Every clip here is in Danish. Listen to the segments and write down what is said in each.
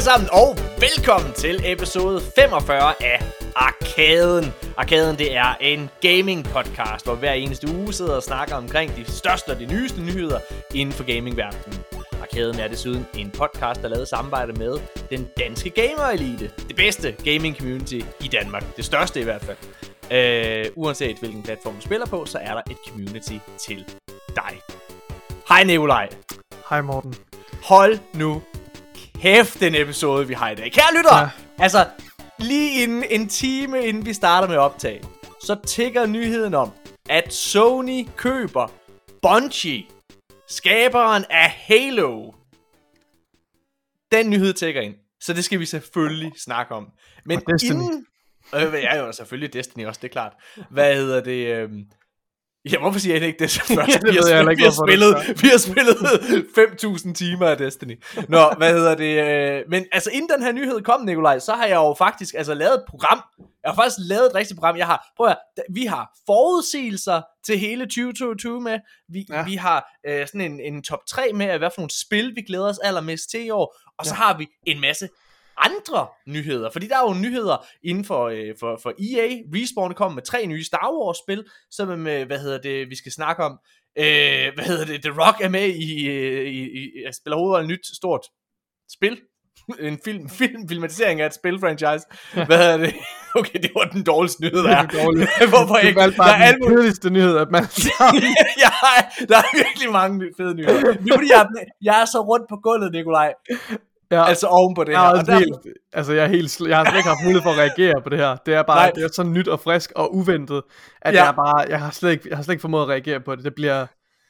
alle sammen, og velkommen til episode 45 af Arkaden. Arkaden, det er en gaming podcast, hvor hver eneste uge sidder og snakker omkring de største og de nyeste nyheder inden for gamingverdenen. Arkaden er desuden en podcast, der er lavet i samarbejde med den danske gamer-elite. Det bedste gaming community i Danmark. Det største i hvert fald. Uanset hvilken platform du spiller på, så er der et community til dig. Hej Nikolaj. Hej Morten. Hold nu kæft den episode, vi har i dag. Kære lyttere, altså lige inden en time inden vi starter med optag, så tikker nyheden om, at Sony køber Bungie, skaberen af Halo. Den nyhed tikker ind, så det skal vi selvfølgelig snakke om. Men inden... ja, jo, selvfølgelig Destiny også, det er klart. Hvad hedder det... Ja, hvorfor siger jeg ikke det så først? Vi har spillet 5.000 timer af Destiny. Nå, hvad hedder det? Men altså, inden den her nyhed kom, Nikolaj, så har jeg jo faktisk lavet et program. Jeg har faktisk lavet et rigtigt program. Vi har forudsigelser til hele 2022 med. Vi har sådan en top 3 med, hvad for nogle spil, vi glæder os allermest til i år. Og så har vi en masse andre nyheder, fordi der er jo nyheder inden for EA. Respawn kommer med 3 nye Star Wars spil, som med, vi skal snakke om. The Rock er med i spiller hovedrollen nyt stort spil. En filmatisering af et spilfranchise. Okay, det var den dårligste nyhed, der er. Hvorfor ikke? Det er bare den kedeligste nyhed, at man der er virkelig mange fede nyheder. Det er fordi, jeg er så rundt på gulvet, Nikolaj. Ja. Altså oven på det her. Jeg har slet ikke haft mulighed for at reagere på det her. Det er bare det er så nyt og frisk og uventet, at jeg har slet ikke formået at reagere på det. Det bliver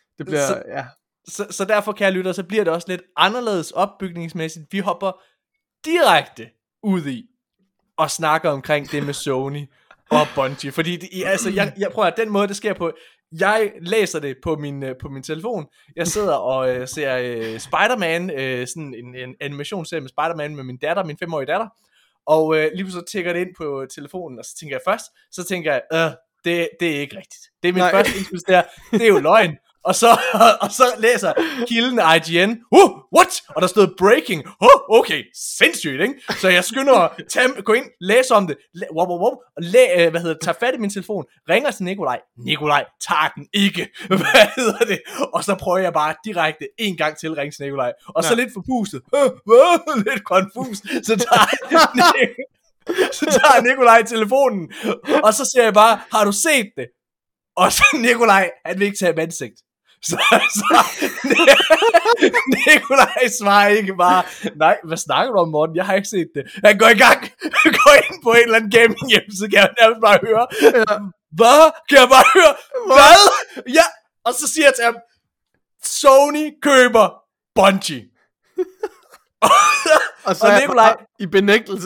så derfor, kære lytter, så bliver det også lidt anderledes opbygningsmæssigt. Vi hopper direkte ud i og snakker omkring det med Sony og Bungie, fordi jeg prøver at den måde det sker på. Jeg læser det på min telefon. Jeg sidder og ser Spider-Man, sådan en animationsserie med Spider-Man med min datter, min 5-årige datter. Og lige pludselig tækker det ind på telefonen, og så tænker jeg, det er ikke rigtigt. Det er min første indskydelse der. Det er jo løgn. Og så læser kilden IGN, what? Og der stod breaking. Okay, sindssygt, ikke? Så jeg skynder at gå ind, læse om det, og tager fat i min telefon, ringer til Nikolaj. Nikolaj tager den ikke. Og så prøver jeg bare direkte en gang til at ringe til Nikolaj. Og så lidt forpustet. Lidt konfus. Så tager Nikolaj telefonen, og så siger jeg bare, har du set det? Og så Nikolaj, han vil ikke tage ansigt. Så Nikolaj svarer ikke bare, nej, hvad snakker du om, Morten? Jeg har ikke set det. Han går i gang, går ind på en eller anden gaming hjemmeside, kan jeg nærmest bare høre. Hvad? Kan jeg bare høre? Hvad? Ja, og så siger jeg til ham, Sony køber Bungie. og så Nikolaj i benægtelse.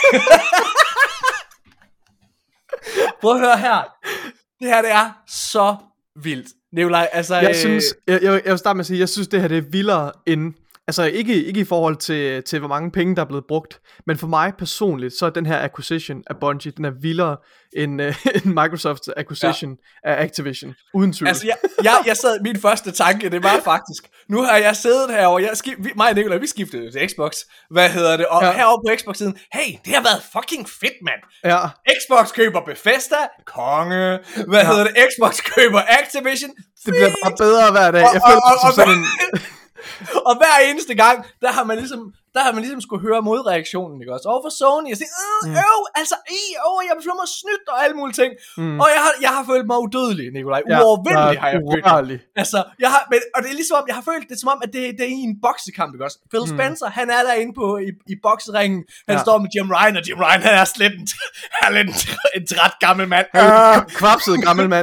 Prøv at høre her. Det her, det er så vildt. Nikolaj, altså... Jeg vil starte med at sige, jeg synes, det her det er vildere end... Altså ikke i forhold til hvor mange penge der er blevet brugt, men for mig personligt, så er den her acquisition af Bungie, den er vildere end Microsofts acquisition af Activision, uden tvivl. Altså jeg sad, min første tanke, det var faktisk, nu har jeg siddet herovre, mig og Nikolaj, vi skiftede til Xbox, og herovre på Xbox-siden, hey, det har været fucking fedt, mand. Ja. Xbox køber Bethesda, konge, Xbox køber Activision, det bliver bare bedre hver dag. Jeg føler sådan en... Og hver eneste gang, der har man ligesom skulle høre modreaktionen, ikke også? Overfor Sony, og sige, jeg føler mig snydt og alle mulige ting. Og jeg har følt mig udødelig, Nikolaj. Uovervindelig har jeg følt mig. Altså, og det er ligesom om, jeg har følt det som om, at det er i en boksekamp, ikke også? Phil Spencer, han er derinde i bokseringen. Han står med Jim Ryan, og Jim Ryan, han er slet en træt gammel mand. Kvapset gammel mand.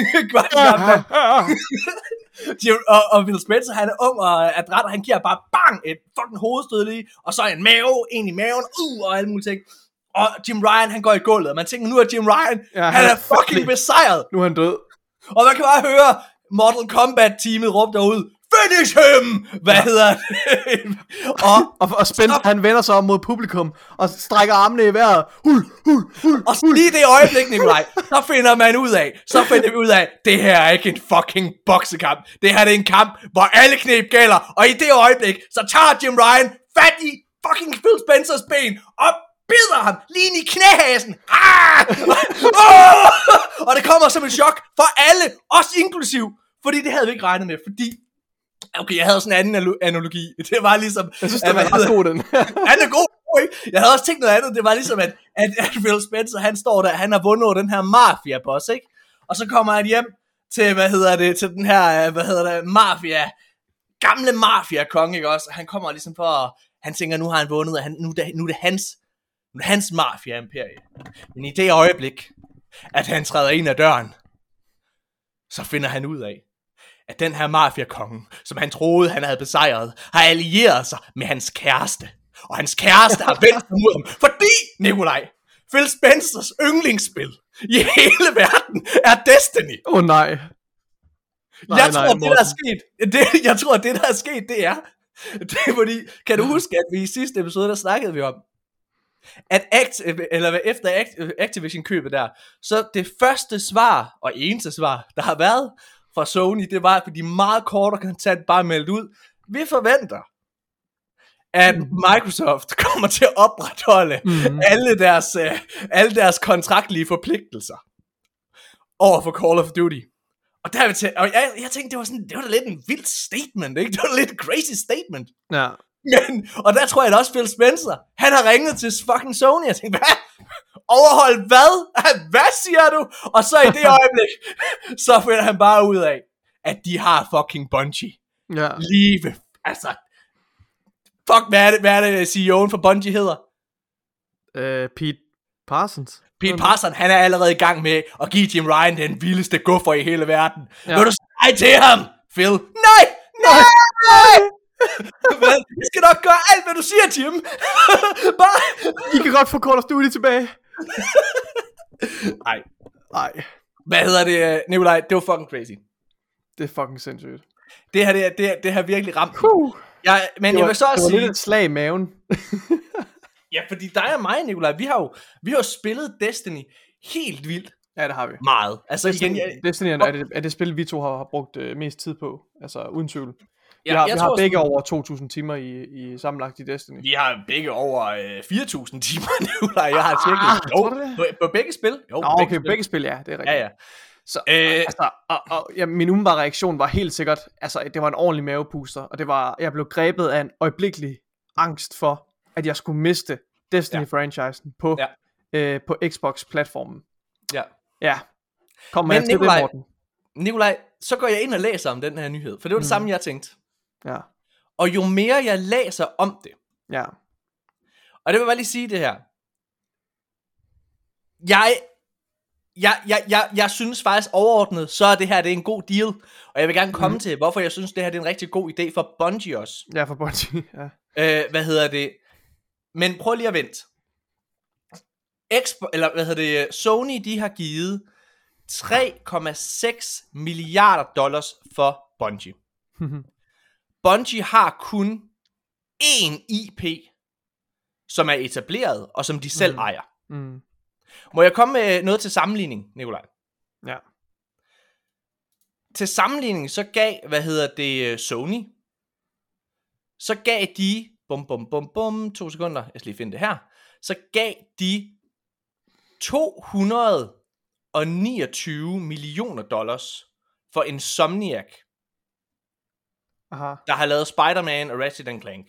Og Phil Spencer, han er ung og adræt, og han giver bare bang et fucking hovedstød lige, og så en i maven, og alle mulige ting. Og Jim Ryan, han går i gulvet, og man tænker, nu er Jim Ryan, han er fucking besejret. Nu er han død. Og man kan bare høre Mortal Kombat-teamet råbe derud, finish him! Og Spencer, han vender sig om mod publikum og strækker armene i vejret. Og lige det øjeblik, Nikolaj, så finder vi ud af, det her er ikke en fucking boksekamp. Det her er en kamp, hvor alle knep gælder. Og i det øjeblik, så tager Jim Ryan fat i fucking Phil Spencers ben, og bider ham lige ind i knæhasen. Og det kommer som en chok for alle, os inklusiv, fordi det havde vi ikke regnet med, fordi okay, jeg havde sådan en anden analogi. Det var ligesom... Jeg synes, det var ret god, den. Han er god, ikke? Jeg havde også tænkt noget andet. Det var ligesom, at Phil Spencer, han står der, han har vundet over den her mafia-boss, ikke? Og så kommer han hjem til, til den her, mafia, gamle mafia-konge, ikke også? Han kommer ligesom for, han tænker, nu har han vundet, og nu er det hans mafia-imperie. Men i det øjeblik, at han træder ind ad døren, så finder han ud af, at den her mafia-konge, som han troede, han havde besejret, har allieret sig med hans kæreste. Og hans kæreste har vendt sig mod ham, fordi, Nikolaj, Phil Spencers yndlingsspil i hele verden er Destiny. Nej. Jeg tror, at det der er sket, det er fordi, kan du huske, at vi i sidste episode, der snakkede vi om, at efter Activision-købet der, så det første svar, og eneste svar, der har været fra Sony, det var, at de meget kort og kontant bare meldte ud, vi forventer, at Microsoft kommer til at opretholde alle deres kontraktlige forpligtelser over for Call of Duty. Og der og jeg tænkte, det var da lidt en vild statement, ikke? Det var da lidt en crazy statement. Ja. Og der tror jeg da også, Phil Spencer, han har ringet til fucking Sony, og tænkte, hvad? Overhold hvad? Hvad siger du? Og så i det øjeblik, så finder han bare ud af, at de har fucking Bungie. Ja. Lige ved, altså, fuck, hvad er det CEO'en for Bungie hedder? Pete Parsons. Pete Parsons, han er allerede i gang med at give Jim Ryan den vildeste guffer i hele verden. Ja. Vil du sige til ham, Phil? Nej! Jeg skal nok gøre alt, hvad du siger, Jim. Bare... I kan godt få Call of Duty tilbage. Nej. Hvad hedder det, Nikolaj? Det var fucking crazy. Det er fucking sindssygt. Det har virkelig ramt. Men jeg vil så også sige... Det var lidt et slag i maven. Ja, fordi dig og mig, Nikolaj, vi har jo spillet Destiny helt vildt. Ja, det har vi. Meget. Altså Destiny er det spil, vi to har brugt mest tid på. Altså uden tvivl. Vi har begge over 2.000 timer i sammenlagt i Destiny. Vi har begge over 4.000 timer, Nikolaj. Jeg har tjekket. På begge spil? Jo, okay, begge spil, ja. Det er rigtigt. Ja. Så, min umiddelbare reaktion var helt sikkert, altså det var en ordentlig mavepuster, og jeg blev grebet af en øjeblikkelig angst for, at jeg skulle miste Destiny-franchisen på Xbox-platformen. Ja. Kom med til det, Morten. Nikolaj, så går jeg ind og læser om den her nyhed, for det var det samme, jeg tænkte. Ja. Og jo mere jeg læser om det, og det vil bare lige sige det her, jeg synes faktisk overordnet, så er det her, det er en god deal, og jeg vil gerne komme til, hvorfor jeg synes, det her det er en rigtig god idé for Bungie også. Ja, for Bungie, ja. Men prøv lige at vente. Sony, de har givet 3,6 milliarder dollars for Bungie. Bungie har kun én IP, som er etableret, og som de selv ejer. Må jeg komme med noget til sammenligning, Nikolaj? Ja. Til sammenligning, så gav, Sony, så gav de, 2 sekunder, jeg skal lige finde det her, så gav de 229 millioner dollars for Insomniac, der har lavet Spider-Man og Ratchet & Clank.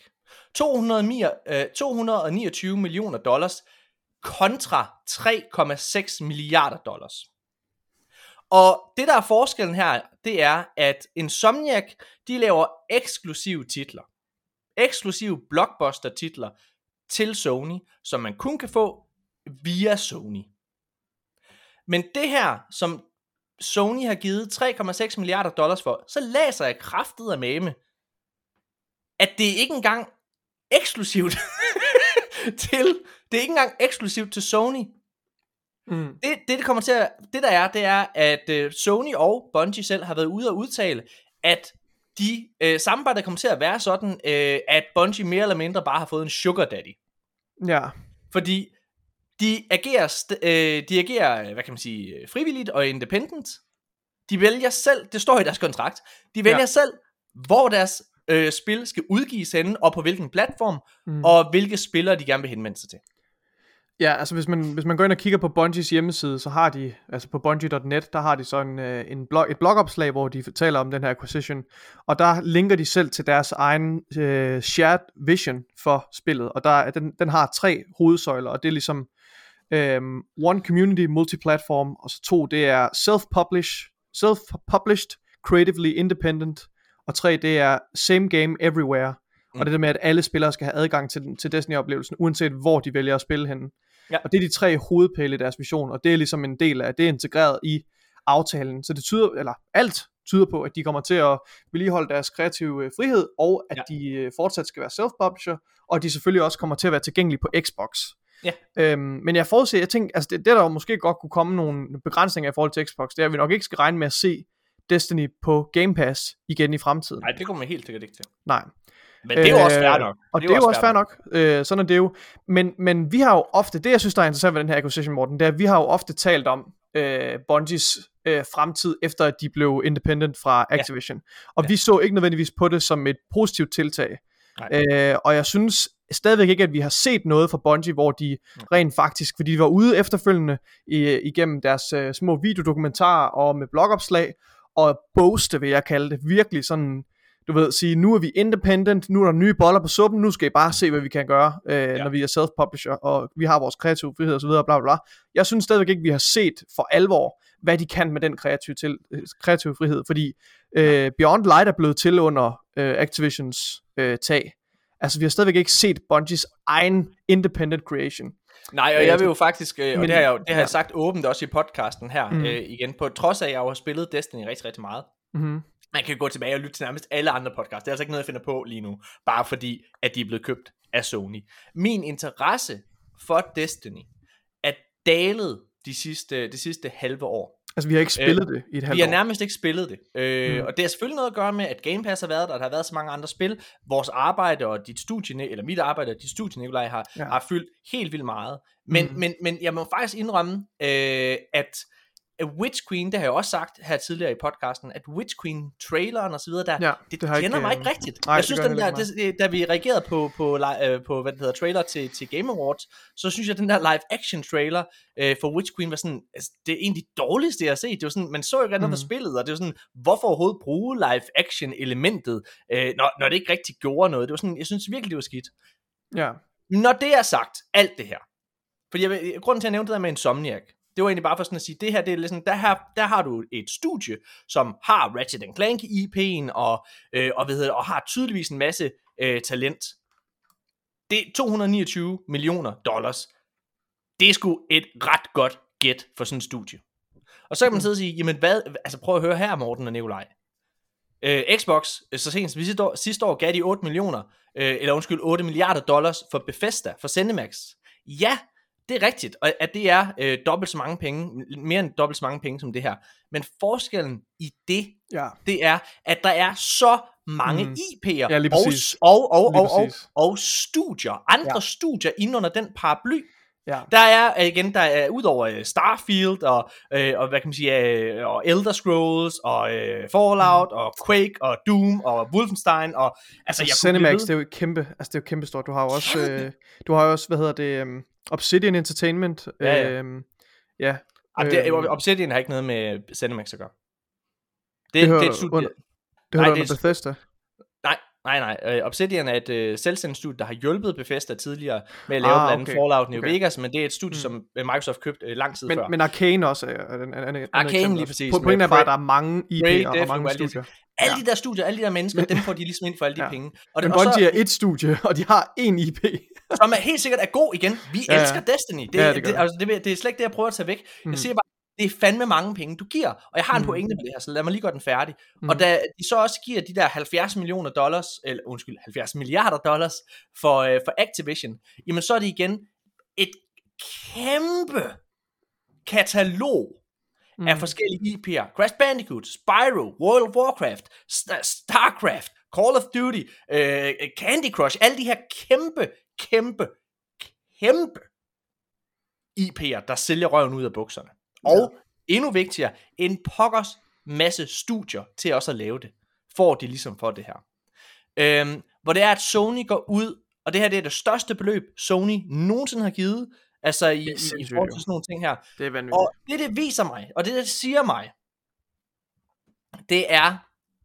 229 millioner dollars kontra 3,6 milliarder dollars. Og det der er forskellen her, det er, at Insomniac, de laver eksklusive titler. Eksklusive blockbuster titler til Sony, som man kun kan få via Sony. Men det her, som Sony har givet 3,6 milliarder dollars for, så læser jeg kraftet af mame, at det ikke engang eksklusivt det er ikke engang eksklusivt til Sony. Det kommer til at, det er, at Sony og Bungie selv har været ude og udtale, at de samarbejder kommer til at være sådan, at Bungie mere eller mindre bare har fået en sugar daddy. Ja. Fordi de agerer, hvad kan man sige, frivilligt og independent. De vælger selv, det står i deres kontrakt, de vælger selv, hvor deres spil skal udgives henne, og på hvilken platform, og hvilke spillere de gerne vil henvende sig til. Ja, altså hvis man går ind og kigger på Bungies hjemmeside, så har de, altså på bungie.net, der har de så et blogopslag, hvor de fortæller om den her acquisition, og der linker de selv til deres egen shared vision for spillet, og den har 3 hovedsøjler, og det er ligesom 1 community multiplatform, og så 2 det er self-published, creatively independent, og 3 det er same game everywhere, og det der med at alle spillere skal have adgang til Destiny-oplevelsen, uanset hvor de vælger at spille henne. Ja. Og det er de 3 hovedpæle i deres vision, og det er ligesom en del af det, er integreret i aftalen, så det alt tyder på, at de kommer til at vedligeholde deres kreative frihed, og at de fortsat skal være self-publisher, og de selvfølgelig også kommer til at være tilgængelige på Xbox. Ja. Men jeg tænker, altså det der måske godt kunne komme nogle begrænsninger i forhold til Xbox, det er, at vi nok ikke skal regne med at se Destiny på Game Pass igen i fremtiden. Nej, det kommer man helt sikkert ikke til. Nej. Men det er jo også fair nok. Og det er jo også fair nok. Sådan er det jo. Men vi har jo ofte, det jeg synes der er interessant ved den her acquisition, Morten, det er, at vi har jo ofte talt om Bungies fremtid, efter at de blev independent fra Activision. Og vi så ikke nødvendigvis på det som et positivt tiltag. Og jeg synes stadigvæk ikke, at vi har set noget fra Bungie, hvor de rent faktisk, fordi de var ude efterfølgende igennem deres små videodokumentarer og med blogopslag, og boaste, vil jeg kalde det, virkelig sådan, du ved, sige, nu er vi independent, nu er der nye boller på suppen, nu skal I bare se, hvad vi kan gøre, når vi er self-publisher, og vi har vores kreative frihed og så videre, bla bla bla. Jeg synes stadigvæk ikke, vi har set for alvor, hvad de kan med den kreative frihed, fordi Beyond Light er blevet til under Activisions tag. Altså, vi har stadigvæk ikke set Bungies egen independent creation. Nej, og jeg vil jo faktisk, og det har jeg sagt åbent også i podcasten her, igen, på trods af, at jeg har spillet Destiny rigtig, rigtig meget. Man kan gå tilbage og lytte til nærmest alle andre podcasts. Det er altså ikke noget, jeg finder på lige nu, bare fordi, at de er blevet købt af Sony. Min interesse for Destiny er dalet det sidste halve år. Altså, vi har ikke spillet det i et halvt år. Vi har nærmest ikke spillet det. Og det har selvfølgelig noget at gøre med, at Game Pass har været der, og der har været så mange andre spil. Vores arbejde og dit studie, eller mit arbejde og dit studie, Nikolaj, har fyldt helt vildt meget. Men jeg må faktisk indrømme, at Witch Queen, det har jeg også sagt her tidligere i podcasten, at Witch Queen traileren og så videre, det kender mig ikke rigtigt. Jeg synes den der, da vi reagerede på hvad det hedder, trailer til Game Awards, så synes jeg den der live action trailer for Witch Queen var sådan, altså, det er en af de dårligste jeg har set. Det var sådan, man så ikke noget for spillet, og det var sådan, hvorfor overhovedet bruge live action elementet, når det ikke rigtig gjorde noget. Det var sådan, jeg synes virkelig det var skidt. Ja. Når det er sagt, alt det her, fordi grunden til at nævne det der med Insomniac, det var egentlig bare for sådan at sige, det her, det er ligesom, der har du et studie, som har Ratchet & Clank IP'en, og har tydeligvis en masse talent. Det er $229 millioner. Det er sgu et ret godt gæt for sådan et studie. Og så kan man sidde og sige, jamen hvad, altså prøv at høre her, Morten og Nikolaj. Xbox, så sent som sidste år gav de $8 milliarder for Bethesda, for ZeniMax. Ja, det er rigtigt, og at det er dobbelt så mange penge, mere end dobbelt så mange penge som det her. Men forskellen i det, det er, at der er så mange IP'er og studier, andre studier inden under den paraply. Ja. Der er udover Starfield og hvad kan man sige, og Elder Scrolls og Fallout og Quake og Doom og Wolfenstein og altså ZeniMax, det er jo kæmpe, altså det er jo kæmpe stort. Du har jo også hvad hedder det, Obsidian Entertainment. Obsidian har ikke noget med ZeniMax at gøre. Det hører under Bethesda. Nej. Obsidian er et selvstændigt studie, der har hjulpet Bethesda tidligere med at lave blandt andet Fallout New Vegas, men det er et studie, som Microsoft købte lang tid før. Men Arcane også Arcane lige præcis. Pointen er bare, at der er mange IP'er og mange studier. Alle de der studier, alle de der mennesker, dem får de ligesom ind for alle de penge. Men Bungie er et studie, og de har en IP. Som er helt sikkert er god igen. Vi elsker Destiny. Det er slet ikke det, jeg prøver at tage væk. Jeg siger bare, det er fandme mange penge, du giver. Og jeg har en pointe med det her, så lad mig lige gøre den færdig. Og da de så også giver de der $70 milliarder for Activision, jamen så er det igen et kæmpe katalog af forskellige IP'er. Crash Bandicoot, Spyro, World of Warcraft, Starcraft, Call of Duty, Candy Crush, alle de her kæmpe IP'er, der sælger røven ud af bukserne. Og endnu vigtigere, en pokkers masse studier til også at lave det, for de ligesom for det her. hvor det er, at Sony går ud, og det her det er det største beløb, Sony nogensinde har givet, altså i forhold til sådan nogle ting her. Det er vanvittigt. Og det viser mig, og det siger mig, det er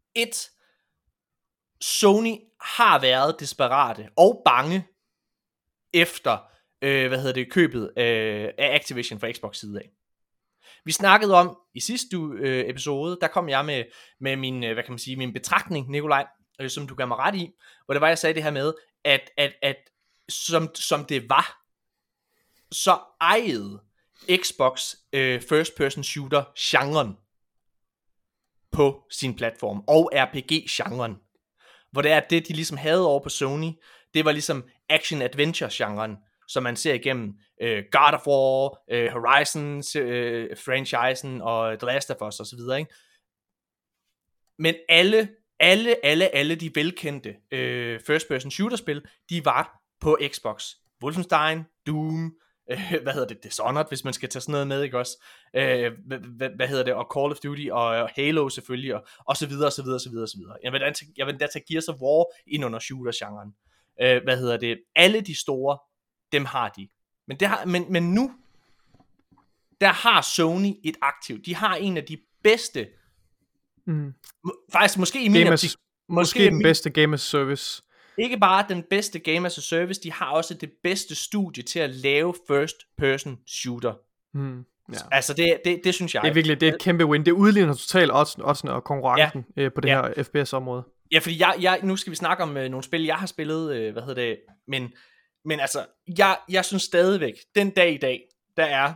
Sony har været desperate og bange efter, købet af Activision fra Xbox side af. Vi snakkede om i sidste episode, der kom jeg med min, min betragtning, Nikolaj, som du gav mig ret i, hvor det var, jeg sagde det her med, at som det var, så ejede Xbox first person shooter genren på sin platform, og RPG-genren. Hvor det er, det de ligesom havde over på Sony, det var ligesom action-adventure-genren, som man ser igennem God of War, Horizon franchisen og The Last of Us og så videre, ikke? Men alle de velkendte first-person shooter-spil, de var på Xbox. Wolfenstein, Doom, Dishonored, hvis man skal tage sådan noget med, ikke også? Og Call of Duty og Halo selvfølgelig, og så videre, så videre, så videre, så videre. Jeg vil da tage Gears of War ind under shooter-genren. Alle de store, dem har de. Men nu, der har Sony et aktiv. De har en af de bedste, faktisk måske i min optik, måske den bedste game as service. Ikke bare den bedste game as a service, de har også det bedste studie til at lave first person shooter. Ja. Altså det synes jeg. Det er virkelig, det er et kæmpe win. Det udligner totalt oddsene og konkurrencen på det her FPS område. Ja, fordi nu skal vi snakke om nogle spil jeg har spillet, men altså jeg synes stadigvæk den dag i dag, der er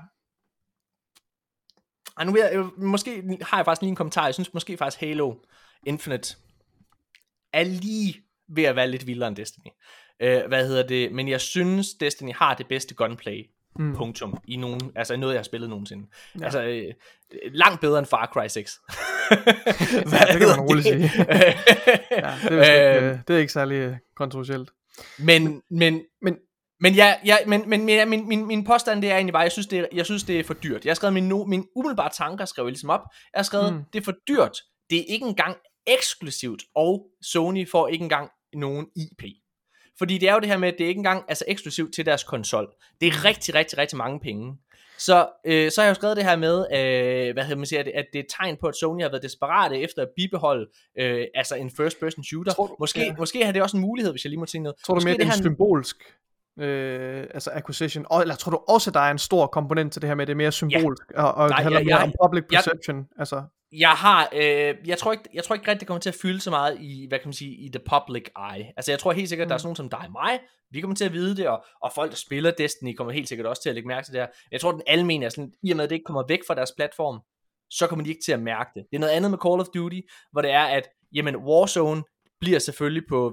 måske har jeg faktisk lige en kommentar. Jeg synes måske faktisk Halo Infinite er lige ved at være lidt vildere end Destiny. Men jeg synes Destiny har det bedste gunplay. Punktum i nogen, altså noget jeg har spillet nogensinde. Ja. Altså langt bedre end Far Cry 6. Det kan man roligt sige. Det er ikke særlig kontroversielt. Men min påstand det er egentlig bare, jeg synes det er for dyrt. Jeg har skrevet min umiddelbare tanker, skrev jeg ligesom op. Jeg har skrevet det er for dyrt. Det er ikke engang eksklusivt, og Sony får ikke engang nogen IP. Fordi det er jo det her med, at det er ikke engang eksklusivt til deres konsol. Det er rigtig, rigtig, rigtig mange penge. Så har jeg jo skrevet det her med, at det er et tegn på, at Sony har været desperate efter at bibeholde en first person shooter. Måske har det også en mulighed, hvis jeg lige må sige noget. Tror du mere, det er en symbolsk acquisition, eller tror du også, der er en stor komponent til det her med, det er mere symbolsk, og det handler mere om public perception? Jeg tror ikke rigtig det kommer til at fylde så meget i, i the public eye. Altså jeg tror helt sikkert, at der er sådan nogen som dig og mig, vi kommer til at vide det, og folk der spiller Destiny kommer helt sikkert også til at lægge mærke til det her. Jeg tror den almene er sådan, i og med at det ikke kommer væk fra deres platform, så kommer de ikke til at mærke det. Det er noget andet med Call of Duty, hvor det er at, Warzone bliver selvfølgelig på,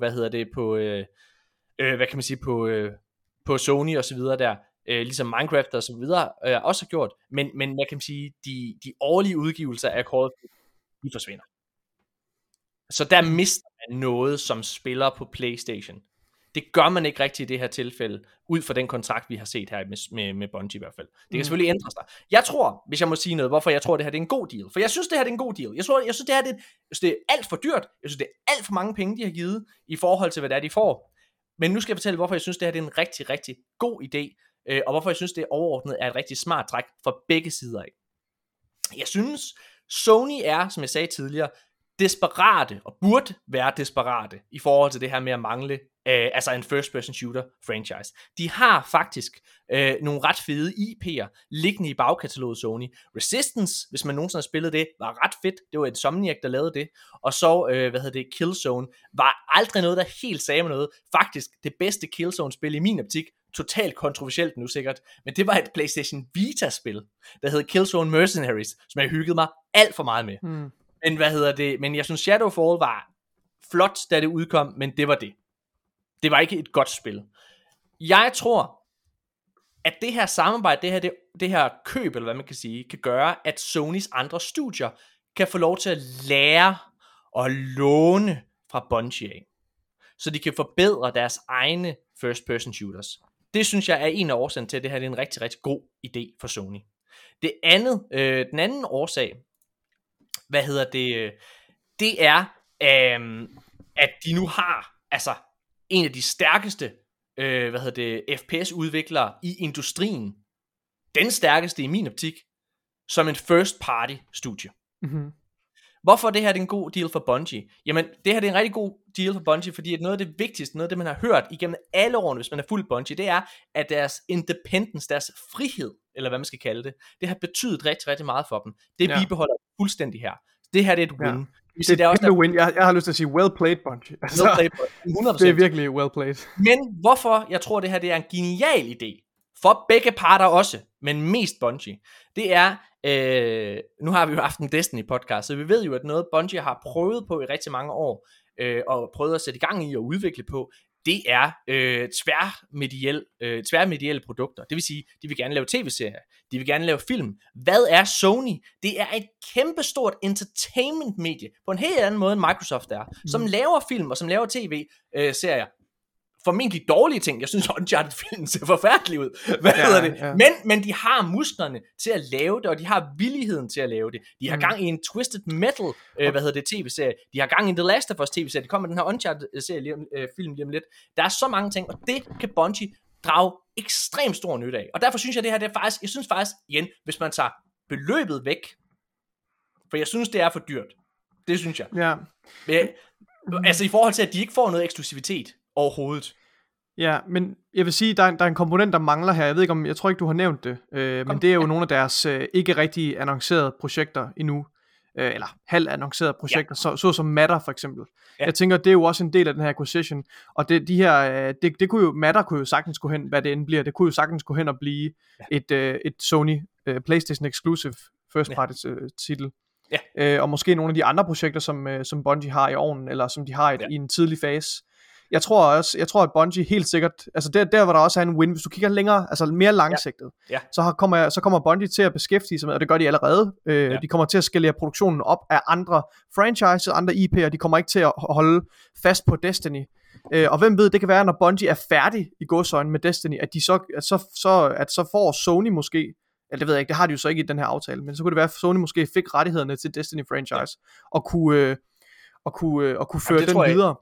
på Sony og så videre der, ligesom Minecraft og så videre også har gjort, men hvad kan man sige, de årlige udgivelser af Call of Duty, de forsvinder. Så der mister man noget som spiller på PlayStation. Det gør man ikke rigtigt i det her tilfælde, ud fra den kontrakt vi har set her med Bungie i hvert fald. Det kan selvfølgelig ændre sig. Jeg tror, hvis jeg må sige noget, hvorfor jeg tror det her det er en god deal, for jeg synes det her det er en god deal. Jeg synes det her det er alt for dyrt. Jeg synes det er alt for mange penge de har givet i forhold til hvad det er de får. Men nu skal jeg fortælle hvorfor jeg synes det her det er en rigtig rigtig god idé. Og hvorfor jeg synes det overordnet er et rigtig smart træk fra begge sider af. Jeg synes Sony er, som jeg sagde tidligere, desperate og burde være desperate i forhold til det her med at mangle en first person shooter franchise. De har faktisk nogle ret fede IP'er liggende i bagkataloget Sony. Resistance, hvis man nogensinde har spillet det, var ret fedt. Det var Insomniac der lavede det. Og så Killzone var aldrig noget der helt sagde med noget. Faktisk det bedste Killzone spil i min optik. Totalt kontroversielt nu sikkert, men det var et PlayStation Vita spil, der hed Killzone Mercenaries, som jeg hyggede mig alt for meget med. Men jeg synes Shadowfall var flot, da det udkom, men det var det. Det var ikke et godt spil. Jeg tror, at det her samarbejde, det her køb, eller hvad man kan sige, kan gøre, at Sonys andre studier kan få lov til at lære og låne fra Bungie af, så de kan forbedre deres egne first person shooters. Det synes jeg er en af årsagen til, at det her er en rigtig, rigtig god idé for Sony. Den anden årsag, det er, at de nu har altså en af de stærkeste FPS-udviklere i industrien. Den stærkeste i min optik, som en first party studie. Mm-hmm. Hvorfor det her er en god deal for Bungie? Jamen, det her er en rigtig god deal for Bungie, fordi at noget af det vigtigste, noget af det, man har hørt igennem alle årene, hvis man er fuld Bungie, det er, at deres independence, deres frihed, eller hvad man skal kalde det har betydet rigtig, rigtig meget for dem. Det bibeholder fuldstændig her. Det her det er et win. Det er også win. Jeg har lyst til at sige, well played, Bungie. Altså, well played, 100%. Det er virkelig well played. Men hvorfor jeg tror, det her det er en genial idé, for begge parter også, men mest Bungie, det er, nu har vi jo haft en Destiny podcast, så vi ved jo, at noget Bungie har prøvet på i rigtig mange år, og prøvet at sætte i gang i og udvikle på, det er tværmedielle produkter. Det vil sige, de vil gerne lave tv-serier, de vil gerne lave film. Hvad er Sony? Det er et kæmpestort entertainment-medie, på en helt anden måde end Microsoft er, som laver film og som laver tv-serier. Formentlig dårlige ting. Jeg synes, Uncharted-filmen ser forfærdelig ud. Hvad hedder det? Ja. Men de har musklerne til at lave det, og de har villigheden til at lave det. De har gang i en Twisted Metal, tv-serie. De har gang i en The Last of Us tv-serie. De kommer med den her Uncharted-serie film lige om lidt. Der er så mange ting, og det kan Bungie drage ekstremt stor nytte af. Og derfor synes jeg, det her, det er faktisk, jeg synes faktisk, igen, hvis man tager beløbet væk, for jeg synes, det er for dyrt. Det synes jeg. Ja. Men, altså i forhold til, at de ikke får noget eksklusivitet overhovedet. Ja, men jeg vil sige, der er en komponent, der mangler her. Jeg tror ikke, du har nævnt det, men det er jo nogle af deres ikke rigtig annoncerede projekter endnu, eller halv annoncerede projekter, så som Matter for eksempel. Ja. Jeg tænker, det er jo også en del af den her acquisition, og det kunne jo, Matter kunne jo sagtens gå hen, hvad det end bliver, det kunne jo sagtens gå hen og blive et Sony PlayStation exclusive first party titel. Ja. Og måske nogle af de andre projekter, som Bungie har i ovnen, eller som de har i en tidlig fase. Jeg tror at Bungie helt sikkert, altså der hvor der også er en win, hvis du kigger længere, altså mere langsigtet, så kommer Bungie til at beskæftige sig med, og det gør de allerede, de kommer til at skalere produktionen op af andre franchises, andre IP'er, de kommer ikke til at holde fast på Destiny, og hvem ved, det kan være, når Bungie er færdig i gåseøjne med Destiny, at de så får Sony måske, eller det ved jeg ikke, det har de jo så ikke i den her aftale, men så kunne det være, at Sony måske fik rettighederne til Destiny franchise, og kunne føre den videre.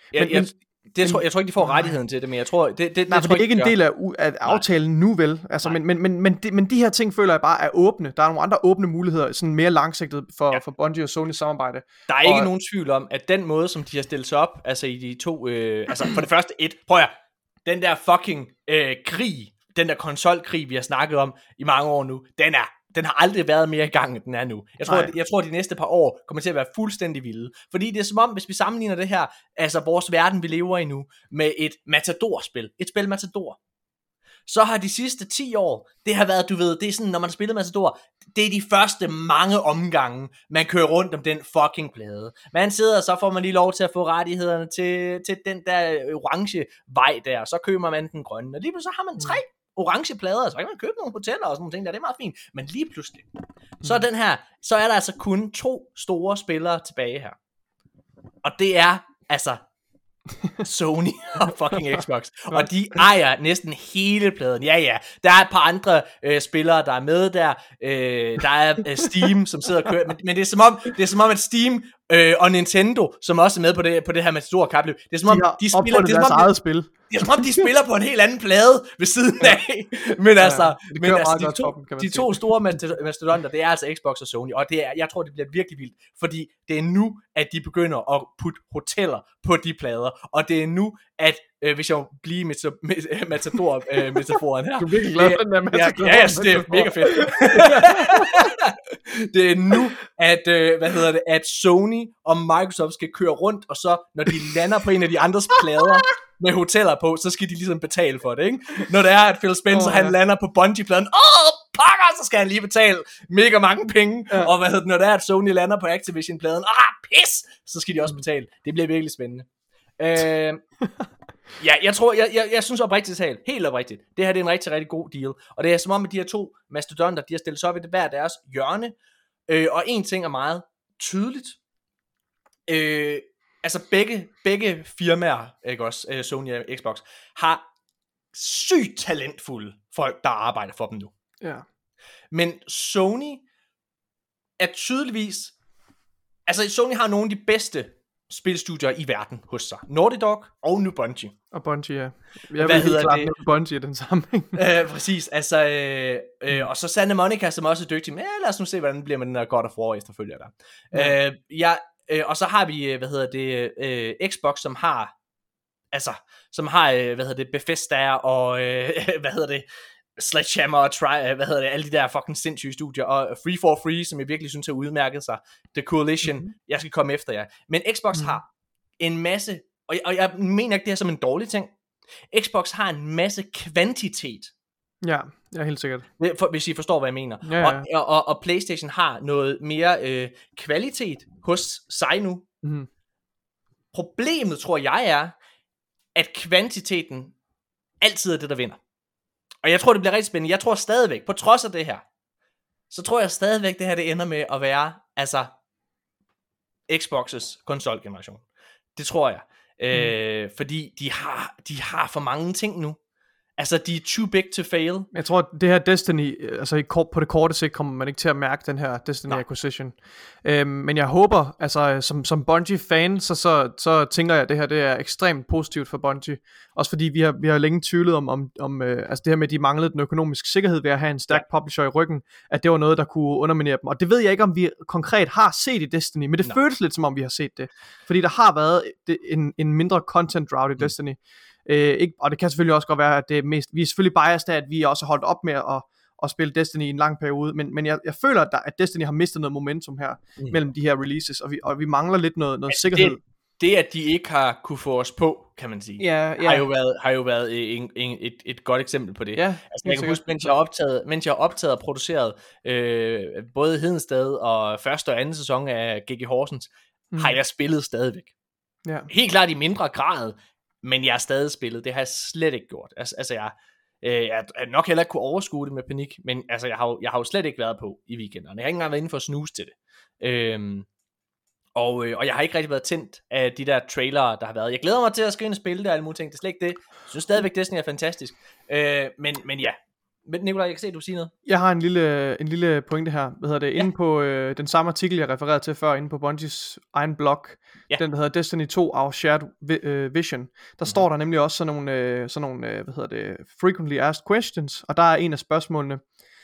Jeg tror ikke de får rettigheden til det, men jeg tror det er ikke en del af aftalen nu vel. Altså, men de her ting føler jeg bare er åbne. Der er nogle andre åbne muligheder, sådan mere langsigtet for Bungie og Sony samarbejde. Der er ikke nogen tvivl om, at den måde som de har stillet sig op, altså i de to, altså for det første den der fucking krig, den der konsolkrig vi har snakket om i mange år nu, den har aldrig været mere i gang, end den er nu. Jeg tror, de næste par år kommer til at være fuldstændig vilde. Fordi det er som om, hvis vi sammenligner det her, altså vores verden, vi lever i nu, med et Matador-spil. Et spil Matador. Så har de sidste 10 år, det har været, du ved, det er sådan, når man spiller Matador, det er de første mange omgange, man kører rundt om den fucking plade. Man sidder, så får man lige lov til at få rettighederne til den der orange vej der, så køber man den grønne, og lige pludselig så har man 3 orange plader, så kan man købe nogle hoteller og sådan nogle ting der, det er meget fint, men lige pludselig, så er der altså kun 2 store spillere tilbage her, og det er altså Sony og fucking Xbox, og de ejer næsten hele pladen. Ja, der er et par andre spillere, der er med der. Der er Steam, som sidder og kører, men det er som om at Steam og Nintendo, som også er med på det her Matador kapløb, det er som om de spiller deres eget spil. Det er som om de spiller på en helt anden plade ved siden af. Men altså, de to store mastodonter, det er altså Xbox og Sony, og jeg tror det bliver virkelig vildt, fordi det er nu at de begynder at putte hoteller på de plader, og det er nu at hvis jeg bliver Matador metaforen her. Du er virkelig glad for den der Matador. Ja, det er mega fedt. Det er nu at at Sony og Microsoft skal køre rundt, og så når de lander på en af de andres plader med hoteller på, så skal de ligesom betale for det, ikke? Når det er at Phil Spencer han lander på Bungie-pladen, pakker, så skal han lige betale mega mange penge. Og når det er at Sony lander på Activision-pladen, pis, så skal de også betale. Det bliver virkelig spændende. Ja, jeg synes oprigtigt talt, helt oprigtigt, det her det er en rigtig, rigtig god deal. Og det er som om, at de her 2 mastodonter, de har stillet sig op i det hver deres hjørne. Og en ting er meget tydeligt. Altså begge firmaer, ikke også, Sony og Xbox, har sygt talentfulde folk, der arbejder for dem nu. Ja. Men Sony er tydeligvis, altså Sony har nogle af de bedste spilstudier i verden hos sig. Naughty Dog og nu Bungie. Og Bungie, ja. Jeg vil helt klart nævne Bungie i den sammenhæng. Præcis, altså, og så Santa Monica, som også er dygtig, men lad os nu se, hvordan det bliver med den der God of War efterfølger der. Og så har vi, Xbox, som har, Bethesda og, Sledgehammer og alle de der fucking sindssyge studier, og Free for Free, som jeg virkelig synes har udmærket sig, The Coalition, jeg skal komme efter jer. Men Xbox har en masse, og jeg mener ikke det her som en dårlig ting, Xbox har en masse kvantitet. Ja, helt sikkert. Hvis I forstår, hvad jeg mener. Ja. Og PlayStation har noget mere kvalitet hos sig nu. Problemet, tror jeg, er, at kvantiteten altid er det, der vinder. Og jeg tror, det bliver rigtig spændende. Jeg tror stadigvæk, på trods af det her, så tror jeg stadigvæk, det her det ender med at være, Xbox's konsolgeneration. Det tror jeg. Fordi de har for mange ting nu. Altså, de er too big to fail. Jeg tror, det her Destiny, på det korte sigt kommer man ikke til at mærke den her Destiny acquisition. Men jeg håber, som Bungie-fan, så tænker jeg, at det her det er ekstremt positivt for Bungie. Også fordi vi har længe tvivlet om det her med, at de manglede den økonomiske sikkerhed ved at have en stærk publisher i ryggen, at det var noget, der kunne underminere dem. Og det ved jeg ikke, om vi konkret har set i Destiny, men det føles lidt, som om vi har set det. Fordi der har været en mindre content drought i Destiny. Og det kan selvfølgelig også godt være, at det er mest, vi er selvfølgelig biased af, at vi også har holdt op med at spille Destiny i en lang periode, men jeg føler, at Destiny har mistet noget momentum her mellem de her releases, og vi mangler lidt noget sikkerhed. Det, at de ikke har kunne få os på, kan man sige, har jo været et godt eksempel på det. Jeg kan huske, mens jeg har optaget og produceret både Hedensted og første og anden sæson af GG Horsens, har jeg spillet stadigvæk. Helt klart i mindre grad, men jeg har stadig spillet. Det har jeg slet ikke gjort. Jeg nok heller ikke kunne overskue det med panik, men jeg har jo slet ikke været på i weekenderne. Jeg har ikke engang været inde for at snuse til det. Og jeg har ikke rigtig været tændt af de der trailere, der har været. Jeg glæder mig til at skrive en spil der, alle mulige ting. Det er slet ikke det. Jeg synes stadigvæk, Destiny er fantastisk. Men ja. Men Nikolaj, jeg kan se, at du siger noget. Jeg har en lille pointe her. Inde på den samme artikel, jeg refererede til før, inde på Bungies egen blog, den der hedder Destiny 2 Our Shared Vision. Der står der nemlig også sådan nogle frequently asked questions, og der er en af spørgsmålene.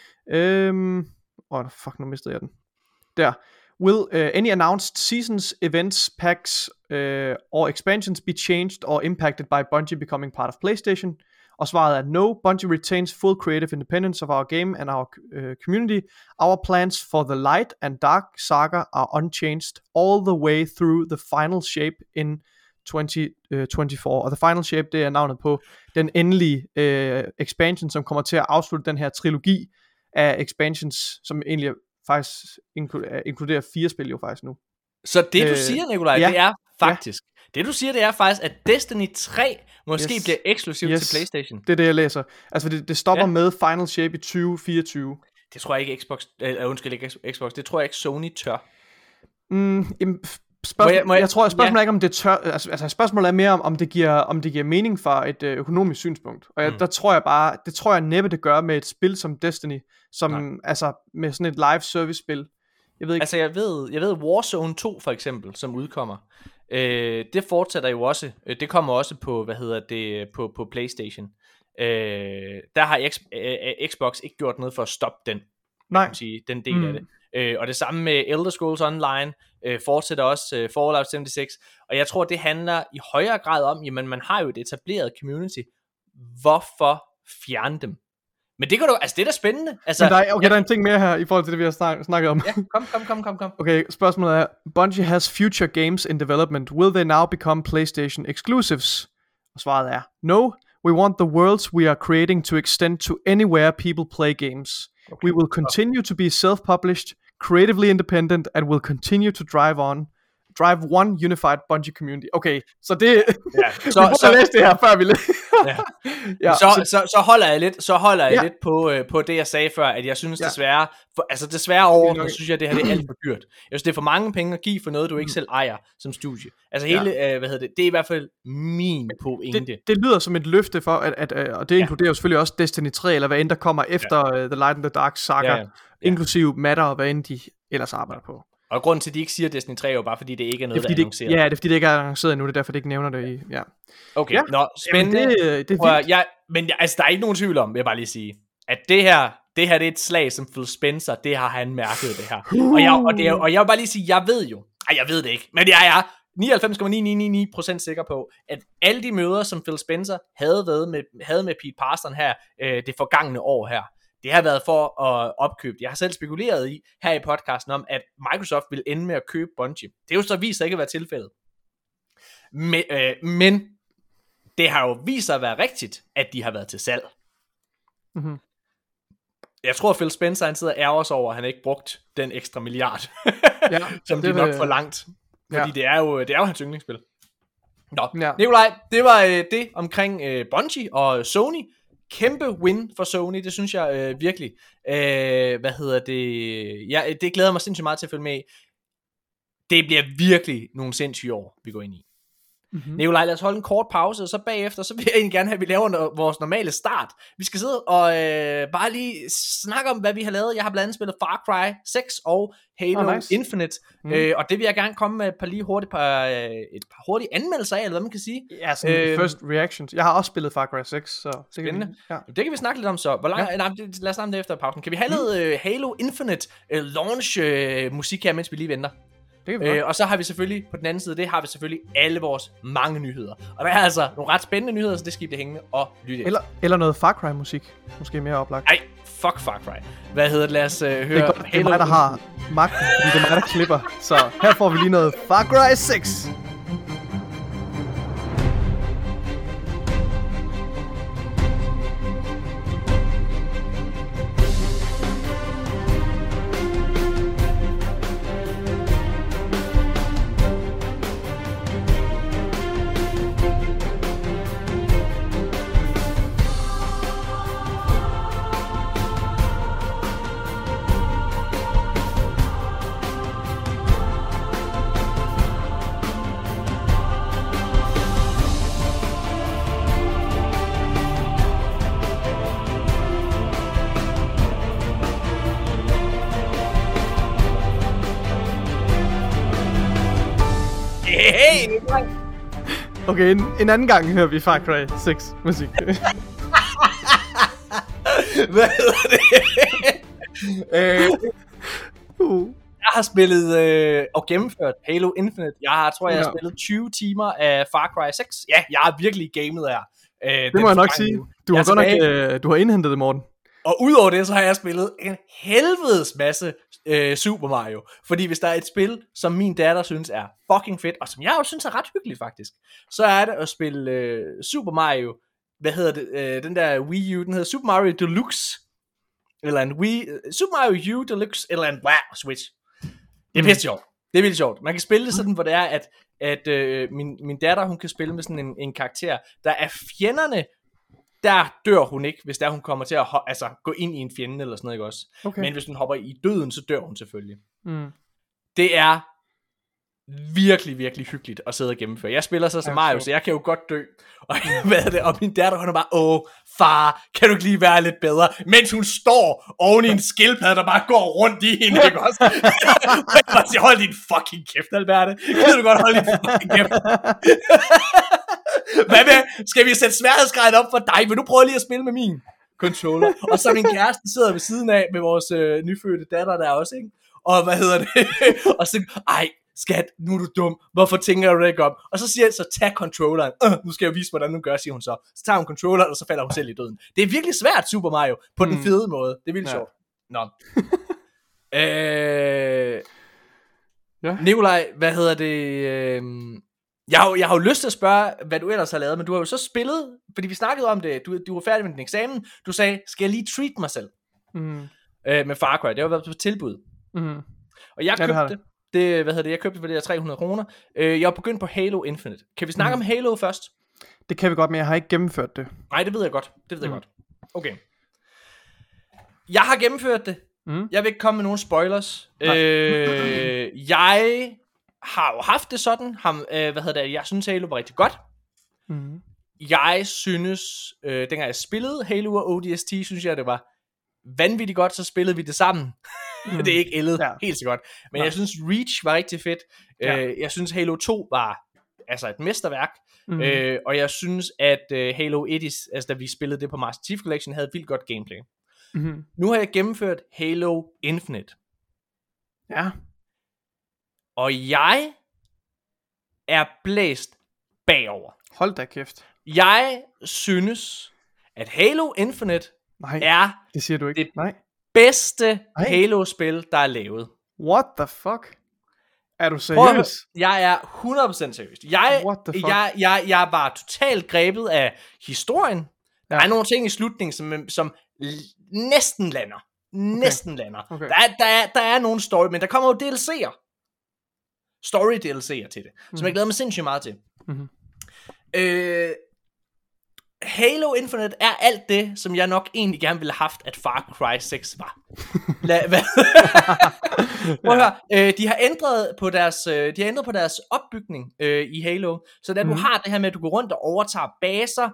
Nu mistede jeg den. Der. Will any announced seasons, events, packs or expansions be changed or impacted by Bungie becoming part of PlayStation? Og svaret er no. Bungie retains full creative independence of our game and our community. Our plans for the Light and Dark saga are unchanged all the way through the final shape in 2024. Og The Final Shape, det er navnet på den endelige expansion, som kommer til at afslutte den her trilogi af expansions, som egentlig faktisk inkluderer 4 spil jo faktisk nu. Så det du siger, Nikolaj, det er faktisk... Det du siger, det er faktisk, at Destiny 3 måske bliver eksklusivt til PlayStation. Det er det, jeg læser. Altså, det stopper med Final Shape i 2024. Det tror jeg ikke Xbox... ikke Xbox. Det tror jeg ikke Sony tør. Jeg tror, spørgsmålet er ikke, om det tør... Altså, spørgsmålet er mere, om det giver mening fra et økonomisk synspunkt. Og der tror jeg bare... Det tror jeg næppe, det gør med et spil som Destiny. Med sådan et live service spil. Jeg ved ikke. Altså, jeg ved Warzone 2 for eksempel, som udkommer. Det fortsætter jo også. Det kommer også på på PlayStation. Der har Xbox ikke gjort noget for at stoppe den. Nej. Kan man sige, den del af det. Og det samme med Elder Scrolls Online fortsætter også Fallout 76. Og jeg tror det handler i højere grad om, jamen man har jo et etableret community. Hvorfor fjerne dem? Men det kan du, altså det er da spændende. Altså, der er en ting mere her i forhold til det vi har snakket om. Ja, kom. Okay, spørgsmålet er, Bungie has future games in development. Will they now become PlayStation exclusives? Og svaret er, no. We want the worlds we are creating to extend to anywhere people play games. Okay. We will continue to be self-published, creatively independent, and will continue to drive one unified Bungie community. Okay, så det... Ja, så læse det her, før vi så holder jeg lidt på det, jeg sagde før, at jeg synes desværre overordnet, synes jeg, det her det er alt for dyrt. Jeg synes, det er for mange penge at give for noget, du ikke selv ejer som studie. Altså hele, det er i hvert fald min pointe. Det lyder som et løfte for, og det inkluderer jo selvfølgelig også Destiny 3, eller hvad end der kommer efter The Light and the Dark saga, inklusive Matter, og hvad end de ellers arbejder på. Og grunden til, at de ikke siger Destiny 3, er jo bare fordi, det ikke er noget, der er annonceret. Ja, det er fordi, det ikke er annonceret endnu, det er derfor, det ikke nævner det i, ja. Okay, spændende. Jamen, det er vildt. Altså, der er ikke nogen tvivl om, vil jeg bare lige sige, at det her det er et slag, som Phil Spencer, det har han mærket, det her. Og jeg vil bare lige sige, jeg ved det ikke, men jeg er 99,999% sikker på, at alle de møder, som Phil Spencer havde med Pete Parsons her, det forgangne år her, det har været for at opkøbe. Jeg har selv spekuleret i, her i podcasten, om at Microsoft vil ende med at købe Bungie. Det er jo så vist sig ikke at være tilfældet. Men det har jo vist sig at være rigtigt, at de har været til salg. Mm-hmm. Jeg tror, Phil Spencer, han sidder ærger sig over, at han ikke brugt den ekstra milliard, som de nok forlangt. Fordi det er jo hans yndlingsspil. Nå, Nikolaj, det var det omkring Bungie og Sony. Kæmpe win for Sony, det synes jeg virkelig. Det glæder mig sindssygt meget til at følge med i. Det bliver virkelig nogle sindssyge år, vi går ind i. Mm-hmm. Nikolaj, lad os holde en kort pause, og så bagefter, så vil jeg egentlig gerne have, at vi laver vores normale start. Vi skal sidde og bare lige snakke om, hvad vi har lavet. Jeg har blandt andet spillet Far Cry 6 og Halo Infinite, og det vil jeg gerne komme med et par hurtige anmeldelser af, eller hvad man kan sige. Ja, sådan first reactions. Jeg har også spillet Far Cry 6, så spændende. Det kan vi snakke lidt om så. Hvor lang? Ja. Lad os snakke om det efter pausen. Kan vi have noget Halo Infinite launch musik her, mens vi lige venter? Og så har vi selvfølgelig på den anden side, det har vi selvfølgelig alle vores mange nyheder. Og der er altså nogle ret spændende nyheder, så det skal I blive hængende og lytte eller noget Far Cry musik, måske mere oplagt. Ej, fuck Far Cry. Hvad hedder det? Lad os høre. Det er godt, det er mig, der har magten, fordi det er mig, der klipper. Så her får vi lige noget Far Cry 6. Okay, en anden gang hører vi Far Cry 6 musik. Hvad hedder det? Jeg har spillet og gennemført Halo Infinite. Jeg har spillet 20 timer af Far Cry 6. Ja, jeg har virkelig gamet her. Det må jeg nok sige. Du har godt nok, du har indhentet det, Morten. Og udover det, så har jeg spillet en helvedes masse Super Mario. Fordi hvis der er et spil, som min datter synes er fucking fedt, og som jeg også synes er ret hyggeligt faktisk, så er det at spille Super Mario, den der Wii U, den hedder Super Mario Deluxe, eller en Super Mario U Deluxe, eller en Switch. Det er pisse sjovt. Det er vildt sjovt. Man kan spille det sådan, hvor det er, at min datter, hun kan spille med sådan en karakter, der er fjenderne. Der dør hun ikke, hvis der hun kommer til at gå ind i en fjende eller sådan noget, ikke også? Okay. Men hvis hun hopper i døden, så dør hun selvfølgelig. Det er virkelig, virkelig hyggeligt at sidde og gennemføre. Jeg spiller så som Mario, så jeg kan jo godt dø. Og min datter, hun er bare, far, kan du ikke lige være lidt bedre? Mens hun står oven i en skildpadde, der bare går rundt i hende, ikke også? Og jeg bare siger, hold din fucking kæft, Alberte. Kan du godt holde din fucking kæft? Hvad med, skal vi sætte sværhedsgraden op for dig? Vil du prøve lige at spille med min controller? Og så min kæreste sidder ved siden af med vores nyfødte datter der også, ikke? Og hvad hedder det? Og så, skat, nu er du dum. Hvorfor tænker du det ikke om? Og så siger jeg, så tag controlleren. Nu skal jeg vise, hvordan hun gør, siger hun så. Så tager hun controlleren, og så falder hun selv i døden. Det er virkelig svært, Super Mario, på den fede måde. Det er virkelig sjovt. Nå. Nikolaj, hvad hedder det? Jeg har jo lyst til at spørge, hvad du ellers har lavet, men du har jo så spillet, fordi vi snakkede om det, du var færdig med din eksamen, du sagde, skal jeg lige treat mig selv med Far Cry, det har jo været på tilbud. Og jeg købte det, jeg købte for det der 300 kroner. Jeg var begyndt på Halo Infinite. Kan vi snakke om Halo først? Det kan vi godt, men jeg har ikke gennemført det. Nej, det ved jeg godt. Okay. Jeg har gennemført det. Jeg vil ikke komme med nogen spoilers. Jeg har jo haft det sådan. Jeg synes Halo var rigtig godt. Jeg synes, dengang jeg spillede Halo og ODST, synes jeg det var vanvittigt godt. Så spillede vi det sammen. Det er ikke ældet helt så godt. Men jeg synes, Reach var rigtig fedt. Jeg synes, Halo 2 var altså et mesterværk. Og jeg synes, at Halo 1, altså da vi spillede det på Master Chief Collection, havde et vildt godt gameplay. Nu har jeg gennemført Halo Infinite. Ja. Og jeg er blæst bagover. Hold da kæft. Jeg synes, at Halo Infinite er det siger du ikke. Det bedste Halo-spil, der er lavet. What the fuck? Er du seriøs? Jeg er 100% seriøs. Jeg var totalt grebet af historien. Der er nogle ting i slutningen, som næsten lander. Okay. Der er nogle story, men der kommer jo DLC'er. Story DLC'er til det, som jeg glæder mig sindssygt meget til. Halo Infinite er alt det, som jeg nok egentlig gerne ville have haft, at Far Cry 6 var. Prøv at høre, de har ændret på deres opbygning i Halo, så da du har det her med, at du går rundt og overtager baser,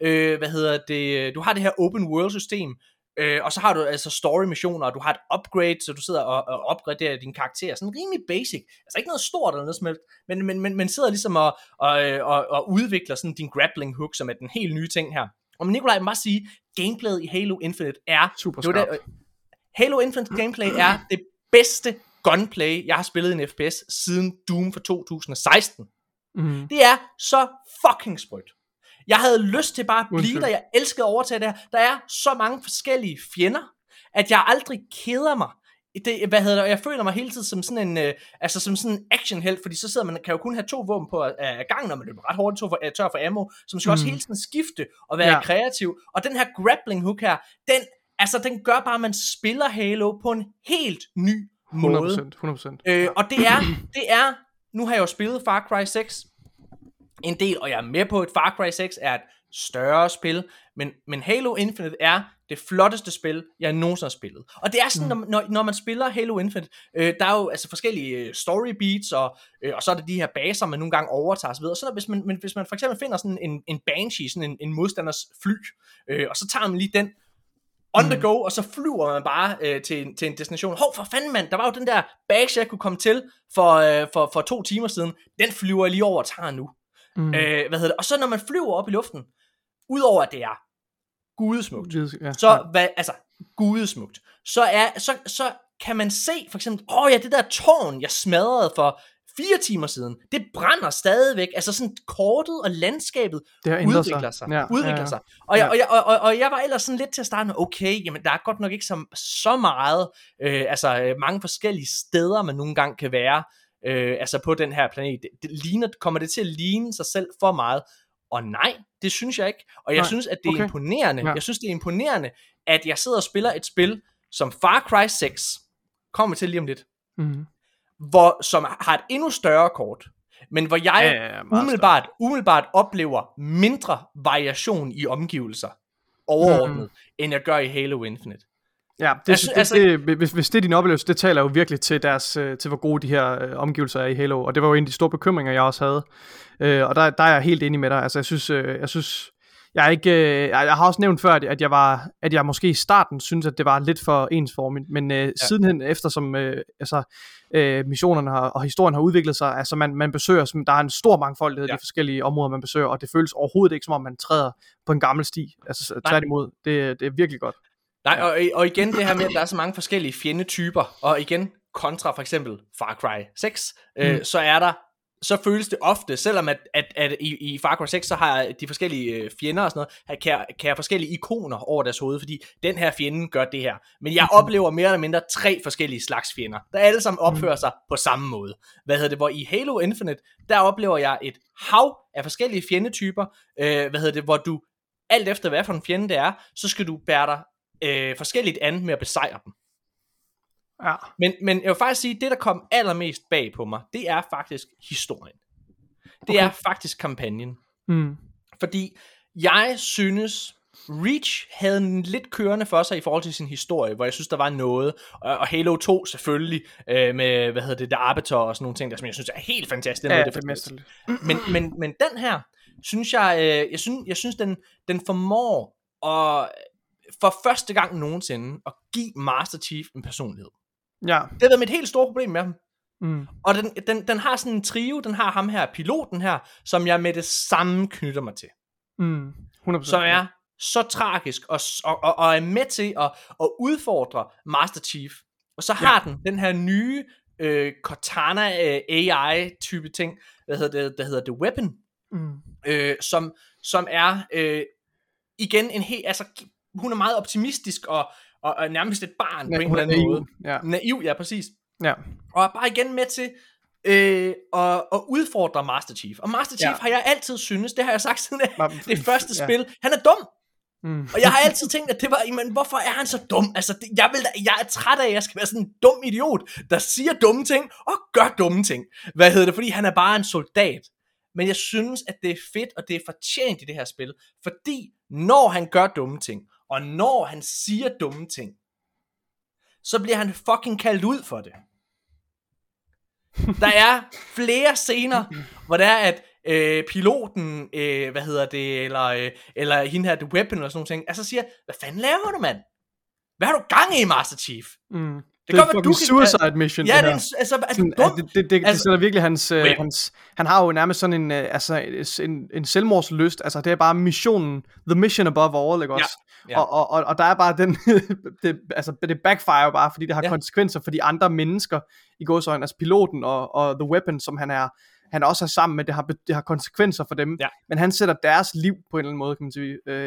du har det her open world system, og så har du altså story missioner, og du har et upgrade, så du sidder og opgraderer din karakter, sådan rimelig basic, altså ikke noget stort eller noget smelt, men sidder ligesom og udvikler sådan din grappling hook, som er den helt nye ting her. Og Nikolaj, må sige, gameplayet i Halo Infinite er super skarpt. Halo Infinite gameplay er det bedste gunplay, jeg har spillet i en FPS siden Doom for 2016. Det er så fucking sprødt. Jeg havde lyst til bare at blive der. Jeg elskede at overtage det her. Der er så mange forskellige fjender, at jeg aldrig keder mig. Jeg føler mig hele tiden som sådan en actionhelt, fordi så sidder man, kan jo kun have 2 våben på gangen, når man løber ret hurtigt tør for ammo, så man skal også hele tiden skifte og være kreativ. Og den her grappling hook her, den gør bare, at man spiller Halo på en helt ny måde. 100%. Og det er, nu har jeg jo spillet Far Cry 6 en del, og jeg er med på, at Far Cry 6 er et større spil, men Halo Infinite er det flotteste spil, jeg nogensinde har spillet. Og det er sådan, når man spiller Halo Infinite, der er jo altså forskellige story beats, og så er der de her baser, man nogle gange overtager osv. Så hvis man for eksempel finder sådan en Banshee, sådan en modstanders fly, og så tager man lige den on the go, og så flyver man bare til en destination. Hov, for fanden mand, der var jo den der base, jeg kunne komme til for 2 timer siden. Den flyver jeg lige over og tager nu. Og så når man flyver op i luften, udover at det er gudesmukt, gudesmukt, så kan man se for eksempel, det der tårn, jeg smadrede for 4 timer siden, det brænder stadigvæk, altså sådan kortet og landskabet udvikler sig. Og jeg var ellers sådan lidt til at starte med, okay, jamen der er godt nok ikke så meget, mange forskellige steder, man nogle gange kan være, på den her planet. Kommer det til at ligne sig selv for meget? Og nej, det synes jeg ikke. Og jeg synes, at det er imponerende. Jeg synes, det er imponerende, at jeg sidder og spiller et spil, som Far Cry 6, kommer til lige om lidt, som har et endnu større kort, men hvor jeg umiddelbart oplever mindre variation i omgivelser overordnet, end jeg gør i Halo Infinite. Ja, hvis det er din oplevelse, det taler jo virkelig til til hvor gode de her omgivelser er i Halo, og det var jo en af de store bekymringer, jeg også havde. Og der er jeg helt enig med dig. Altså, jeg synes, jeg har også nævnt før, at jeg måske i starten synes, at det var lidt for ensformigt, men sidenhen, eftersom missionerne og historien har udviklet sig, altså man besøger, der er en stor mangfoldighed af de forskellige områder, man besøger, og det føles overhovedet ikke, som om man træder på en gammel sti. Altså tværtimod, det er virkelig godt. Nej, og igen det her med, at der er så mange forskellige fjendetyper, og igen kontra for eksempel Far Cry 6, så føles det ofte, selvom at i Far Cry 6, så har de forskellige fjender og sådan noget, kan have forskellige ikoner over deres hoved, fordi den her fjende gør det her. Men jeg oplever mere eller mindre 3 forskellige slags fjender, der alle sammen opfører sig på samme måde. Hvor i Halo Infinite, der oplever jeg et hav af forskellige fjendetyper, hvor du, alt efter hvad for en fjende det er, så skal du bære dig forskelligt andet med at besejre dem. Ja. Men jeg vil faktisk sige, det der kom allermest bag på mig, det er faktisk historien. Det er faktisk kampagnen. Fordi jeg synes Reach havde en lidt kørende for sig i forhold til sin historie, hvor jeg synes der var noget, og Halo 2 selvfølgelig med The Arbiter og sådan nogle ting der, som jeg synes er helt fantastisk. Men den her synes jeg synes den formår at for første gang nogensinde at give Master Chief en personlighed. Ja. Det har været mit helt store problem med ham. Mm. Og den har sådan en trio, den har ham her, piloten her, som jeg med det samme knytter mig til. 100%. Som er så tragisk, og er med til at udfordre Master Chief. Og så har den her nye Cortana AI type ting, der hedder The Weapon, som er igen en helt, altså hun er meget optimistisk og nærmest et barn på en eller anden måde. Naiv, ja, præcis. Ja. Og er bare igen med til at udfordre Master Chief. Og Master Chief har jeg altid synes, det har jeg sagt siden det første spil, han er dum. Og jeg har altid tænkt, at det var, men hvorfor er han så dum? Altså, jeg er træt af, at jeg skal være sådan en dum idiot, der siger dumme ting og gør dumme ting. Fordi han er bare en soldat. Men jeg synes, at det er fedt, og det er fortjent i det her spil. Fordi når han gør dumme ting, og når han siger dumme ting, så bliver han fucking kaldt ud for det. Der er flere scener, hvor der er, at piloten, eller hende her, The Weapon, eller sådan nogle ting, altså siger, hvad fanden laver du, mand? Hvad har du gang i, Master Chief? Det er fucking suicide mission. Ja, det er det sætter virkelig hans han har jo nærmest sådan en selvmordslyst. Altså det er bare missionen, the mission above all, ikke også? Ja. Og der er bare den det backfire bare, fordi det har konsekvenser for de andre mennesker i gåseøjne, altså piloten og The Weapon, som han også er sammen med, det har konsekvenser for dem, men han sætter deres liv på en eller anden måde, kan man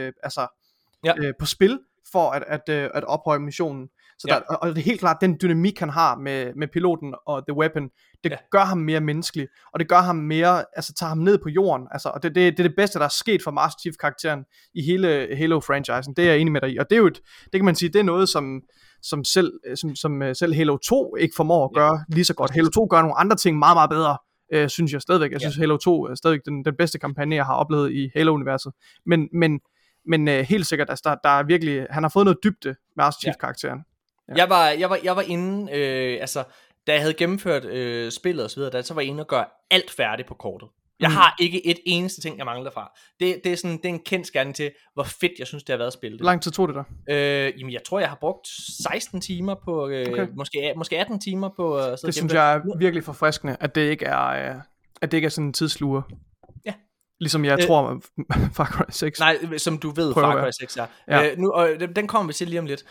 sige, på spil for at ophøje missionen. Så og det er helt klart, den dynamik han har med piloten og The Weapon, det gør ham mere menneskelig, og det gør ham mere, altså tager ham ned på jorden, altså, og det er det bedste, der er sket for Master Chief-karakteren i hele Halo-franchisen, det er jeg enig med dig i, og det er jo det kan man sige, det er noget, som selv Halo 2 ikke formår at gøre lige så godt. Halo 2 gør nogle andre ting meget, meget bedre, synes jeg stadigvæk. Jeg synes, Halo 2 er stadigvæk den bedste kampagne, jeg har oplevet i Halo-universet, men helt sikkert, altså, der er virkelig, han har fået noget dybde, Master Chief-karakteren. Ja. Jeg var inde, da jeg havde gennemført spillet og så videre, så var jeg inde og gøre alt færdigt på kortet. Jeg har ikke et eneste ting, jeg mangler fra. Det er en kendsgerning til, hvor fedt jeg synes, det har været at spille det. Hvor lang tid tog det der? Jamen, jeg tror, jeg har brugt 16 timer på, måske 18 timer på. Det synes jeg er virkelig forfriskende, at det ikke er sådan en tidsluger. Ja. Ligesom jeg tror Far Cry 6. Nej, som du ved, Far Cry 6 er. Nu, og den kommer vi til lige om lidt.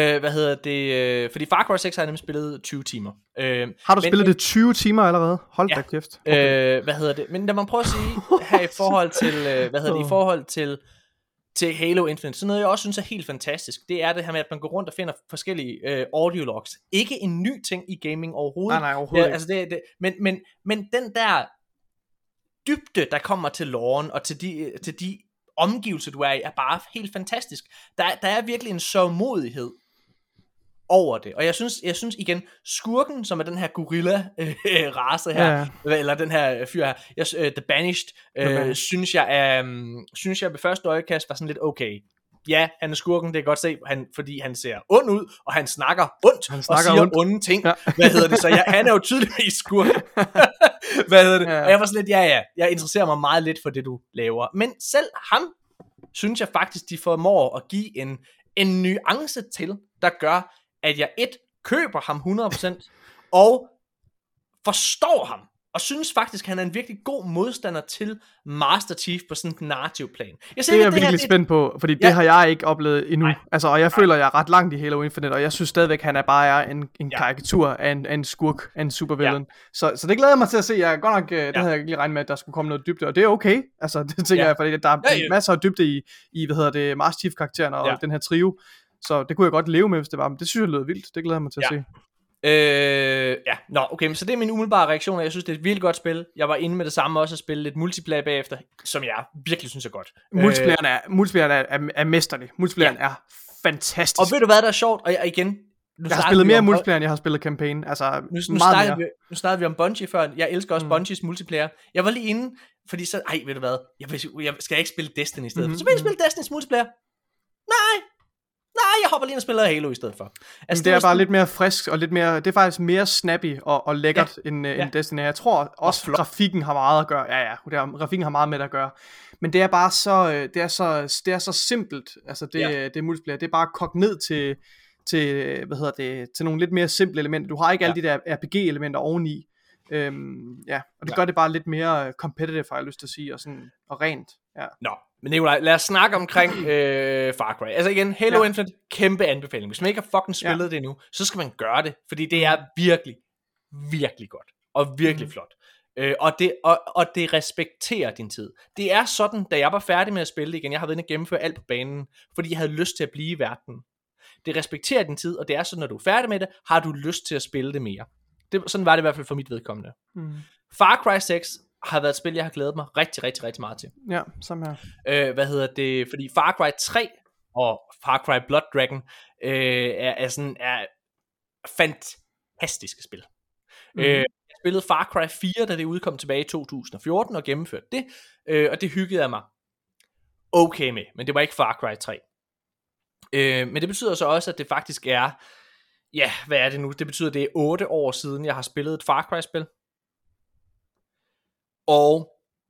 Ja. Fordi Far Cry 6 har jeg nemlig spillet 20 timer. Har du spillet det 20 timer allerede? Hold da kæft. Okay. Men lad mig prøve at sige her i forhold til, i forhold til Halo Infinite, så noget jeg også synes er helt fantastisk, det er det her med, at man går rundt og finder forskellige audio logs. Ikke en ny ting i gaming overhovedet. Nej, overhovedet ikke. Altså men den der dybde, der kommer til loren og til de omgivelser, du er i, er bare helt fantastisk. Der er virkelig en sørgmodighed over det. Og jeg synes igen, skurken, som er den her gorilla-race her, eller den her fyr her, The Banished, synes jeg ved første øjekast var sådan lidt okay. Ja, han er skurken, det kan godt se, fordi han ser ond ud, og han snakker ondt, og siger onde ting. Ja. Så han er jo tydeligvis skurken. Og jeg var sådan lidt, jeg interesserer mig meget lidt for det, du laver. Men selv ham, synes jeg faktisk, de formår at give en nuance til, der gør, at jeg køber ham 100%, og forstår ham. Og synes faktisk, han er en virkelig god modstander til Master Chief på sådan en narrativ plan. Det er jeg virkelig spændt på, fordi det har jeg ikke oplevet endnu. Altså, og jeg føler, jeg er ret langt i Halo Infinite, og jeg synes stadigvæk, han er bare en karikatur af en skurk, af en supervillain. Så det glæder jeg mig til at se. Jeg godt nok, det havde jeg ikke lige regnet med, at der skulle komme noget dybde, og det er okay. Altså, det tænker jeg, fordi der er masser af dybde i Master Chief-karakteren og den her trio. Så det kunne jeg godt leve med, hvis det var. Men det synes jeg lød vildt. Det glæder jeg mig til at se. Okay, så det er min umiddelbare reaktion, og jeg synes, det er et virkelig godt spil. Jeg var inde med det samme også at spille lidt multiplayer bagefter, som jeg virkelig synes er godt. Multiplayeren er mesterlig. Multiplayeren er fantastisk. Og ved du hvad, der er sjovt? Og igen, jeg har spillet mere multiplayer, end jeg har spillet campaign. Altså, nu snakkede vi om Bungie før. Jeg elsker også Bungies multiplayer. Jeg var lige inde, fordi så, ved du hvad, jeg skal ikke spille Destiny i stedet for. Så vil jeg spille Destiny's multiplayer. Nej, jeg hopper lige og spiller Halo i stedet for. Altså, det er bare lidt mere frisk, og lidt mere, det er faktisk mere snappy og lækkert end Destiny. Jeg tror også, grafikken har meget at gøre. Grafikken har meget med at gøre. Men det er bare så, det er så simpelt, altså det multiplayer. Det er bare kogt ned til nogle lidt mere simple elementer. Du har ikke alle de der RPG-elementer oveni. Og det gør det bare lidt mere competitive, har jeg lyst til at sige, og rent. Ja. Nå, men Nikolaj, lad os snakke omkring Far Cry. Altså igen, Halo Infinite, kæmpe anbefaling. Hvis man ikke har fucking spillet det endnu, så skal man gøre det, fordi det er virkelig, virkelig godt, og virkelig flot. Og det respekterer din tid. Det er sådan, da jeg var færdig med at spille det igen, jeg har været inde og gennemføre alt på banen, fordi jeg havde lyst til at blive i verden. Det respekterer din tid, og det er sådan, når du er færdig med det, har du lyst til at spille det mere. Sådan var det i hvert fald for mit vedkommende. Far Cry 6 har været et spil, jeg har glædet mig rigtig, rigtig, rigtig meget til. Ja, samme her. Fordi Far Cry 3 og Far Cry Blood Dragon er fantastiske spil. Jeg spillede Far Cry 4, da det udkom tilbage i 2014, og gennemførte det, og det hyggede jeg mig okay med, men det var ikke Far Cry 3. Men det betyder så også, at det faktisk er, hvad er det nu? Det betyder, at det er 8 år siden, jeg har spillet et Far Cry-spil. Og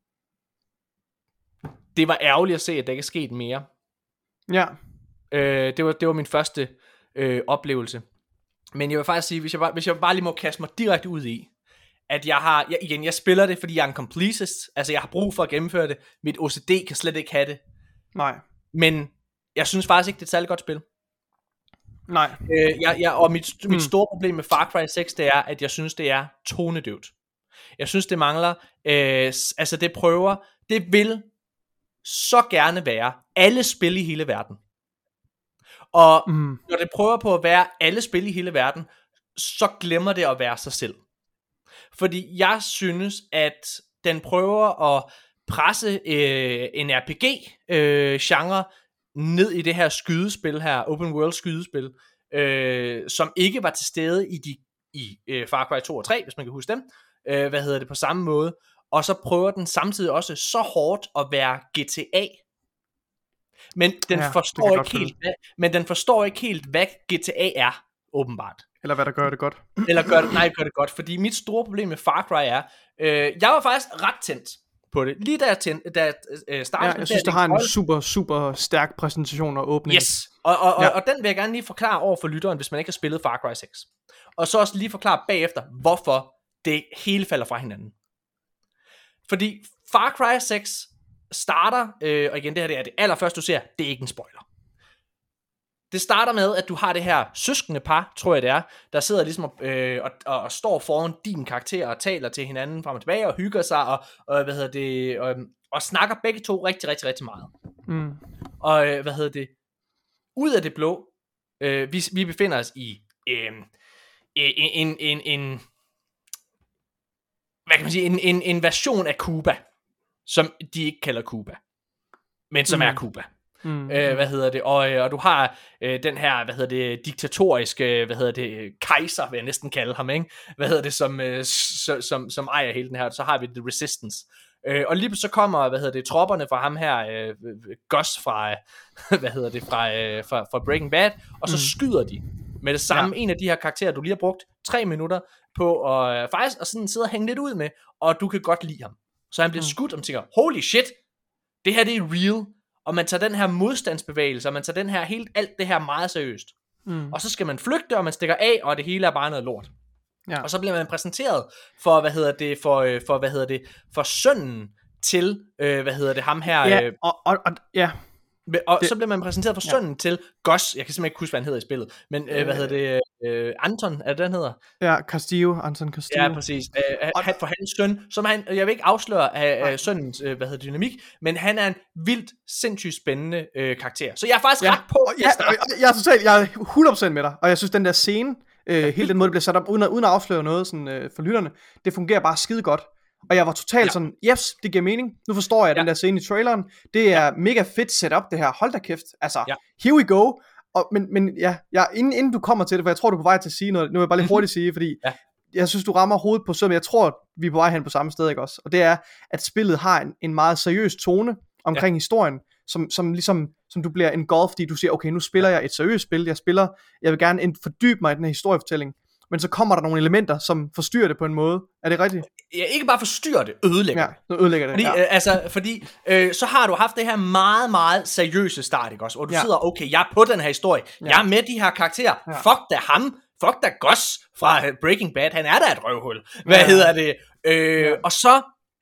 det var ærgerligt at se, at der ikke er sket mere. Ja. Det var min første oplevelse. Men jeg vil faktisk sige, hvis jeg bare lige må kaste mig direkte ud i, at jeg spiller det, fordi jeg er en completist. Altså jeg har brug for at gennemføre det. Mit OCD kan slet ikke have det. Nej. Men jeg synes faktisk ikke, det er et særligt godt spil. Nej. Og mit store problem med Far Cry 6, det er, at jeg synes, det er tonedøvt. Jeg synes, det mangler, det vil så gerne være alle spil i hele verden. Og når det prøver på at være alle spil i hele verden, så glemmer det at være sig selv. Fordi jeg synes, at den prøver at presse en RPG-genre ned i det her skydespil her, open world skydespil, som ikke var til stede i Far Cry 2 og 3, hvis man kan huske dem, på samme måde, og så prøver den samtidig også så hårdt at være GTA. Men den forstår ikke helt, hvad GTA er, åbenbart. Eller hvad der gør det godt. gør det godt, fordi mit store problem med Far Cry er, jeg var faktisk ret tændt på det. Lige da jeg startede. Jeg synes, det har en super, super stærk præsentation og åbning. Yes, og den vil jeg gerne lige forklare over for lytteren, hvis man ikke har spillet Far Cry 6. Og så også lige forklare bagefter, hvorfor det hele falder fra hinanden. Fordi Far Cry 6 starter, og igen, det her er det allerførste, du ser, det er ikke en spoiler. Det starter med, at du har det her søskende par, tror jeg det er, der sidder ligesom og står foran din karakter og taler til hinanden frem og tilbage og hygger sig og snakker begge to rigtig, rigtig, rigtig meget. Og ud af det blå, vi befinder os i en version af Cuba, som de ikke kalder Cuba, men som er Cuba. Og du har den her, diktatoriske, kejser, vil jeg næsten kalde ham, ikke? Som ejer hele den her. Så har vi The Resistance. Og lige så kommer, tropperne fra ham her, Gus fra, fra Breaking Bad, og så skyder de med det samme en af de her karakterer, du lige har brugt 3 minutter på at faktisk og sådan sidde og hænge lidt ud med, og du kan godt lide ham. Så han bliver skudt, og man tænker, holy shit, det her det er real. Og man tager den her modstandsbevægelse, og man tager alt det her meget seriøst. Og så skal man flygte, og man stikker af, og det hele er bare noget lort. Ja. Og så bliver man præsenteret for, for sønnen til, ham her. Og så bliver man præsenteret for sønnen til Gus. Jeg kan simpelthen ikke huske, hvad han hedder i spillet. Men Anton, er det den hedder? Ja, Anton Castillo. Ja, præcis. For hans søn, som jeg vil ikke afsløre af sønnens dynamik, men han er en vildt sindssygt spændende karakter. Så jeg er faktisk ret på. Jeg er 100% med dig. Og jeg synes, den der scene, hele den måde, det bliver sat op, uden at afsløre noget sådan, for lytterne, det fungerer bare skide godt. Og jeg var totalt sådan, yes, det giver mening. Nu forstår jeg den der scene i traileren. Det er mega fedt setup, det her. Hold da kæft. Altså, here we go. Men inden du kommer til det, for jeg tror, du er på vej til at sige noget. Nu vil jeg bare lige hurtigt sige, fordi jeg synes, du rammer hovedet på sømmet. Jeg tror, vi er på vej hen på samme sted, ikke også? Og det er, at spillet har en meget seriøs tone omkring historien, som du bliver engulfed i. Du siger, okay, nu spiller jeg et seriøst spil. Jeg vil gerne fordybe mig i den her historiefortælling. men så kommer der nogle elementer, som forstyrrer det på en måde. Er det rigtigt? Ja, ikke bare forstyrrer det, ødelægger det. Ja, ødelægger det. Fordi, så har du haft det her meget, meget seriøse start, ikke også? Hvor du sidder, okay, jeg er på den her historie, jeg er med de her karakterer, fuck da ham, fuck da Gus fra Breaking Bad, han er da et røvhul. Hvad hedder det? Og så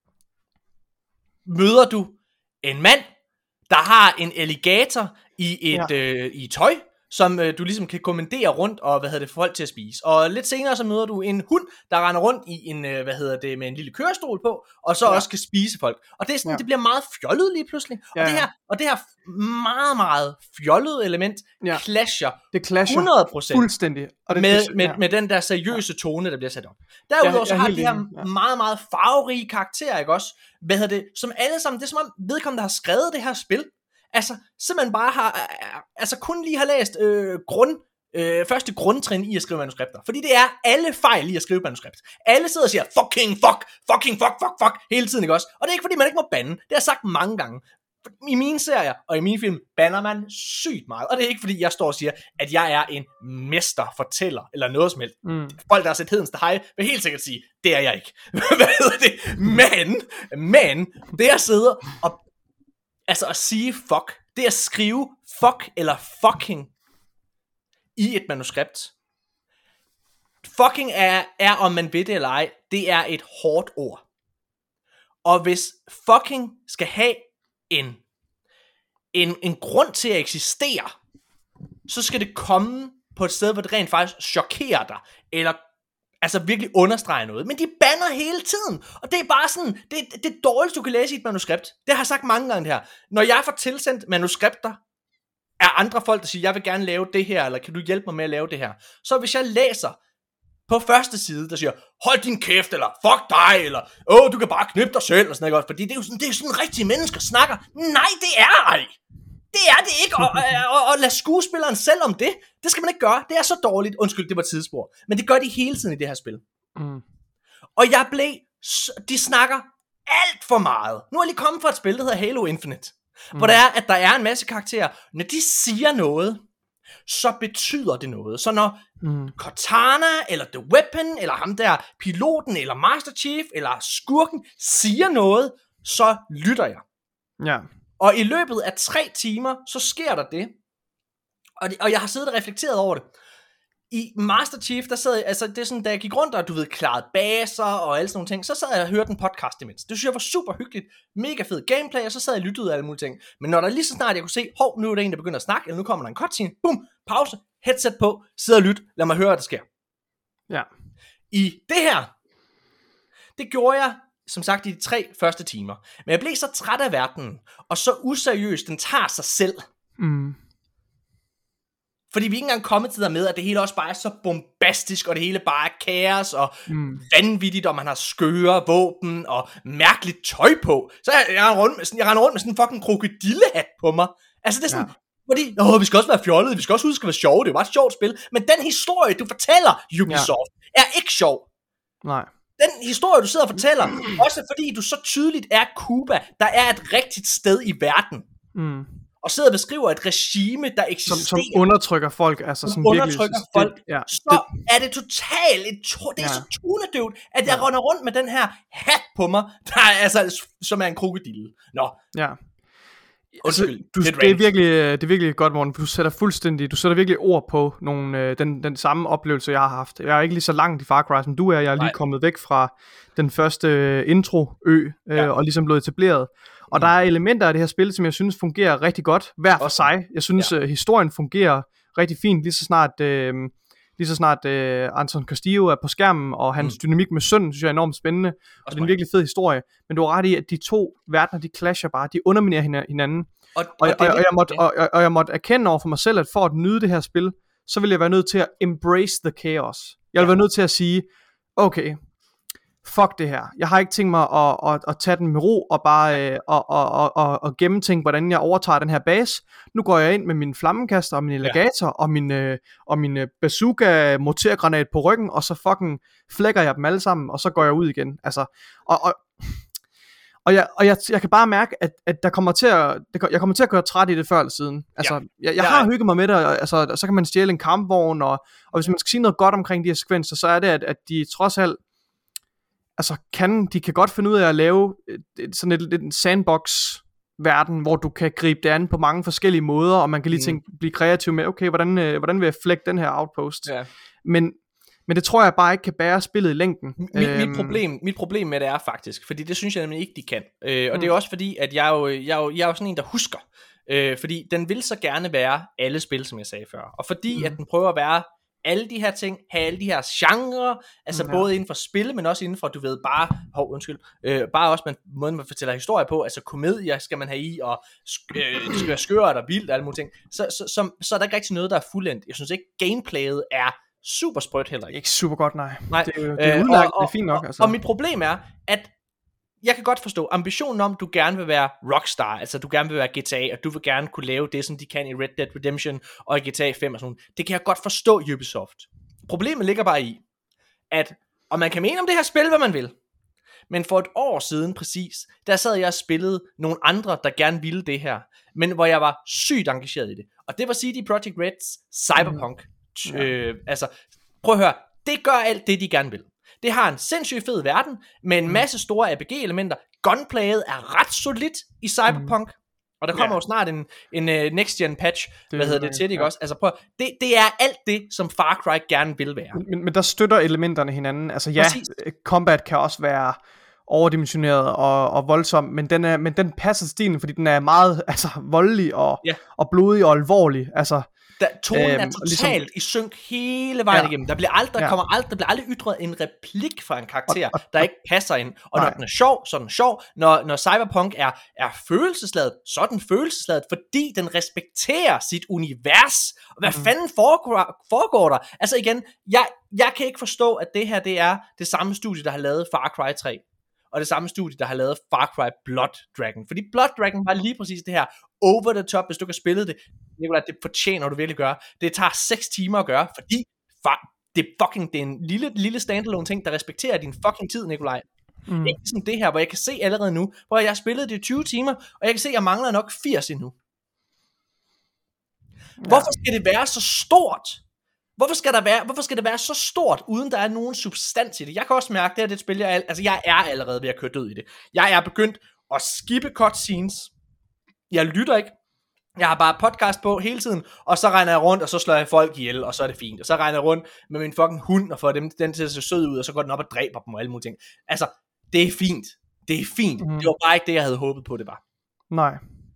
møder du en mand, der har en alligator i et tøj, som du ligesom kan kommandere rundt og få folk til at spise. Og lidt senere så møder du en hund, der render rundt i en med en lille kørestol på, og så også kan spise folk. Og det er sådan, det bliver meget fjollet lige pludselig. Og det her meget meget fjollede element clasher. Det clasher 100% fuldstændig. Og med den der seriøse tone, der bliver sat op. Derudover så har de her meget meget farverige karakterer, ikke også? Som alle sammen, det er som om vedkommende der har skrevet det her spil. Altså, simpelthen bare kun lige har læst første grundtrin i at skrive manuskripter. Fordi det er alle fejl i at skrive manuskript. Alle sidder og siger, fuck, hele tiden, ikke også? Og det er ikke fordi, man ikke må bande. Det har jeg sagt mange gange. I mine serier og i mine film bander man sygt meget. Og det er ikke fordi, jeg står og siger, at jeg er en mesterfortæller, eller noget som helst. Folk, der har set Hedens Hej, vil helt sikkert sige, det er jeg ikke. Hvad hedder det? Men, det jeg sidder og at sige fuck, det at skrive fuck eller fucking i et manuskript. Fucking er om man ved det eller ej, det er et hårdt ord. Og hvis fucking skal have en grund til at eksistere, så skal det komme på et sted, hvor det rent faktisk chokerer dig, eller virkelig understreger noget. Men de banner hele tiden. Og det er bare sådan, det dårligste du kan læse i et manuskript. Det har jeg sagt mange gange det her. Når jeg får tilsendt manuskripter af andre folk, der siger, jeg vil gerne lave det her, eller kan du hjælpe mig med at lave det her. Så hvis jeg læser på første side, der siger, hold din kæft, eller fuck dig, eller du kan bare knippe dig selv, og sådan noget. Fordi det er jo sådan rigtige mennesker snakker. Nej, det er ej. Det er det ikke, og lad skuespilleren selv om det. Det skal man ikke gøre. Det er så dårligt. Undskyld, det var tidsspor. Men det gør de hele tiden i det her spil. Og de snakker alt for meget. Nu er jeg lige kommet fra et spil, der hedder Halo Infinite. Hvor der er en masse karakterer. Når de siger noget, så betyder det noget. Så når Cortana, eller The Weapon, eller ham der piloten, eller Master Chief, eller skurken siger noget, så lytter jeg. Ja. Og i løbet af 3 timer, så sker der det. Og jeg har siddet og reflekteret over det. I Master Chief, der sad det er sådan, da jeg gik rundt, og du ved, klarede baser og alle sådan nogle ting, så sad jeg og hørte en podcast imens. Det synes jeg var super hyggeligt, mega fed gameplay, og så sad jeg og lyttede af alle mulige ting. Men når der lige så snart jeg kunne se, nu er der en, der begynder at snakke, eller nu kommer der en cutscene, bum, pause, headset på, sidder og lyt, lad mig høre, hvad der sker. Ja. I det her, det gjorde jeg som sagt i de 3 første timer. Men jeg blev så træt af verdenen, og så useriøst, den tager sig selv. Fordi vi ikke engang kommet til der med, at det hele også bare er så bombastisk, og det hele bare er kaos, og vanvittigt, og man har skøre våben, og mærkeligt tøj på. Så jeg render rundt med sådan en fucking krokodillehat på mig. Altså det er sådan, fordi, vi skal også være fjollede, vi skal også huske, at det skal være sjovt, det er bare et sjovt spil. Men den historie, du fortæller, Ubisoft, er ikke sjov. Nej. Den historie, du sidder og fortæller, også fordi du så tydeligt er Cuba, der er et rigtigt sted i verden. Og sidder og beskriver et regime, der eksisterer. Som undertrykker folk. Altså som undertrykker folk. Så er det totalt, det er så tonedøvt, at jeg render rundt med den her hat på mig, der er som er en krokodille. Nå. Ja. Undskyld, det er virkelig godt, Morten. Du sætter virkelig ord på den samme oplevelse, jeg har haft. Jeg er ikke lige så langt i Far Cry, som du er. Jeg er lige kommet væk fra den første intro-ø, og ligesom blevet etableret. Og der er elementer af det her spil, som jeg synes fungerer rigtig godt, hver for sig. Jeg synes, historien fungerer rigtig fint, lige så snart Anton Castillo er på skærmen, og hans dynamik med sønnen, synes jeg er enormt spændende. Og det er en virkelig fed historie. Men du har ret i, at de to verdener, de clasher bare, de underminerer hinanden. Og jeg måtte erkende over for mig selv, at for at nyde det her spil, så vil jeg være nødt til at embrace the chaos. Jeg vil være nødt til at sige, okay, fuck det her. Jeg har ikke tænkt mig at tage den med ro og bare og gennemtænke, hvordan jeg overtager den her base. Nu går jeg ind med min flammekaster og min alligator og min bazooka mortergranat på ryggen, og så fucking flækker jeg dem alle sammen, og så går jeg ud igen. Altså, jeg kan bare mærke, at jeg kommer til at gøre træt i det før eller siden. Altså, jeg har hygget mig med det, altså, så kan man stjæle en kampvogn, og hvis man skal sige noget godt omkring de her sekvenser, så er det, at de trods alt, altså de kan godt finde ud af at lave sådan lidt en sandbox-verden, hvor du kan gribe det an på mange forskellige måder, og man kan lige blive kreativ med, okay, hvordan vil jeg flække den her outpost? Ja. Men det tror jeg bare ikke kan bære spillet i længden. Mit problem med det er faktisk, fordi det synes jeg nemlig ikke, de kan. Og det er også fordi, at jeg er jo sådan en, der husker. Fordi den vil så gerne være alle spil, som jeg sagde før. Og fordi at den prøver at være alle de her ting, have alle de her genrer, altså både inden for spil, men også inden for, du ved, bare også måden man fortæller historier på, altså komedier skal man have i, og det skal være skørt og vildt og alle mulige ting. Så er der ikke rigtig noget, der er fuldendt. Jeg synes ikke, gameplayet er super sprødt heller ikke. Ikke super godt, nej. Det er udlagt, det er fint nok. Altså. Og mit problem er, at jeg kan godt forstå ambitionen om, du gerne vil være Rockstar, altså du gerne vil være GTA, og du vil gerne kunne lave det, som de kan i Red Dead Redemption og i GTA 5 og sådan. Det kan jeg godt forstå, Ubisoft. Problemet ligger bare i, at, og man kan mene om det her spil, hvad man vil, men for et år siden præcis, der sad jeg og spillede nogle andre, der gerne ville det her, men hvor jeg var sygt engageret i det. Og det var CD Projekt Reds Cyberpunk. Altså, prøv at høre, det gør alt det, de gerne vil. Det har en sindssygt fed verden, med en masse store RPG-elementer. Gunplayet er ret solidt i Cyberpunk. Og der kommer jo snart en next-gen patch, til det, ikke også? Altså prøv, det er alt det, som Far Cry gerne vil være. Men der støtter elementerne hinanden. Altså ja, combat kan også være overdimensioneret og voldsom, men den passer stilen, fordi den er meget voldelig og blodig og alvorlig. Altså tonen er totalt i synk hele vejen igennem. Der bliver aldrig ytret en replik fra en karakter, der ikke passer ind. Og når den er sjov, så er den sjov. Når Cyberpunk er følelsesladet, så er den følelsesladet, fordi den respekterer sit univers. Og hvad fanden foregår der? Altså igen, jeg kan ikke forstå, at det her det er det samme studie, der har lavet Far Cry 3. Og det samme studie, der har lavet Far Cry Blood Dragon. Fordi Blood Dragon var lige præcis det her over the top, hvis du kan spille det. Nikolaj, det fortjener du virkelig gøre. Det tager 6 timer at gøre, fordi det er en lille standalone ting, der respekterer din fucking tid, Nikolaj. Ikke sådan det her, hvor jeg kan se allerede nu, hvor jeg har spillet det i 20 timer, og jeg kan se, at jeg mangler nok 80 endnu. Hvorfor skal det være så stort? Hvorfor skal det være så stort, uden der er nogen substans i det? Jeg kan også mærke, det er et spil, jeg er allerede ved at køre død i det. Jeg er begyndt at skippe cutscenes. Jeg lytter ikke. Jeg har bare podcast på hele tiden, og så regner jeg rundt, og så slår jeg folk ihjel, og så er det fint. Og så regner jeg rundt med min fucking hund, og får den til at se sød ud, og så går den op og dræber dem og alle mulige ting. Altså, det er fint. Det er fint. Det var bare ikke det, jeg havde håbet på, det var. Nej.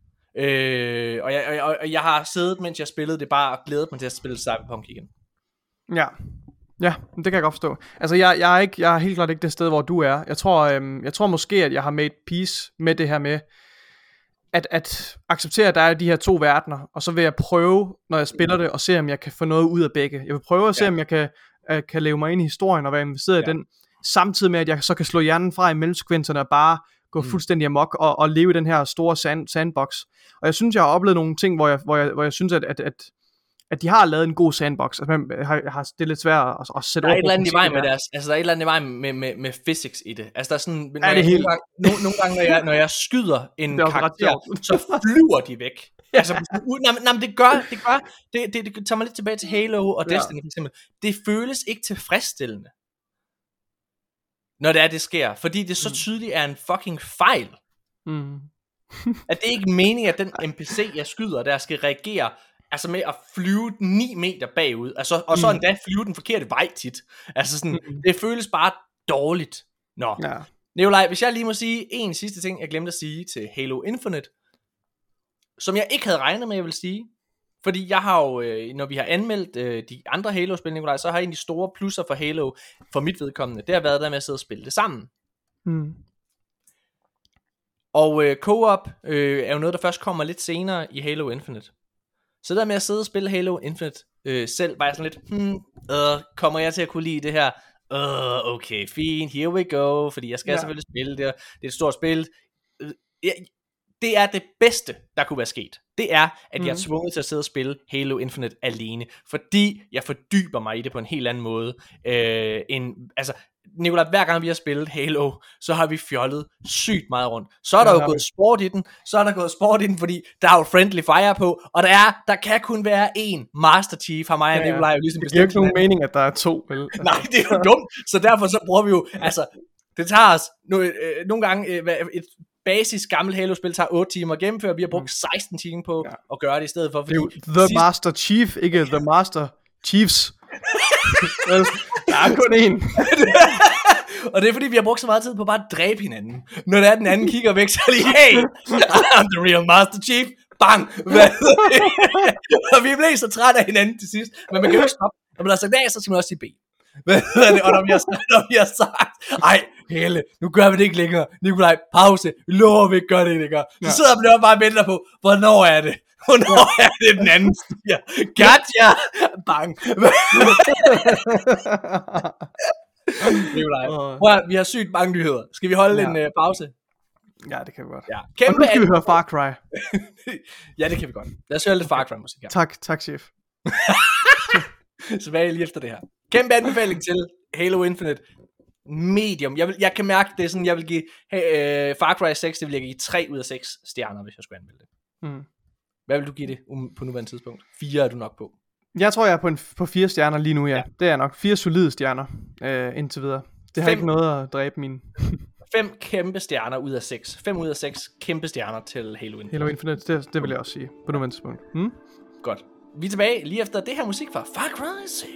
Og jeg har siddet, mens jeg spillede det, bare og glædet mig til at spille Cyberpunk igen. Ja, det kan jeg godt forstå. Altså jeg er helt klart ikke det sted, hvor du er. Jeg tror måske, at jeg har made peace med det her med at acceptere, at der er de her to verdener, og så vil jeg prøve, når jeg spiller det, og se om jeg kan få noget ud af begge. Jeg vil prøve at se, om jeg kan leve mig ind i historien og være investeret i den, samtidig med at jeg så kan slå hjernen fra i mellemsekvenserne og bare gå fuldstændig amok og leve i den her store sandbox. Og jeg synes, jeg har oplevet nogle ting, hvor jeg synes, at de har lavet en god sandbox. Altså, det er lidt svært at sætte op. Der er et eller andet i vej med deres, altså der er et eller andet i vej med physics i det. Altså der er sådan, nogle gange når jeg skyder en karakter, så flyver de væk. Altså, det tager mig lidt tilbage til Halo og Destiny for eksempel. Det føles ikke tilfredsstillende, når det sker, fordi det så tydeligt er en fucking fejl. At det ikke meningen, at den NPC jeg skyder, der skal reagere altså med at flyve 9 meter bagud, altså, og så endda flyve den forkerte vej tit. Altså sådan, det føles bare dårligt. Nå. Ja. Nikolaj, hvis jeg lige må sige en sidste ting, jeg glemte at sige til Halo Infinite, som jeg ikke havde regnet med, jeg vil sige, fordi jeg har jo, når vi har anmeldt de andre Halo-spil, Nikolaj, så har en af de store plusser for Halo, for mit vedkommende, det har været der med at sidde og spille det sammen. Og co-op er jo noget, der først kommer lidt senere i Halo Infinite. Så der med at sidde og spille Halo Infinite selv, var jeg sådan lidt, kommer jeg til at kunne lide det her? Okay, fint, here we go, fordi jeg skal selvfølgelig spille det, det er et stort spil. Det er det bedste, der kunne være sket. Det er, at jeg er tvunget til at sidde og spille Halo Infinite alene, fordi jeg fordyber mig i det på en helt anden måde. Altså, Nikolaj, hver gang vi har spillet Halo, så har vi fjollet sygt meget rundt. Så er der jo gået sport i den, fordi der er jo friendly fire på, og der kan kun være én Master Chief, har mig og Nikolaj jo ligesom bestemt. Det giver ikke nogen mening, at der er 2, vel? Nej, det er jo dumt, så derfor så bruger vi jo, altså, det tager os nogle gange, et basis gammelt Halo-spil tager 8 timer at gennemføre, vi har brugt 16 timer på at gøre det i stedet for, fordi... Det er jo The Master Chief, ikke The Master Chiefs. Der er kun én. Og det er fordi vi har brugt så meget tid på bare at dræbe hinanden. Når der er den anden kigger væk, så er lige, hey, I'm the real Master Chief. Bang. Og vi blev så trætte af hinanden til sidst. Men man kan jo ikke stoppe. Når man har sagt A, så skal man også sige B. Og når vi har sagt, ej, Helle, nu gør vi det ikke længere. Nikolaj, pause. Vi lover, vi ikke gør det længere. Så sidder man jo bare og venter på, hvornår er det? Hvornår er det den anden stiger? Gotcha! Bang. Nikolaj, vi har sygt mange nyheder. Skal vi holde en pause? Ja, det kan vi godt. Ja. Og nu skal vi høre Far Cry. Ja, det kan vi godt. Lad os høre lidt Far Cry musik her. Tak chef. Så hvad er lige efter det her? Kæmpe anbefaling til Halo Infinite. Medium. Jeg kan mærke, det er sådan, jeg vil give Far Cry 6, det vil jeg give 3 ud af 6 stjerner, hvis jeg skulle anmelde det. Hvad vil du give det på nuværende tidspunkt? 4 er du nok på. Jeg tror, jeg er på 4 stjerner lige nu, ja. Det er nok 4 solide stjerner indtil videre. Det har ikke noget at dræbe mine. 5 kæmpe stjerner ud af 6. 5 ud af 6 kæmpe stjerner til Halo Infinite. Halo Infinite, det vil jeg også sige på nuværende tidspunkt. Godt. Vi er tilbage lige efter det her musik fra Far Cry 6.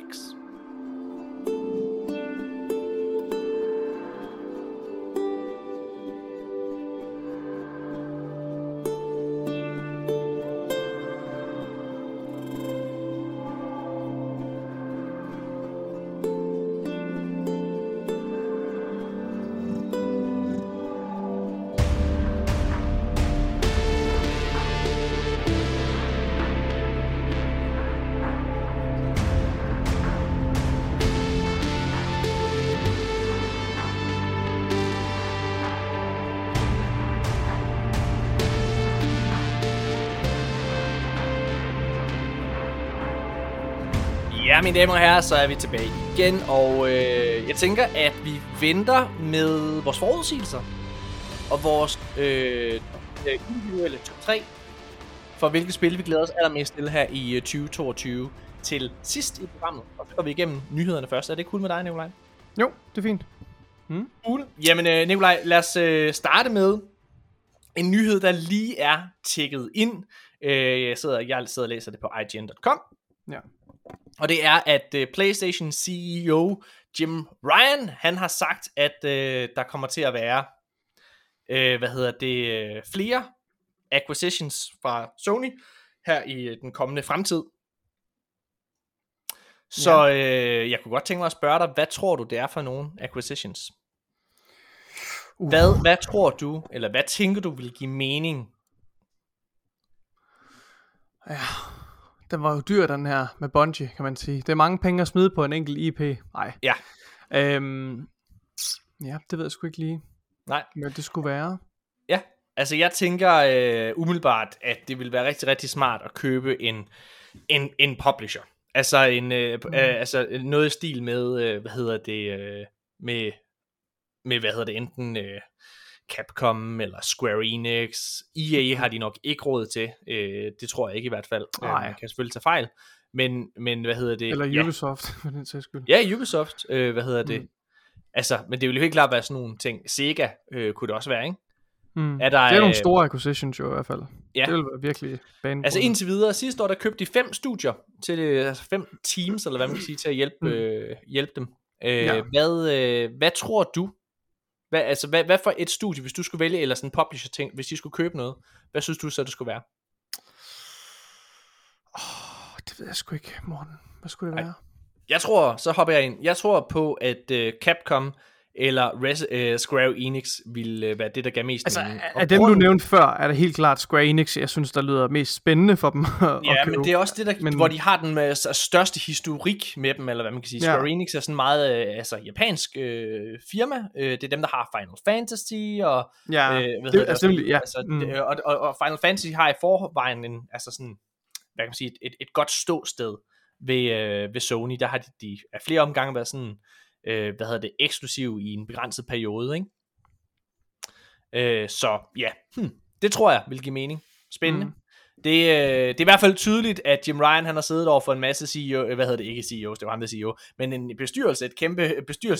Ja, mine damer og herrer, så er vi tilbage igen, og jeg tænker, at vi venter med vores forudsigelser og vores individuelle top 3 for hvilke spil vi glæder os allermest til her i 2022 til sidst i programmet. Og så går vi igennem nyhederne først. Er det cool med dig, Nikolaj? Jo, det er fint. Cool. Jamen, Nikolaj, lad os starte med en nyhed, der lige er tækket ind. Jeg sidder og læser det på IGN.com. Ja. Og det er, at PlayStation CEO Jim Ryan, han har sagt, at der kommer til at være, flere acquisitions fra Sony her i den kommende fremtid. Så jeg kunne godt tænke mig at spørge dig, hvad tror du, det er for nogle acquisitions? Hvad tror du, eller hvad tænker du vil give mening? Ja, den var jo dyr, den her med Bungie, kan man sige. Det er mange penge at smide på en enkelt IP. Nej. Ja. Ja, det ved jeg sgu ikke lige. Nej. Men det skulle være. Ja, altså jeg tænker umiddelbart, at det vil være rigtig, rigtig smart at købe en publisher. Altså altså noget i stil med, enten Capcom eller Square Enix. EA har de nok ikke råd til. Det tror jeg ikke i hvert fald. Man kan selvfølgelig tage fejl. Men Eller Ubisoft, for den sags skyld. Ja, Ubisoft. Altså, men det vil jo helt klart være sådan nogle ting. Sega kunne det også være, ikke? Det er nogle store acquisitions jo i hvert fald. Ja. Det vil være virkelig banebrydende. Altså indtil videre, sidste år der købte de 5 studier til, altså 5 teams, eller hvad man kan sige, til at hjælpe dem. Hvad tror du? Hvad for et studie, hvis du skulle vælge, eller sådan en publisher ting, hvis de skulle købe noget, hvad synes du så det skulle være? Det ved jeg sgu ikke, Morten. Hvad skulle det være? Jeg tror, så hopper jeg ind. Jeg tror på, at Capcom eller Square Enix ville være det, der gav mest mening. Af dem du nævnte før, er det helt klart Square Enix, jeg synes, der lyder mest spændende for dem at købe. Men det er også det, hvor de har den største historik med dem, eller hvad man kan sige. Square Enix er sådan meget japansk firma. Det er dem, der har Final Fantasy, og og Final Fantasy har i forvejen hvad kan man sige, et godt ståsted ved Sony. Der har de af flere omgange været sådan eksklusiv i en begrænset periode, ikke? Så ja, det tror jeg vil give mening. Spændende. Det er i hvert fald tydeligt, at Jim Ryan, han har siddet over for en masse CEO, ikke CEOs, det var ham der CEO, men en bestyrelse, et kæmpe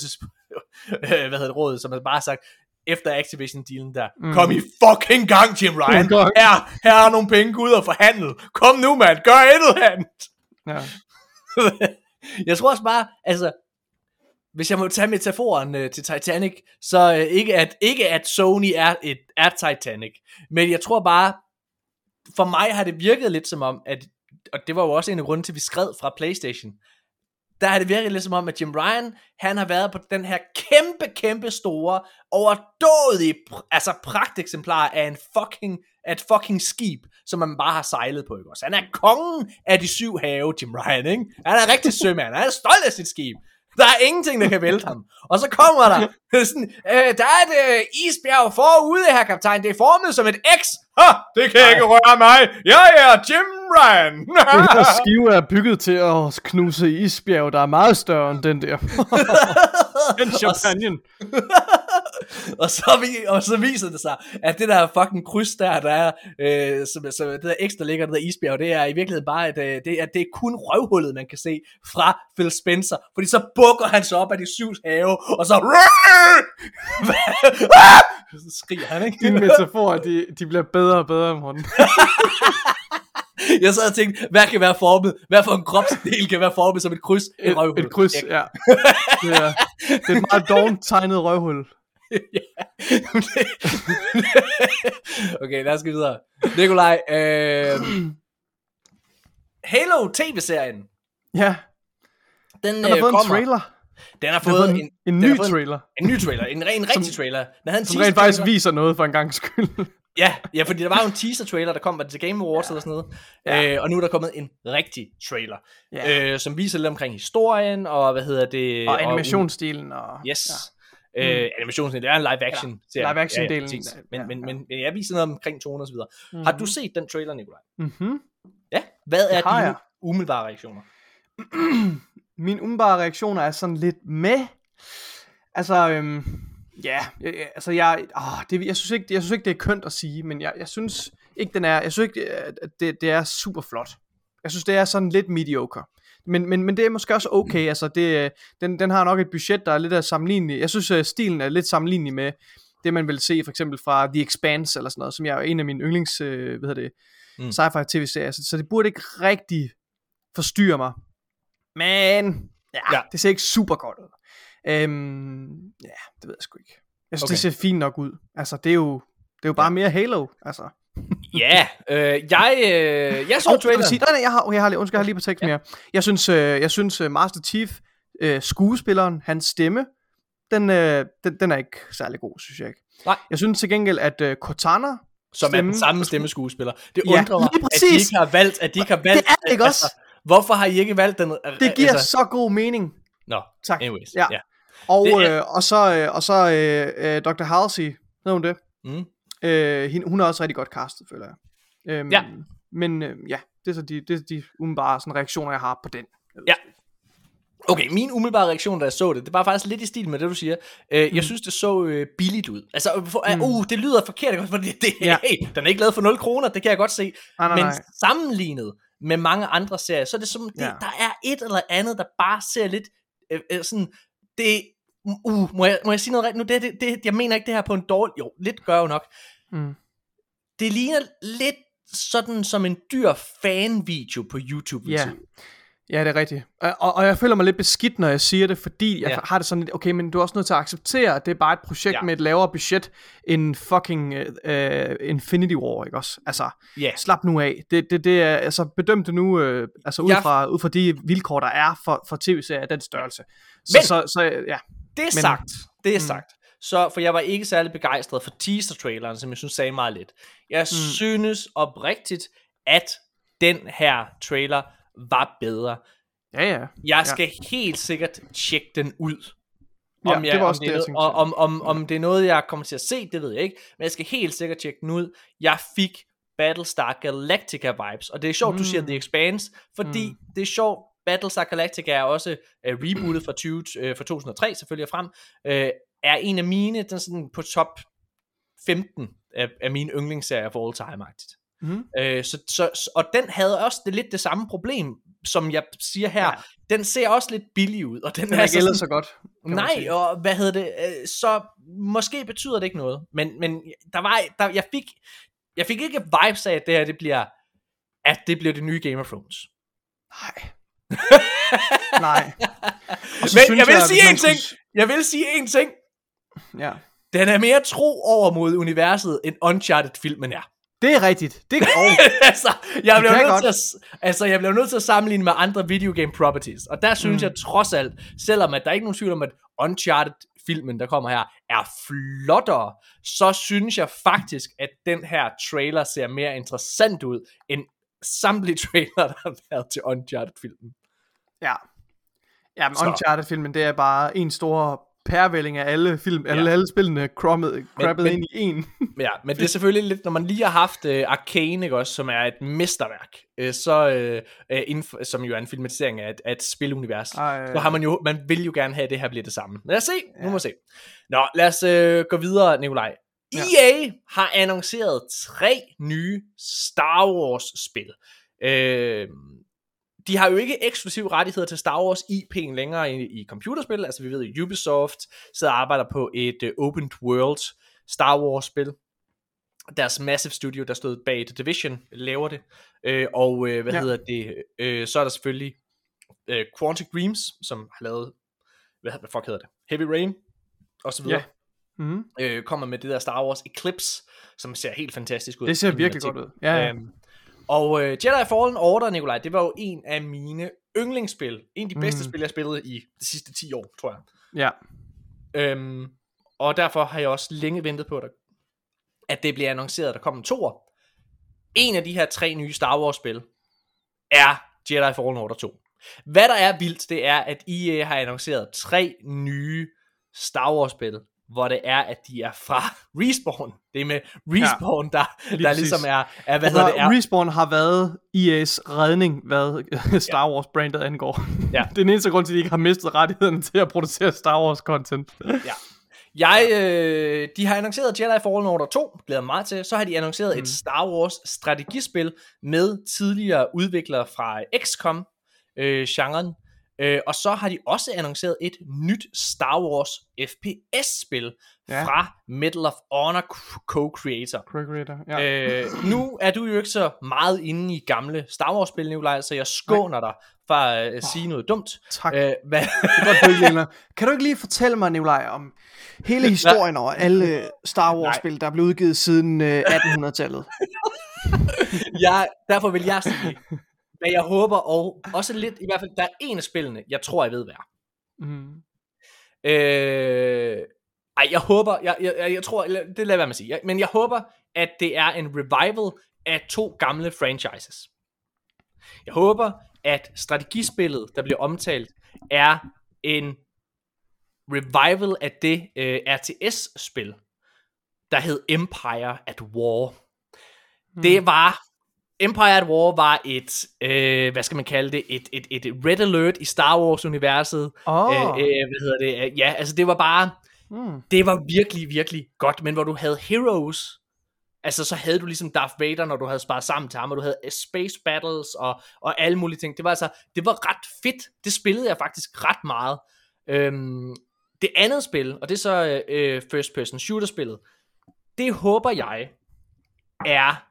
råd, som har bare sagt, efter Activision-dealen der, kom i fucking gang, Jim Ryan, her er nogle penge, gå ud og forhandle, kom nu mand, gør et eller andet. Ja. Jeg tror også bare, altså, hvis jeg må tage metaforen til Titanic, så ikke at Sony er Titanic, men jeg tror bare, for mig har det virket lidt som om, at, og det var jo også en af grunden til, at vi skred fra PlayStation, der har det virket lidt som om, at Jim Ryan, han har været på den her kæmpe store, overdådige, altså pragteksemplar af et fucking skib, som man bare har sejlet på, ikke også? Han er kongen af de 7 have, Jim Ryan, ikke? Han er rigtig sømand, han er stolt af sit skib. Der er ingenting, der kan vælte ham. Og så kommer der sådan, der er et isbjerg forude her, kaptajn. Det er formet som et X. Det kan ikke røre mig. Jeg er Jim Ryan. Det her skive er bygget til at knuse isbjerg, der er meget større end den der. Den champagne. Og så viser det sig, at det der fucking kryds der er, så det der ekstra ligger, det der isbjerg, det er i virkeligheden bare, det er kun røvhullet, man kan se fra Phil Spencer, fordi så bukker han sig op af de 7 have, og så skriger han, ikke? Dine metaforer, de bliver bedre og bedre, Morten. Jeg sad og tænkte, hvad kan være formet? Hvad for en kropsdel kan være formet som et kryds? Et kryds, ja. Det er et meget dårligt tegnet røvhul. Okay, lad os gå videre. Nikolaj, Halo TV-serien. Ja. Den har fået en trailer. Den har fået en ny trailer. En ny trailer, en rigtig trailer. Som rent faktisk viser noget for en gang skyld. Ja, fordi der var jo en teaser-trailer, der kom til Game Awards eller sådan noget. Og nu er der kommet en rigtig trailer, som viser lidt omkring historien, og og animationsstilen. Yes. Animationsstilen, det er en live-action. Live action-delen. Men jeg viser noget omkring toner og så videre. Har du set den trailer, Nikolaj? Ja. Hvad er dine umiddelbare reaktioner? Mine umiddelbare reaktioner er sådan lidt med. Altså, jeg synes ikke det er kønt at sige, men jeg synes ikke at det er super flot. Jeg synes det er sådan lidt mediocre. Men det er måske også okay. Altså den har nok et budget, der er lidt sammenlignelig. Jeg synes stilen er lidt sammenlignelig med det man vil se for eksempel fra The Expanse eller sådan noget, som jeg er en af mine yndlings sci-fi tv-serier. Så det burde ikke rigtig forstyrre mig. Men det ser ikke super godt ud. Det ved jeg sgu ikke. Jeg synes det ser fint nok ud. Altså det er jo bare mere Halo. Altså. Ja, jeg så traileren. Jeg har lige på tekst mere. Jeg synes Master Chief skuespilleren, hans stemme, den er ikke særlig god, synes jeg ikke. Nej. Jeg synes til gengæld at Cortana, som er den samme stemmeskuespiller, det undrer mig, at de ikke har valgt det er ikke også. Hvorfor har I ikke valgt den? Det giver så god mening. Nå, tak. Anyways, ja. Og så Dr. Halsey, ved hun det? Hun er også rigtig godt castet, føler jeg. Men det er de umiddelbare sådan reaktioner, jeg har på den. Ja. Okay, min umiddelbare reaktion, da jeg så det, det var faktisk lidt i stil med det, du siger. Jeg synes, det så billigt ud. Altså, det lyder forkert, fordi den er ikke lavet for 0 kroner, det kan jeg godt se. Men sammenlignet med mange andre serier, så er det som, der er et eller andet, der bare ser lidt sådan, det må jeg sige noget rigtigt nu? Jeg mener ikke det her på en dårlig, jo, lidt gør jo nok. Det ligner lidt sådan som en dyr fan-video på YouTube. Ja, det er rigtigt. Og jeg føler mig lidt beskidt, når jeg siger det, fordi jeg har det sådan lidt, okay, men du er også nødt til at acceptere, at det er bare et projekt med et lavere budget end fucking Infinity War, ikke også? Altså, slap nu af. Det er, altså, bedøm det nu, altså ud fra de vilkår, der er for tv-serier af den størrelse. Det er sagt. Så, for jeg var ikke særlig begejstret for teaser-traileren, som jeg synes sagde meget lidt. Jeg synes oprigtigt, at den her trailer var bedre. Jeg skal helt sikkert tjekke den ud. Om det er noget, jeg kommer til at se, det ved jeg ikke. Men jeg skal helt sikkert tjekke den ud. Jeg fik Battlestar Galactica vibes. Og det er sjovt, du siger The Expanse, fordi det er sjovt. Battlestar Galactica er også rebootet fra 2003 selvfølgelig frem, er en af mine, den sådan på top 15 af mine yndlingsserier for all time-agtigt. Og den havde også lidt det samme problem, som jeg siger her. Den ser også lidt billig ud, og den er ikke ellers så godt. Nej, og så måske betyder det ikke noget, men jeg fik ikke vibes af, at det bliver det nye Game of Thrones. Nej. Men jeg vil sige en ting. Ja. Den er mere tro over mod universet, end Uncharted-filmen er. Det er rigtigt. Det er jeg bliver nødt til at sammenligne med andre videogame properties. Og der synes jeg trods alt, selvom at der er ikke nogen tvivl om, at Uncharted-filmen, der kommer her, er flottere, så synes jeg faktisk, at den her trailer ser mere interessant ud, end samtlige trailer, der har været til Uncharted-filmen. Ja, men Uncharted-filmen, det er bare en stor pærvælling af alle film, alle spillene crabbet ind i en. Ja, men det er selvfølgelig lidt, når man lige har haft Arcane, ikke også, som er et mesterværk, som jo er en filmatisering af et spilunivers, så har man vil jo gerne have, at det her bliver det samme. Lad os se, nu må vi se. Nå, lad os gå videre, Nikolaj. EA har annonceret 3 nye Star Wars-spil. De har jo ikke eksklusive rettigheder til Star Wars IP'en længere i computerspil. Altså vi ved, at Ubisoft sidder og arbejder på et open world Star Wars spil. Deres Massive Studio, der stod bag The Division, laver det. Så er der selvfølgelig Quantic Dreams, som har lavet, hvad fuck hedder det? Heavy Rain, og så videre. Kommer med det der Star Wars Eclipse, som ser helt fantastisk ud. Det ser virkelig godt ud. Og Jedi Fallen Order, Nikolaj, det var jo en af mine yndlingsspil. En af de bedste spil, jeg spillede i de sidste 10 år, tror jeg. Ja. Og derfor har jeg også længe ventet på, at det bliver annonceret, at der kommer en 2'er. En af de her 3 nye Star Wars spil er Jedi Fallen Order 2. Hvad der er vildt, det er, at EA har annonceret 3 nye Star Wars spil, hvor det er, at de er fra Respawn. Det er med Respawn, der ligesom er Respawn har været EA's redning, hvad Star Wars brandet angår. Ja. Det er den eneste grund til, at de ikke har mistet rettighederne til at producere Star Wars content. De har annonceret Jedi Fallen Order 2, glæder mig meget til. Så har de annonceret et Star Wars strategispil med tidligere udviklere fra XCOM genren. Og så har de også annonceret et nyt Star Wars FPS-spil fra Medal of Honor co-creator. Nu er du jo ikke så meget inde i gamle Star Wars-spil, Nikolaj, så jeg skåner dig for at sige noget dumt. Tak. Kan du ikke lige fortælle mig, Nikolaj, om hele historien over alle Star Wars-spil, der er blevet udgivet siden 1800-tallet? Derfor vil jeg sige, hvad jeg håber, og også lidt, i hvert fald, der er en af spillene, jeg tror, jeg ved hvad. Jeg håber, jeg tror, det lader være med at sige, men jeg håber, at det er en revival af 2 gamle franchises. Jeg håber, at strategispillet, der bliver omtalt, er en revival af det RTS-spil, der hed Empire at War. Empire at War var et, hvad skal man kalde det, et red alert i Star Wars universet. Altså det var bare, det var virkelig, virkelig godt, men hvor du havde heroes, altså så havde du ligesom Darth Vader, når du havde sparet sammen til ham, og du havde space battles og alle mulige ting. Det var ret fedt. Det spillede jeg faktisk ret meget. Det andet spil, og det er så first person shooter spillet, det håber jeg er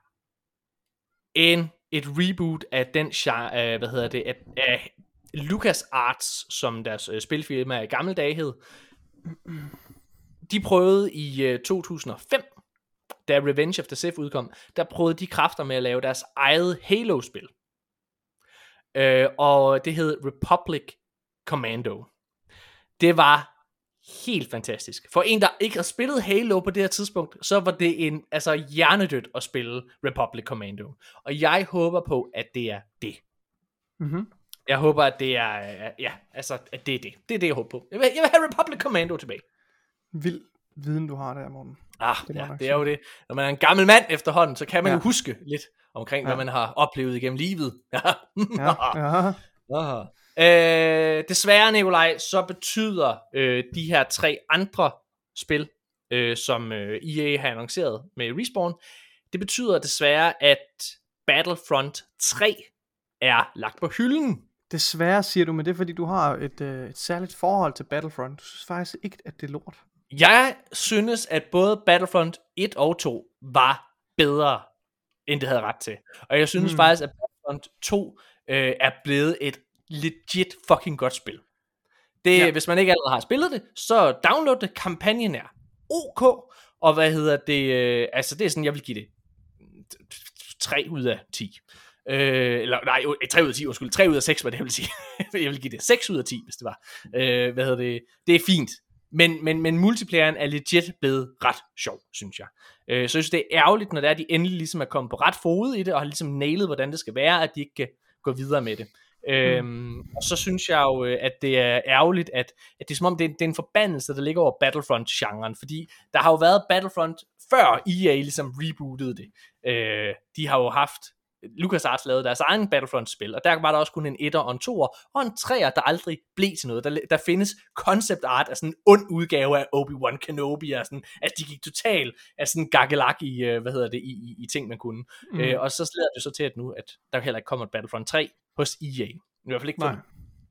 et reboot af den af LucasArts, som deres spilfirma i gamle dage hed. De prøvede i 2005, da Revenge of the Sith udkom, der prøvede de kræfter med at lave deres eget Halo-spil. Og det hed Republic Commando. Det var helt fantastisk. For en, der ikke har spillet Halo på det her tidspunkt, så var det hjernedødt at spille Republic Commando. Og jeg håber på, at det er det. Jeg håber, at det er, at det er det. Det er det, jeg håber på. Jeg vil have Republic Commando tilbage. Vild viden, du har der, Morten. Det er jo det. Når man er en gammel mand efterhånden, så kan man jo huske lidt omkring, hvad man har oplevet igennem livet. Desværre, Nikolaj, så betyder de her 3 andre spil, som EA har annonceret med Respawn, det betyder desværre, at Battlefront 3 er lagt på hylden. Desværre siger du, men det er fordi du har et særligt forhold til Battlefront. Du synes faktisk ikke, at det er lort. Jeg synes, at både Battlefront 1 og 2 var bedre, end det havde ret til. Og jeg synes faktisk, at Battlefront 2 er blevet et legit fucking godt spil. Det, hvis man ikke allerede har spillet det, så download det. Kampagnen er ok. Og altså det er sådan, jeg vil give det 3 ud af 10. Eller nej, 3 ud af 10, undskyld, 3 ud af 6, hvad det jeg vil sige. Jeg vil give det 6 ud af 10, hvis det var. Det er fint. Men multiplayeren er legit blevet ret sjov, synes jeg. Så jeg synes, det er ærgerligt, når det er, de endelig ligesom er kommet på ret fod i det, og har ligesom nailet, hvordan det skal være, at de ikke kan gå videre med det. Og så synes jeg jo, at det er ærgerligt, at det er som om, det er en forbandelse, der ligger over Battlefront-genren, fordi der har jo været Battlefront, før EA ligesom rebootede det. De har jo haft LucasArts lavede deres egen Battlefront-spil, og der var der også kun en 1'er og en 2'er, og en 3'er, der aldrig blev til noget. Der findes concept art af sådan en ond udgave af Obi-Wan Kenobi, og sådan, at de gik totalt af sådan en gakkelak i ting, man kunne. Og så slæder det så til, at nu, at der heller ikke kommer et Battlefront 3 hos EA. I hvert fald ikke for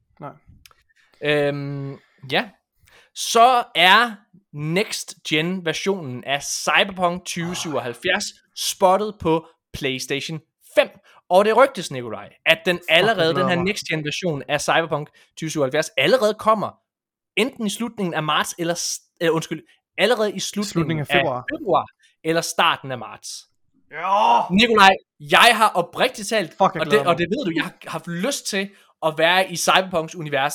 Nej. Ja. Så er Next Gen versionen af Cyberpunk 2077 spottet på PlayStation 5. Og det rygtes, Nikolaj, at den her Next Gen version af Cyberpunk 2077 allerede kommer enten i slutningen af marts allerede i slutningen af februar eller starten af marts. Ja. Nikolaj, jeg har oprigtigt talt, og det ved du, jeg har haft lyst til at være i Cyberpunks univers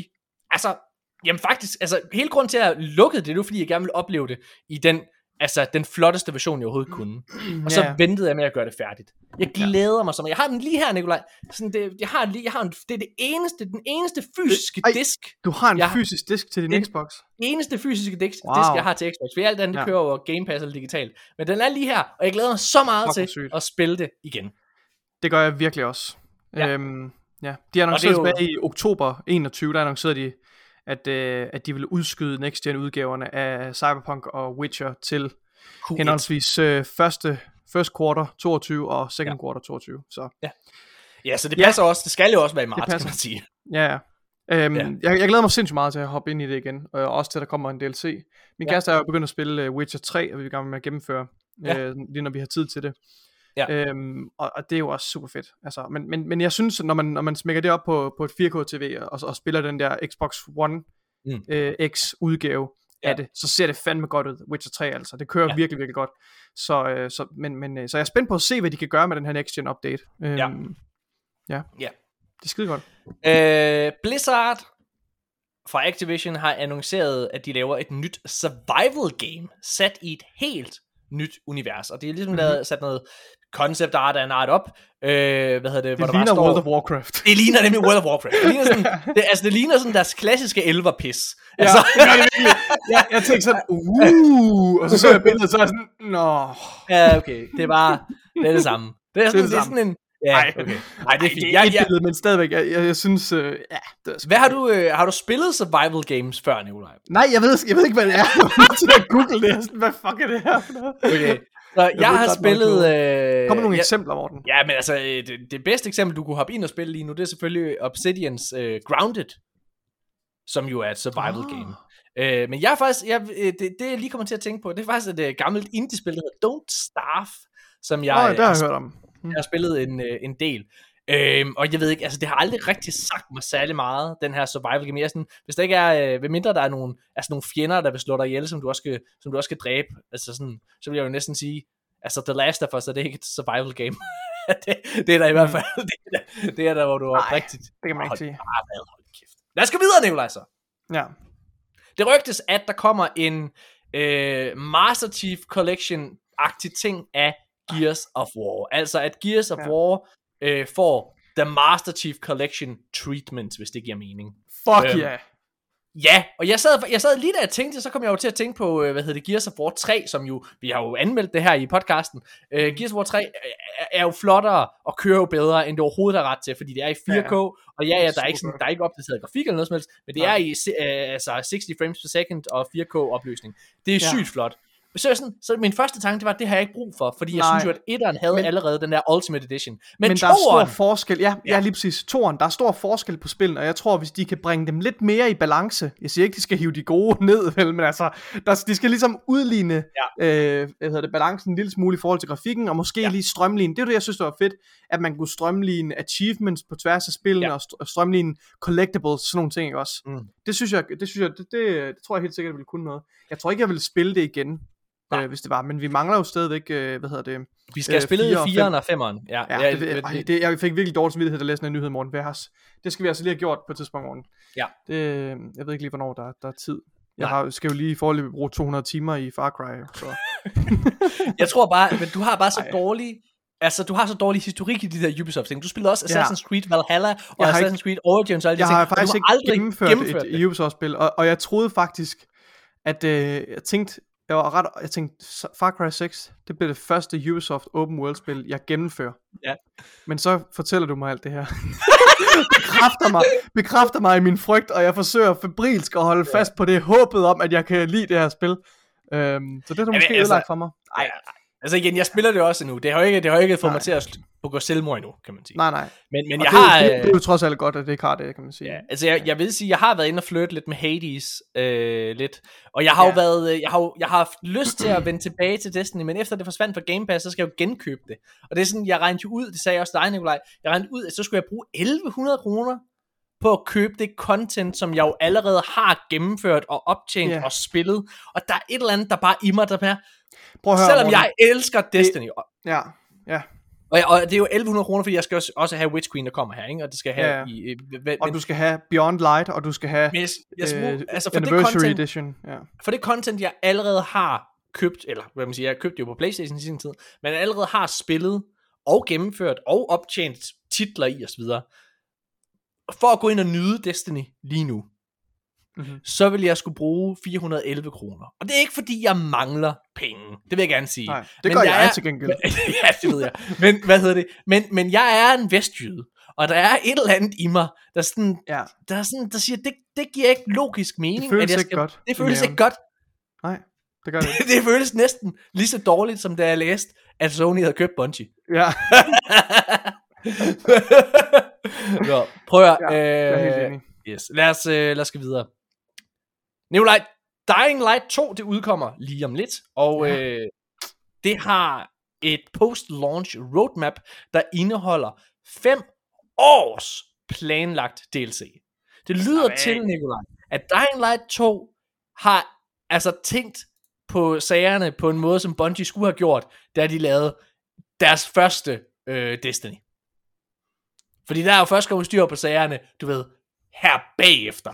hele grunden til at jeg lukkede det, fordi jeg gerne ville opleve det i den flotteste version, jeg overhovedet kunne. Og så ventede jeg med at gøre det færdigt. Jeg glæder mig så meget. Jeg har den lige her, Nikolaj. Det er den eneste fysiske disk. Du har en fysisk disk til din Xbox? Den eneste fysiske disk, jeg har til Xbox. For alt andet, det kører over Game Pass eller digitalt. Men den er lige her, og jeg glæder mig så meget til at spille det igen. Det gør jeg virkelig også. De annoncerede tilbage i oktober 21, der annoncerede de, at de ville udskyde next gen udgaverne af Cyberpunk og Witcher til henholdsvis first quarter 22 og second quarter 22. Så så det passer også. Det skal jo også være i marts, kan man sige. Jeg glæder mig sindssygt meget til at hoppe ind i det igen, og også til at der kommer en DLC. Min kæreste er jo begyndt at spille Witcher 3, og vi er i gang med at gennemføre lige når vi har tid til det. Og det er jo også super fedt. Altså, men jeg synes, når man smækker det op på et 4K TV og spiller den der Xbox One X udgave af det, så ser det fandme godt ud. Witcher 3 altså. Det kører virkelig, virkelig godt. Så jeg er spændt på at se, hvad de kan gøre med den her next gen update. Det er skide godt. Blizzard fra Activision har annonceret, at de laver et nyt survival game sat i et helt nyt univers, og det er ligesom sat noget concept art af en art op. Det ligner World of Warcraft. Det ligner nemlig World of Warcraft. Det ligner sådan deres klassiske elverpis. Jeg tænkte sådan, og så jeg billedet, så er jeg sådan, Ja, okay, det er det samme. Det er sådan en okay. Ej, det er fint. Billede, men stadigvæk, jeg synes, det er hvad har du spillet survival games før, Nikolaj? Nej, jeg ved ikke, hvad det er. Jeg er til at google det. Sådan, hvad fuck er det her? Okay. Så jeg har spillet... Kommer nogle eksempler, Morten? Ja, men altså, det bedste eksempel, du kunne hoppe ind og spille lige nu, det er selvfølgelig Obsidians Grounded, som jo er et survival game. Men jeg er faktisk, det jeg lige kommer til at tænke på, det er faktisk et gammelt indie-spil, der hedder Don't Starve, som jeg har hørt om. Jeg har spillet en del. Og jeg ved ikke, altså det har aldrig rigtig sagt mig særlig meget, den her survival game. Jeg sådan, hvis der ikke er, ved mindre der er nogle fjender, der vil slå dig ihjel, som du også skal dræbe, altså sådan, så vil jeg jo næsten sige, altså The Last of Us, er det ikke et survival game? det er der i hvert fald, det er der, hvor du er rigtigt. Det kan man ikke sige. Lad os gå videre, Nikolaj, så. Ja. Det rygtes, at der kommer en Master Chief Collection-agtig ting af Gears of War. Altså at Gears of War får The Master Chief Collection treatment, hvis det giver mening. Fuck yeah. Ja, og jeg sad lige da jeg tænkte, så kom jeg jo til at tænke på, Gears of War 3, som jo, vi har jo anmeldt det her i podcasten. Gears of War 3 er jo flottere og kører jo bedre, end det overhovedet er ret til, fordi det er i 4K, og der er ikke opdateret grafik eller noget som helst, men det er i 60 frames per second og 4K opløsning. Det er sygt flot. Så min første tanke, det var, at det har jeg ikke brug for, fordi jeg synes jo, at etteren havde allerede den der Ultimate Edition. Men der er stor forskel, ja, lige præcis, toeren, der er stor forskel på spillene, og jeg tror, hvis de kan bringe dem lidt mere i balance, jeg siger ikke, de skal hive de gode ned, vel, men altså, de skal ligesom udligne balancen en lille smule i forhold til grafikken, og måske lige strømline, det er det, jeg synes, det var fedt, at man kunne strømline achievements på tværs af spillene, og strømline collectibles, sådan nogle ting, ikke også? Det synes jeg, det tror jeg helt sikkert, jeg ville kunne noget. Jeg tror ikke, jeg ville spille det igen, hvis det var, men vi mangler jo stadigvæk, vi skal have spillet 4'eren og 5'eren. Jeg fik virkelig dårlig samvittighed, at læse en nyhed, Morten. Det skal vi altså lige have gjort på et tidspunkt, Morten. Ja. Jeg ved ikke lige, hvornår der er tid. Skal jo lige foreløbig bruge 200 timer i Far Cry, så. Jeg tror bare, men du har bare så dårlig, altså du har så dårlig historik i de der Ubisoft ting. Du spillede også Assassin's Creed Valhalla og Assassin's Creed Origins og alle de ting. Jeg har faktisk ikke gennemført et Ubisoft-spil, og jeg troede faktisk, at jeg tænkte Far Cry 6, det bliver det første Ubisoft Open World spil, jeg gennemfører. Ja. Men så fortæller du mig alt det her. bekræfter mig i min frygt, og jeg forsøger febrilsk at holde fast på det håbet om, at jeg kan lide det her spil. Så det er du måske ødelagt for mig. Nej. Altså igen, jeg spiller det også nu. Det har ikke fået mig til at gå selvmord endnu, kan man sige. Nej. Men jeg har... Det er jo trods alt godt, at det ikke har det, kan man sige. Ja, altså jeg vil sige, jeg har været inde og flirte lidt med Hades lidt. Og jeg har jo været... Jeg har haft lyst til at vende tilbage til Destiny, men efter det forsvandt fra Game Pass, så skal jeg jo genkøbe det. Og det er sådan, jeg regnede jo ud, det sagde jeg også dig, Nikolaj. Jeg regnede ud, at så skulle jeg bruge 1100 kroner på at købe det content, som jeg jo allerede har gennemført og optjent og spillet. Og der er et eller andet, der bare i mig, der er... Selvom jeg elsker Destiny. Ja. Og det er jo 1100 kroner, fordi jeg skal også have Witch Queen, der kommer her, ikke? Og det skal have og du skal have Beyond Light, og du skal have altså for Anniversary det content, Edition. Ja. For det content, jeg allerede har købt, eller hvad man siger, jeg købte jo på PlayStation i sin tid, men jeg allerede har spillet og gennemført og optjent titler i og så videre. For at gå ind og nyde Destiny lige nu, så vil jeg skulle bruge 411 kroner. Og det er ikke fordi jeg mangler penge. Det vil jeg gerne sige. Nej, det gør jeg til gengæld. Ja, det ved jeg. Men men jeg er en vestjyde. Og der er et eller andet i mig, der siger, det giver ikke logisk mening. Det føles ikke godt. Det føles ikke godt. Nej, det gør det ikke. Det føles næsten lige så dårligt, som da jeg læste, at Sony havde købt Bungie. Ja. Nå, prøv at... jeg er helt enig. Yes. Lad os gå videre. Nikolaj, Dying Light 2, det udkommer lige om lidt, og det har et post-launch roadmap, der indeholder 5 års planlagt DLC. Det lyder til, Nikolaj, at Dying Light 2 har altså tænkt på sagerne på en måde, som Bungie skulle have gjort, da de lavede deres første Destiny. Fordi der er jo først kommet styr på sagerne, du ved, her bagefter.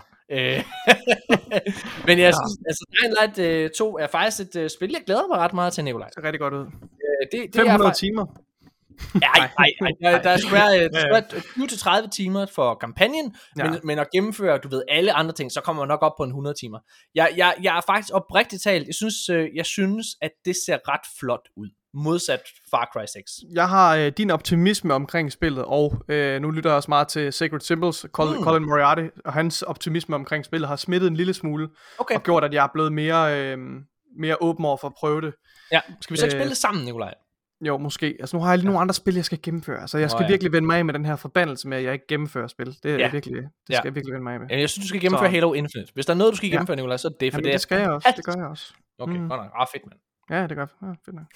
Men jeg synes, altså Dying Light 2 er faktisk et spil, jeg glæder mig ret meget til, Nikolaj. Det ser rigtig godt ud. Det 500 timer. Nej, der skal være 20-30 timer for kampagnen, men at gennemføre, du ved, alle andre ting, så kommer man nok op på en 100 timer. Jeg er faktisk oprigtigt talt, jeg synes, at det ser ret flot ud, modsat Far Cry 6. Jeg har din optimisme omkring spillet, og nu lytter jeg også meget til Sacred Symbols, Colin Moriarty, og hans optimisme omkring spillet har smittet en lille smule, og gjort, at jeg er blevet mere åben over for at prøve det. Ja, skal vi så ikke spille det sammen, Nikolaj? Jo, måske. Altså nu har jeg lige nogle andre spil, jeg skal gennemføre. Altså jeg skal virkelig vende mig af med den her forbandelse med, at jeg ikke gennemfører spil. Det er virkelig, det skal jeg virkelig vende mig af med. Jeg synes, du skal gennemføre Halo Infinite. Hvis der er noget, du skal gennemføre, Nikolaj, så er det, for det skal jeg også. Det gør jeg også. Okay, godt nok. Fedt, mand. Ja, det gør jeg. Fedt nok.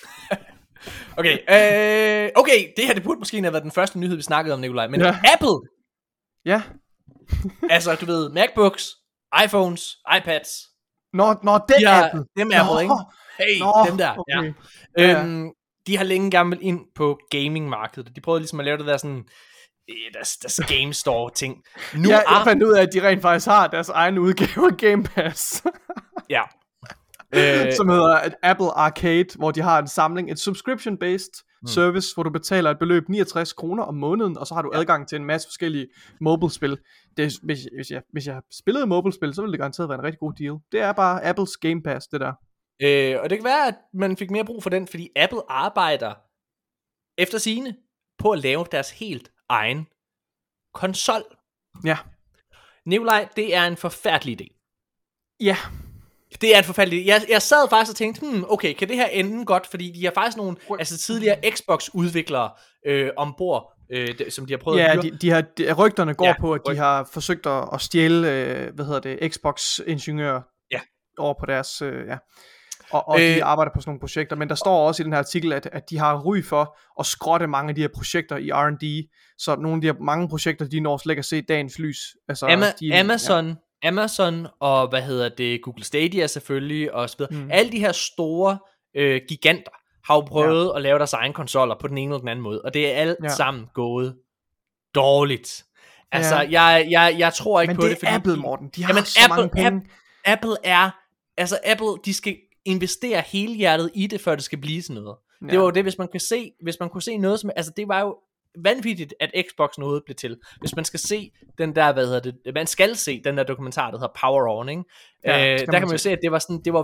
Okay, det her, det burde måske have været den første nyhed, vi snakkede om, Nikolaj. Men Apple! Ja. Altså, du ved, MacBooks, iPhones, iPads. Nå, det er Apple. Dem er Apple, ikke? Hey, dem der. Okay. De har længe gerne vil ind på gaming-markedet. De prøvede ligesom at lave det der sådan deres Game Store ting. Jeg fandt ud af, at de rent faktisk har deres egen udgave af Game Pass. Ja. Som hedder Apple Arcade, hvor de har en samling, et subscription-based service, hvor du betaler et beløb 69 kroner om måneden, og så har du adgang til en masse forskellige mobile-spil. hvis jeg spillede mobile-spil, så ville det garanteret være en rigtig god deal. Det er bare Apples Game Pass, det der. Og det kan være, at man fik mere brug for den, fordi Apple arbejder efter sigende på at lave deres helt egen konsol. Ja. Nikolaj, det er en forfærdelig idé. Ja. Det er en forfærdelig idé. Jeg sad faktisk og tænkte, okay, kan det her ende godt? Fordi de har faktisk nogle tidligere Xbox-udviklere ombord, som de har prøvet at hyre. Rygterne går på, at de har forsøgt at stjæle, Xbox-ingeniører over på deres, Og de arbejder på sådan nogle projekter, men der står også i den her artikel, at de har ry for at skrotte mange af de her projekter i R&D, så nogle af de her mange projekter, de når slet ikke at se dagens lys. Altså, Amazon og Google Stadia selvfølgelig, og så videre. Alle de her store giganter har jo prøvet at lave deres egen konsoller på den ene eller den anden måde, og det er alt sammen gået dårligt. Altså, jeg tror ikke men på det. Men det er Apple, Morten. De har så mange penge. Apple, de skal investere hele hjertet i det, før det skal blive sådan noget. Ja. Det var jo det, hvis man kunne se noget som, altså det var jo vanvittigt, at Xbox noget blev til. Hvis man skal se den der, man skal se den der dokumentar, der hedder Power On, ikke? Der kan man jo se, at det var sådan, det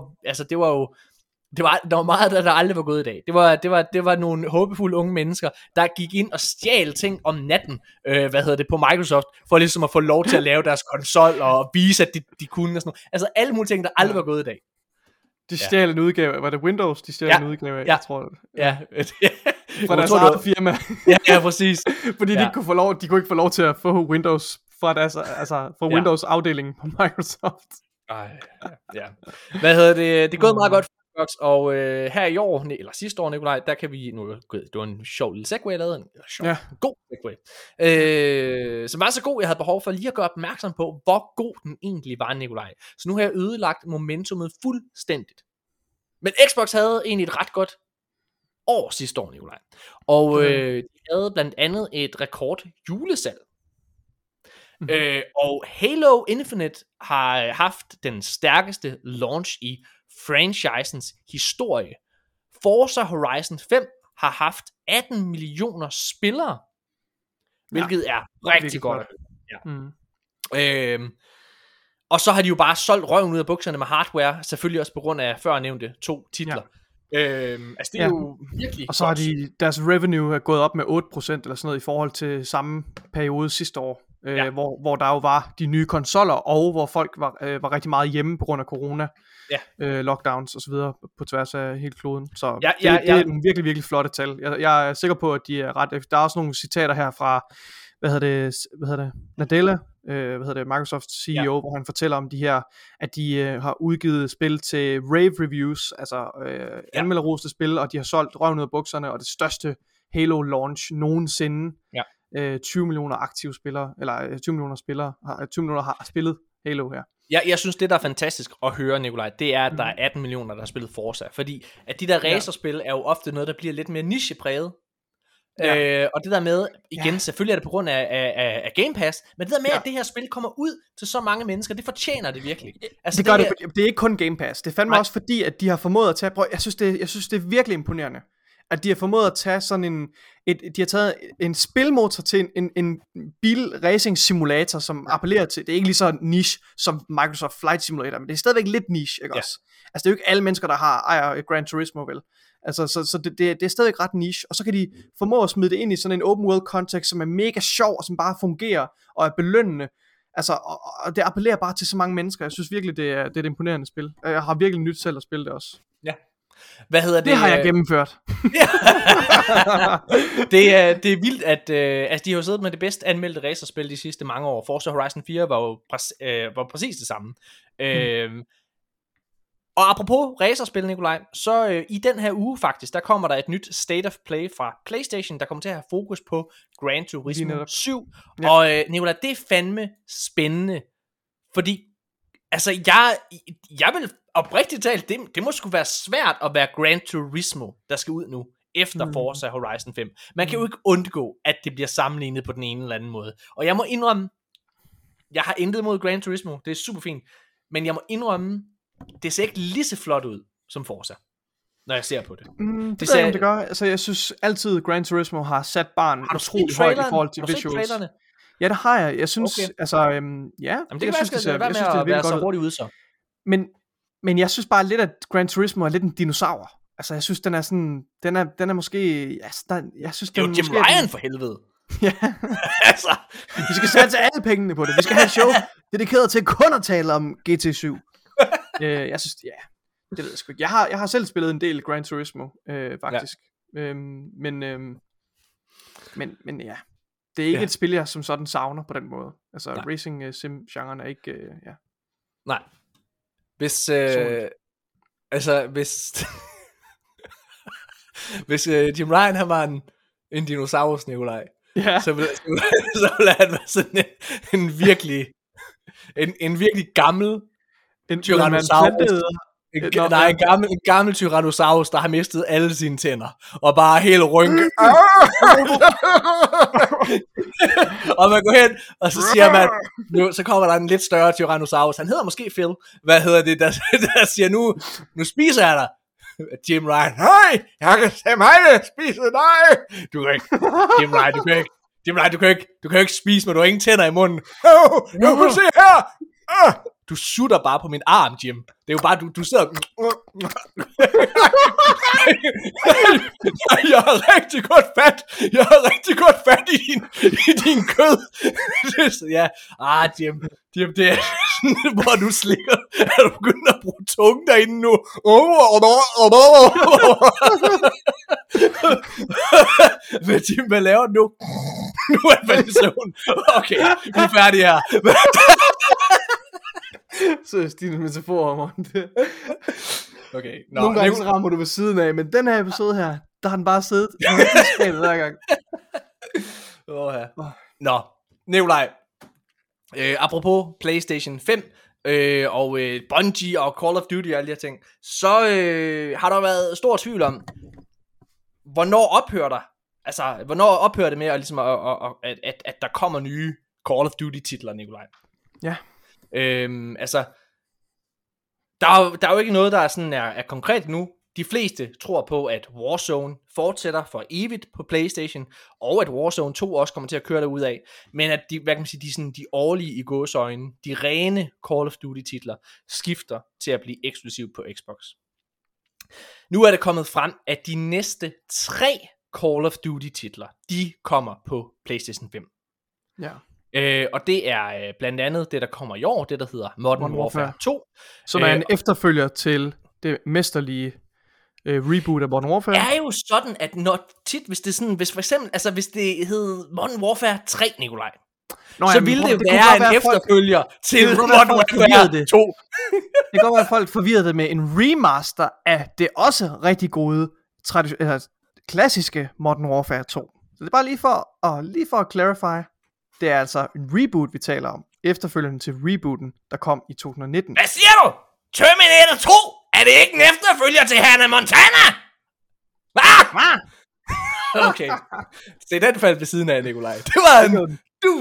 var meget, der aldrig var gået i dag. Det var nogle håbefulde unge mennesker, der gik ind og stjal ting om natten, på Microsoft, for ligesom at få lov til at lave deres konsol, og vise, at de kunne og sådan noget. Altså alle mulige ting, der aldrig var gået i dag. De stjal en udgave, var det Windows, de stjal en udgave af, jeg tror. Ja. Fra deres eget firma. Ja, præcis. Fordi de kunne ikke få lov til at få Windows fra deres, fra Windows afdelingen på Microsoft. Ja. Det er gået meget godt for Xbox, og her i år, eller sidste år, Nikolaj, der kan vi nu, det var en sjov lille segway, jeg lavede en god segway, som var så god, jeg havde behov for lige at gøre opmærksom på, hvor god den egentlig var, Nikolaj. Så nu har jeg ødelagt momentumet fuldstændigt. Men Xbox havde egentlig et ret godt år sidste år, Nikolaj. Og de havde blandt andet et rekord julesalg. Og Halo Infinite har haft den stærkeste launch i franchisens historie. Forza Horizon 5 har haft 18 millioner spillere, hvilket er rigtig godt. Og så har de jo bare solgt røven ud af bukserne med hardware, selvfølgelig også på grund af førnævnte 2 titler. Det er jo virkelig. Og så har deres revenue er gået op med 8% eller sådan noget i forhold til samme periode sidste år, hvor der jo var de nye konsoller, og hvor folk var rigtig meget hjemme på grund af corona, lockdowns og så videre på tværs af hele kloden. Så det er nogle virkelig, virkelig flotte tal. Jeg er sikker på, at de er ret. Der er også nogle citater her fra Nadella, Microsoft CEO, hvor han fortæller om de her, at de har udgivet spil til rave reviews, altså anmelderroste spil, og de har solgt røven ud af bukserne, og det største Halo launch nogensinde. 20 millioner aktive spillere, eller 20 millioner har spillet Halo her. Jeg synes, det der er fantastisk at høre, Nikolaj, det er, at der er 18 millioner, der har spillet Forza, fordi at de der racerspil er jo ofte noget, der bliver lidt mere nichepræget. Og det der med, igen, selvfølgelig er det på grund af Game Pass, men det der med, at det her spil kommer ud til så mange mennesker, det fortjener det virkelig. Altså, det er ikke kun Game Pass, det er fandme også fordi, at de har formået at tage, jeg synes det er virkelig imponerende, at de har formået at tage sådan de har taget en spilmotor til en bil-racing simulator, som appellerer til, det er ikke lige så niche som Microsoft Flight Simulator, men det er stadigvæk lidt niche, ikke også? Altså det er jo ikke alle mennesker, der ejer Gran Turismo, vel? Altså, så det er stadig ret niche, og så kan de formå at smide det ind i sådan en open world kontekst, som er mega sjov, og som bare fungerer, og er belønnende. Altså, og det appellerer bare til så mange mennesker. Jeg synes virkelig, det er et imponerende spil. Jeg har virkelig nyt selv at spille det også. Ja. Det har jeg gennemført. Det er vildt, at de har jo siddet med det bedst anmeldte racerspil de sidste mange år. Forza Horizon 4 var præcis det samme. Og apropos racerspil, Nikolaj, så i den her uge faktisk, der kommer der et nyt State of Play fra PlayStation, der kommer til at have fokus på Gran Turismo 7. Ja. Og Nikolaj, det er fandme spændende, fordi altså jeg vil oprigtigt talt, det må sgu være svært at være Gran Turismo, der skal ud nu, efter Forza Horizon 5. Man kan jo ikke undgå, at det bliver sammenlignet på den ene eller anden måde. Og jeg må indrømme, jeg har intet mod Gran Turismo, det er super fint, men jeg må indrømme, det ser ikke lige så flot ud som Forza, når jeg ser på det. Det gør. Altså, jeg synes altid Gran Turismo har sat barren utroligt højt i forhold til visuals. Ja, det har jeg. Jeg synes, Okay. altså, ja. Jamen, det jeg kan synes, være, det ser, være jeg med synes, det er at være virkelig så godt ud. hurtigt ude så. Men jeg synes bare lidt, at Gran Turismo er lidt en dinosaur. Altså, jeg synes, den er sådan, den er måske, jeg synes, Det er jo den Jim måske Ryan for helvede. Ja. Altså. Vi skal satse alle pengene på det. Vi skal have et show dedikeret til kun at tale om GT7. Jeg synes, ja, det ved jeg sgu ikke. Jeg har selv spillet en del Gran Turismo, faktisk. Ja. Men ja, det er ikke et spil, jeg som sådan savner på den måde. Altså, racing sim-genren er ikke, ja. Nej. Hvis, hvis Jim Ryan han var en dinosaurus, Nikolaj, så ville han være sådan en virkelig gammel tyrannosaurus. En gammel tyrannosaurus, der har mistet alle sine tænder og bare helt rynke. Og man går hen, og så siger man, så kommer der en lidt større tyrannosaurus. Han hedder måske Phil. Hvad hedder det, der siger, nu spiser jeg dig. Jim Ryan, hej, jeg kan se mig det, spise dig. Du kan ikke, Jim Ryan, du kan ikke spise mig, du har ingen tænder i munden. Nu kan se her. Du sutter bare på min arm, Jim. Det er jo bare, du sidder... Jeg har rigtig godt fat i din kød. Ja, Jim, det er sådan, hvor du slikker. Er du begyndt at bruge tungen derinde nu? Men Jim, hvad laver du nu? Nu er jeg faldet i søvn. Okay, vi er færdige her. Så dine metaforer, Monte. Okay. Nogle gange så rammer du ved siden af, men den her episode her, der har den bare siddet. Hver gang. Nå, Nikolaj. Apropos PlayStation 5 og Bungie og Call of Duty og alle de her ting, så har der været stor tvivl om, hvornår ophører det med at, ligesom at der kommer nye Call of Duty titler, Nikolaj. Ja. Altså, der er jo ikke noget, der er konkret nu. De fleste tror på, at Warzone fortsætter for evigt på PlayStation, og at Warzone 2 også kommer til at køre derudad, men at de årlige i gåseøjne, de rene Call of Duty titler, skifter til at blive eksklusiv på Xbox. Nu er det kommet frem, at de næste 3 Call of Duty titler, de kommer på PlayStation 5. Ja. Og det er blandt andet det, der kommer i år, det der hedder Modern Warfare 2. Som er en efterfølger til det mesterlige reboot af Modern Warfare. Det er jo sådan, at hvis for eksempel, altså hvis det hed Modern Warfare 3, Nikolaj, så ville det være en efterfølger til Modern Warfare 2. Det kan godt være, at folk forvirrede det med en remaster af det også rigtig gode, klassiske Modern Warfare 2. Så det er bare lige for at clarify. Det er altså en reboot, vi taler om. Efterfølgende til rebooten, der kom i 2019. Hvad siger du? Terminator 2? Er det ikke en efterfølger til Hannah Montana? Hvad? Okay. Se, den faldt ved siden af, Nikolaj. Det var en...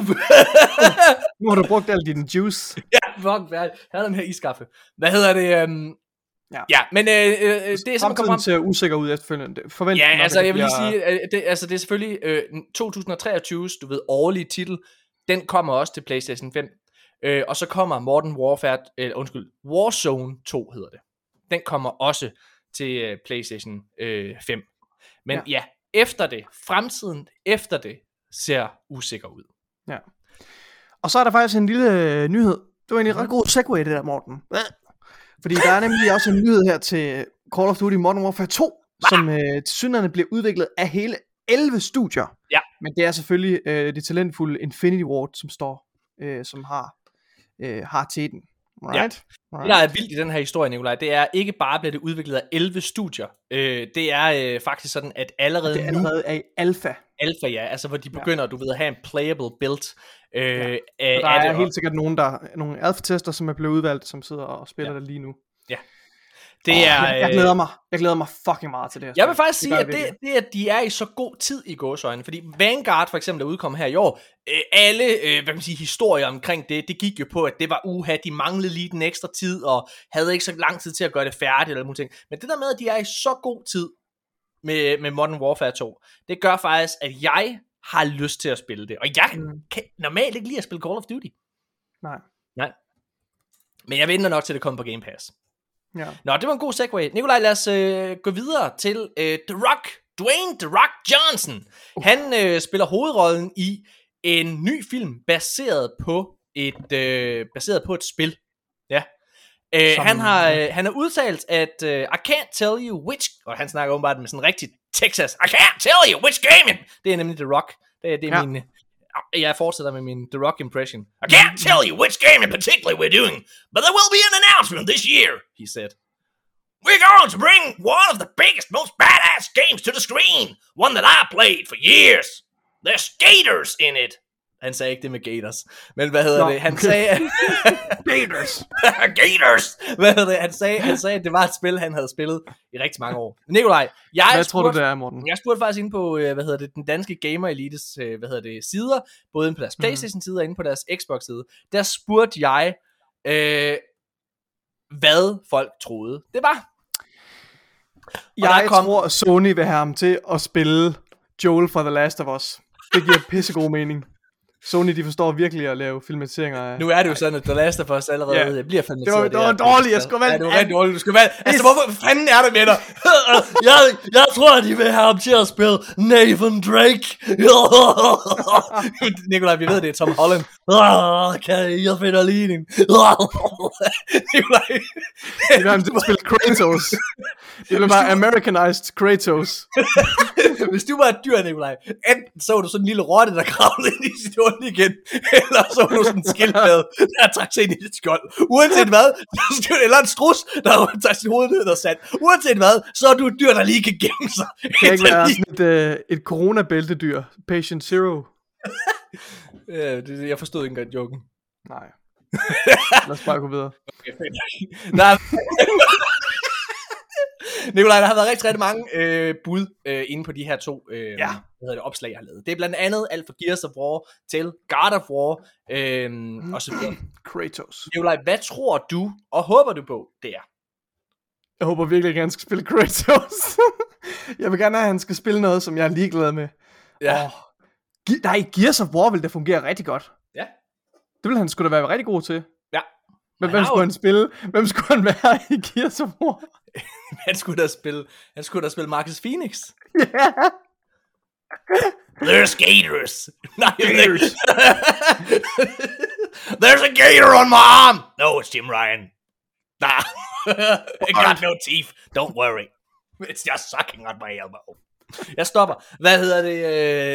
Nu har du brugt al din juice. Ja, fuck, jeg havde den her iskaffe. Hvad hedder det? Ja, men det er simpelthen kommer ser usikker ud efterfølgende. Ja, altså jeg vil lige sige, det er selvfølgelig 2023, du ved, årlige titel. Den kommer også til PlayStation 5. Og så kommer Modern Warfare, Warzone 2 hedder det. Den kommer også til PlayStation 5. Men ja, fremtiden efter det ser usikker ud. Ja. Og så er der faktisk en lille nyhed. Det var en ret god segue, det der, Morten. Fordi der er nemlig også en nyhed her til Call of Duty Modern Warfare 2, som tilsyneladende bliver udviklet af hele 11 studier. Ja. Men det er selvfølgelig det talentfulde Infinity Ward, som står, som har teten. Right? Ja. Det der er vildt i den her historie, Nikolaj, det er ikke bare bliver det udviklet af 11 studier. Det er faktisk sådan, at allerede er i alfa. Alfa, ja, altså hvor de begynder, du ved, at have en playable build. Der er helt sikkert nogle alfa-tester, som er blevet udvalgt, som sidder og spiller det lige nu. Ja. Det er, jeg glæder mig fucking meget til det her. Jeg vil faktisk sige, at det at de er i så god tid i gåseøjne, fordi Vanguard for eksempel er udkommet her i år, alle historier omkring det gik jo på, at det var de manglede lige den ekstra tid, og havde ikke så lang tid til at gøre det færdigt, eller ting. Men det der med, at de er i så god tid med Modern Warfare 2, det gør faktisk, at jeg har lyst til at spille det. Og jeg kan normalt ikke lide at spille Call of Duty. Nej. Men jeg venter nok til, det kommer på Game Pass. Ja. Nå, det var en god segue. Nikolaj, lad os gå videre til The Rock. Dwayne The Rock Johnson. Han spiller hovedrollen i en ny film baseret på et spil. Ja. Han har udtalt, at I can't tell you which, og han snakker åbenbart med sådan rigtig Texas, I can't tell you which game. Det er nemlig The Rock. Det er min... Jeg fortsætter med min The Rock impression. I can't tell you which game in particular we're doing, but there will be an announcement this year, he said. We're going to bring one of the biggest, most badass games to the screen. One that I played for years. There's skaters in it. Han sagde ikke det med gators. Men hvad hedder det? Han sagde... Gators! Gators! Hvad hedder det? Han sagde, at det var et spil, han havde spillet i rigtig mange år. Nikolaj, hvad tror du, det er, Morten? Jeg spurgte faktisk inde på, den danske Gamer Elites, sider, både inde på deres PlayStation-side og inde på deres Xbox-side. Der spurgte jeg, hvad folk troede det var. Jeg tror, Sony vil have ham til at spille Joel fra The Last of Us. Det giver pissegod mening. Sony, de forstår virkelig at lave filmatiseringer af... Nu er det jo sådan, at The Last of Us allerede bliver filmatiseret. Det var dårligt, jeg skulle valge... Ja, det var rigtig dårligt, du skulle valge... Altså, hvorfor fanden er det med dig? Jeg tror, de vil have ham til at spille Nathan Drake. Nikolaj, vi ved, det er Tom Holland. Okay, jeg finder ligning. Nikolaj... Det vil ham til at spille Kratos. Det vil bare Americanized Kratos. Hvis du var et dyr, Nikolaj, enten så du sådan en lille rotte, der kravlede ind i sit hul igen, eller så var du sådan en skildpadde, der trak sig ind i dit skjold. Uanset hvad, eller en strus, der tager sit hoved ned og sat. Uanset hvad, så er du et dyr, der lige kan gemme sig. Det kan ikke være sådan et coronabæltedyr. Patient Zero. Jeg forstod ikke engang joken. Nej. Lad os bare gå videre. Okay, nej. Nikolaj, der har været rigtig mange bud inde på de her to opslag, jeg har lavet. Det er blandt andet alt fra Gears of War til God of War og så videre. Kratos. Nikolaj, hvad tror du og håber du på, det er? Jeg håber virkelig, at han skal spille Kratos. Jeg vil gerne have, at han skal spille noget, som jeg er ligeglad med. Ja. Nej, Gears of War vil det fungere rigtig godt. Ja. Det vil han sgu da være rigtig god til. Ja. Men hvem skulle han spille? Hvem skulle han være i Gears of War? Han skulle da spille Marcus Phoenix. Yeah. There's gators. Gators. There's a gator on my arm. No, it's Jim Ryan. Nah. It got no teeth. Don't worry. It's just sucking on my elbow. Jeg stopper. Hvad hedder det?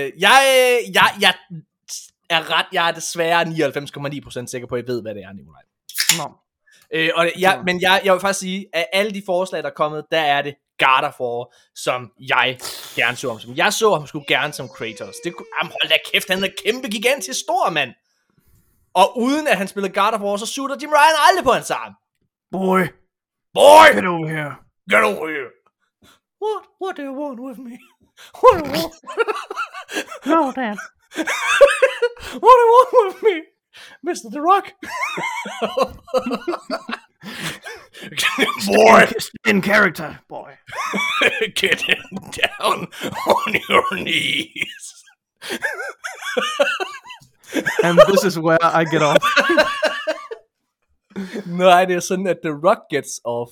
Jeg er desværre 99,9% sikker på, at jeg ved, hvad det er, Nikolaj. Nå. Men jeg vil faktisk sige, at alle de forslag, der er kommet, der er det God of War, som jeg gerne så ham som. Jeg så ham sgu gerne som Kratos. Hold da kæft, han er kæmpe gigantisk stor, mand. Og uden at han spillede God of War, så sutter Jim Ryan aldrig på hans arm. Boy, get over here. Get over here. What do you want with me? What do you want? No, Dad. What do you want with me? Mr. The Rock. Boy. In character, boy. Get down on your knees. And this is where I get off. Nej, det er sådan, at The Rock gets off.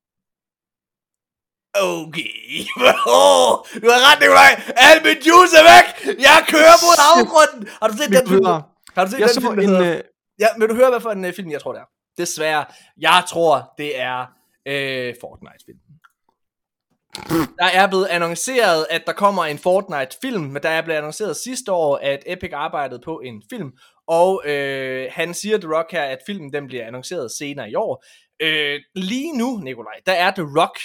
Okay. Du har ret, Nikolaj. Al min juice er væk. Jeg kører mod afgrunden. Har du set den film? Har du set den film, Ja, vil du høre, hvad for en film, jeg tror, det er? Desværre. Jeg tror, det er Fortnite-film. Der er blevet annonceret, at der kommer en Fortnite-film, men der er blevet annonceret sidste år, at Epic arbejdede på en film, og han siger, The Rock her, at filmen den bliver annonceret senere i år. Lige nu, Nikolaj, der er The Rock,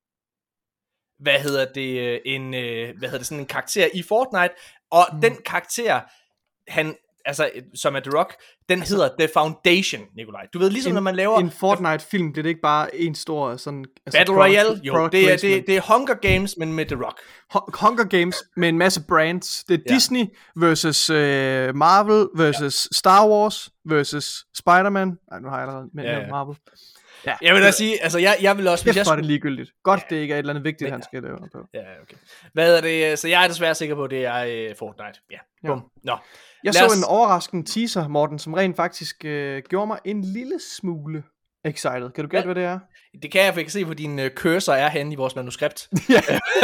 sådan en karakter i Fortnite, og den karakter, som er The Rock, Den hedder The Foundation, Nikolaj. Du ved, ligesom når man laver... En Fortnite-film, det er ikke bare en stor sådan... Altså Battle Royale? Jo, det er Hunger Games, men med The Rock. Hunger Games med en masse brands. Det er Disney versus Marvel versus Star Wars versus Spider-Man. Nej, nu har jeg allerede med Marvel. Ja, jeg vil da sige, altså jeg vil også... Hvis jeg skulle... det ligegyldigt. Godt, det ikke er et eller andet vigtigt, han skal lave på. Ja, okay. Hvad er det? Så jeg er desværre sikker på, at det er Fortnite. Ja, bum. Nå. Jeg så en overraskende teaser, Morten, som rent faktisk gjorde mig en lille smule excited. Kan du gætte, hvad det er? Det kan jeg, for jeg kan se, hvor din cursor er henne i vores manuskript. Ja.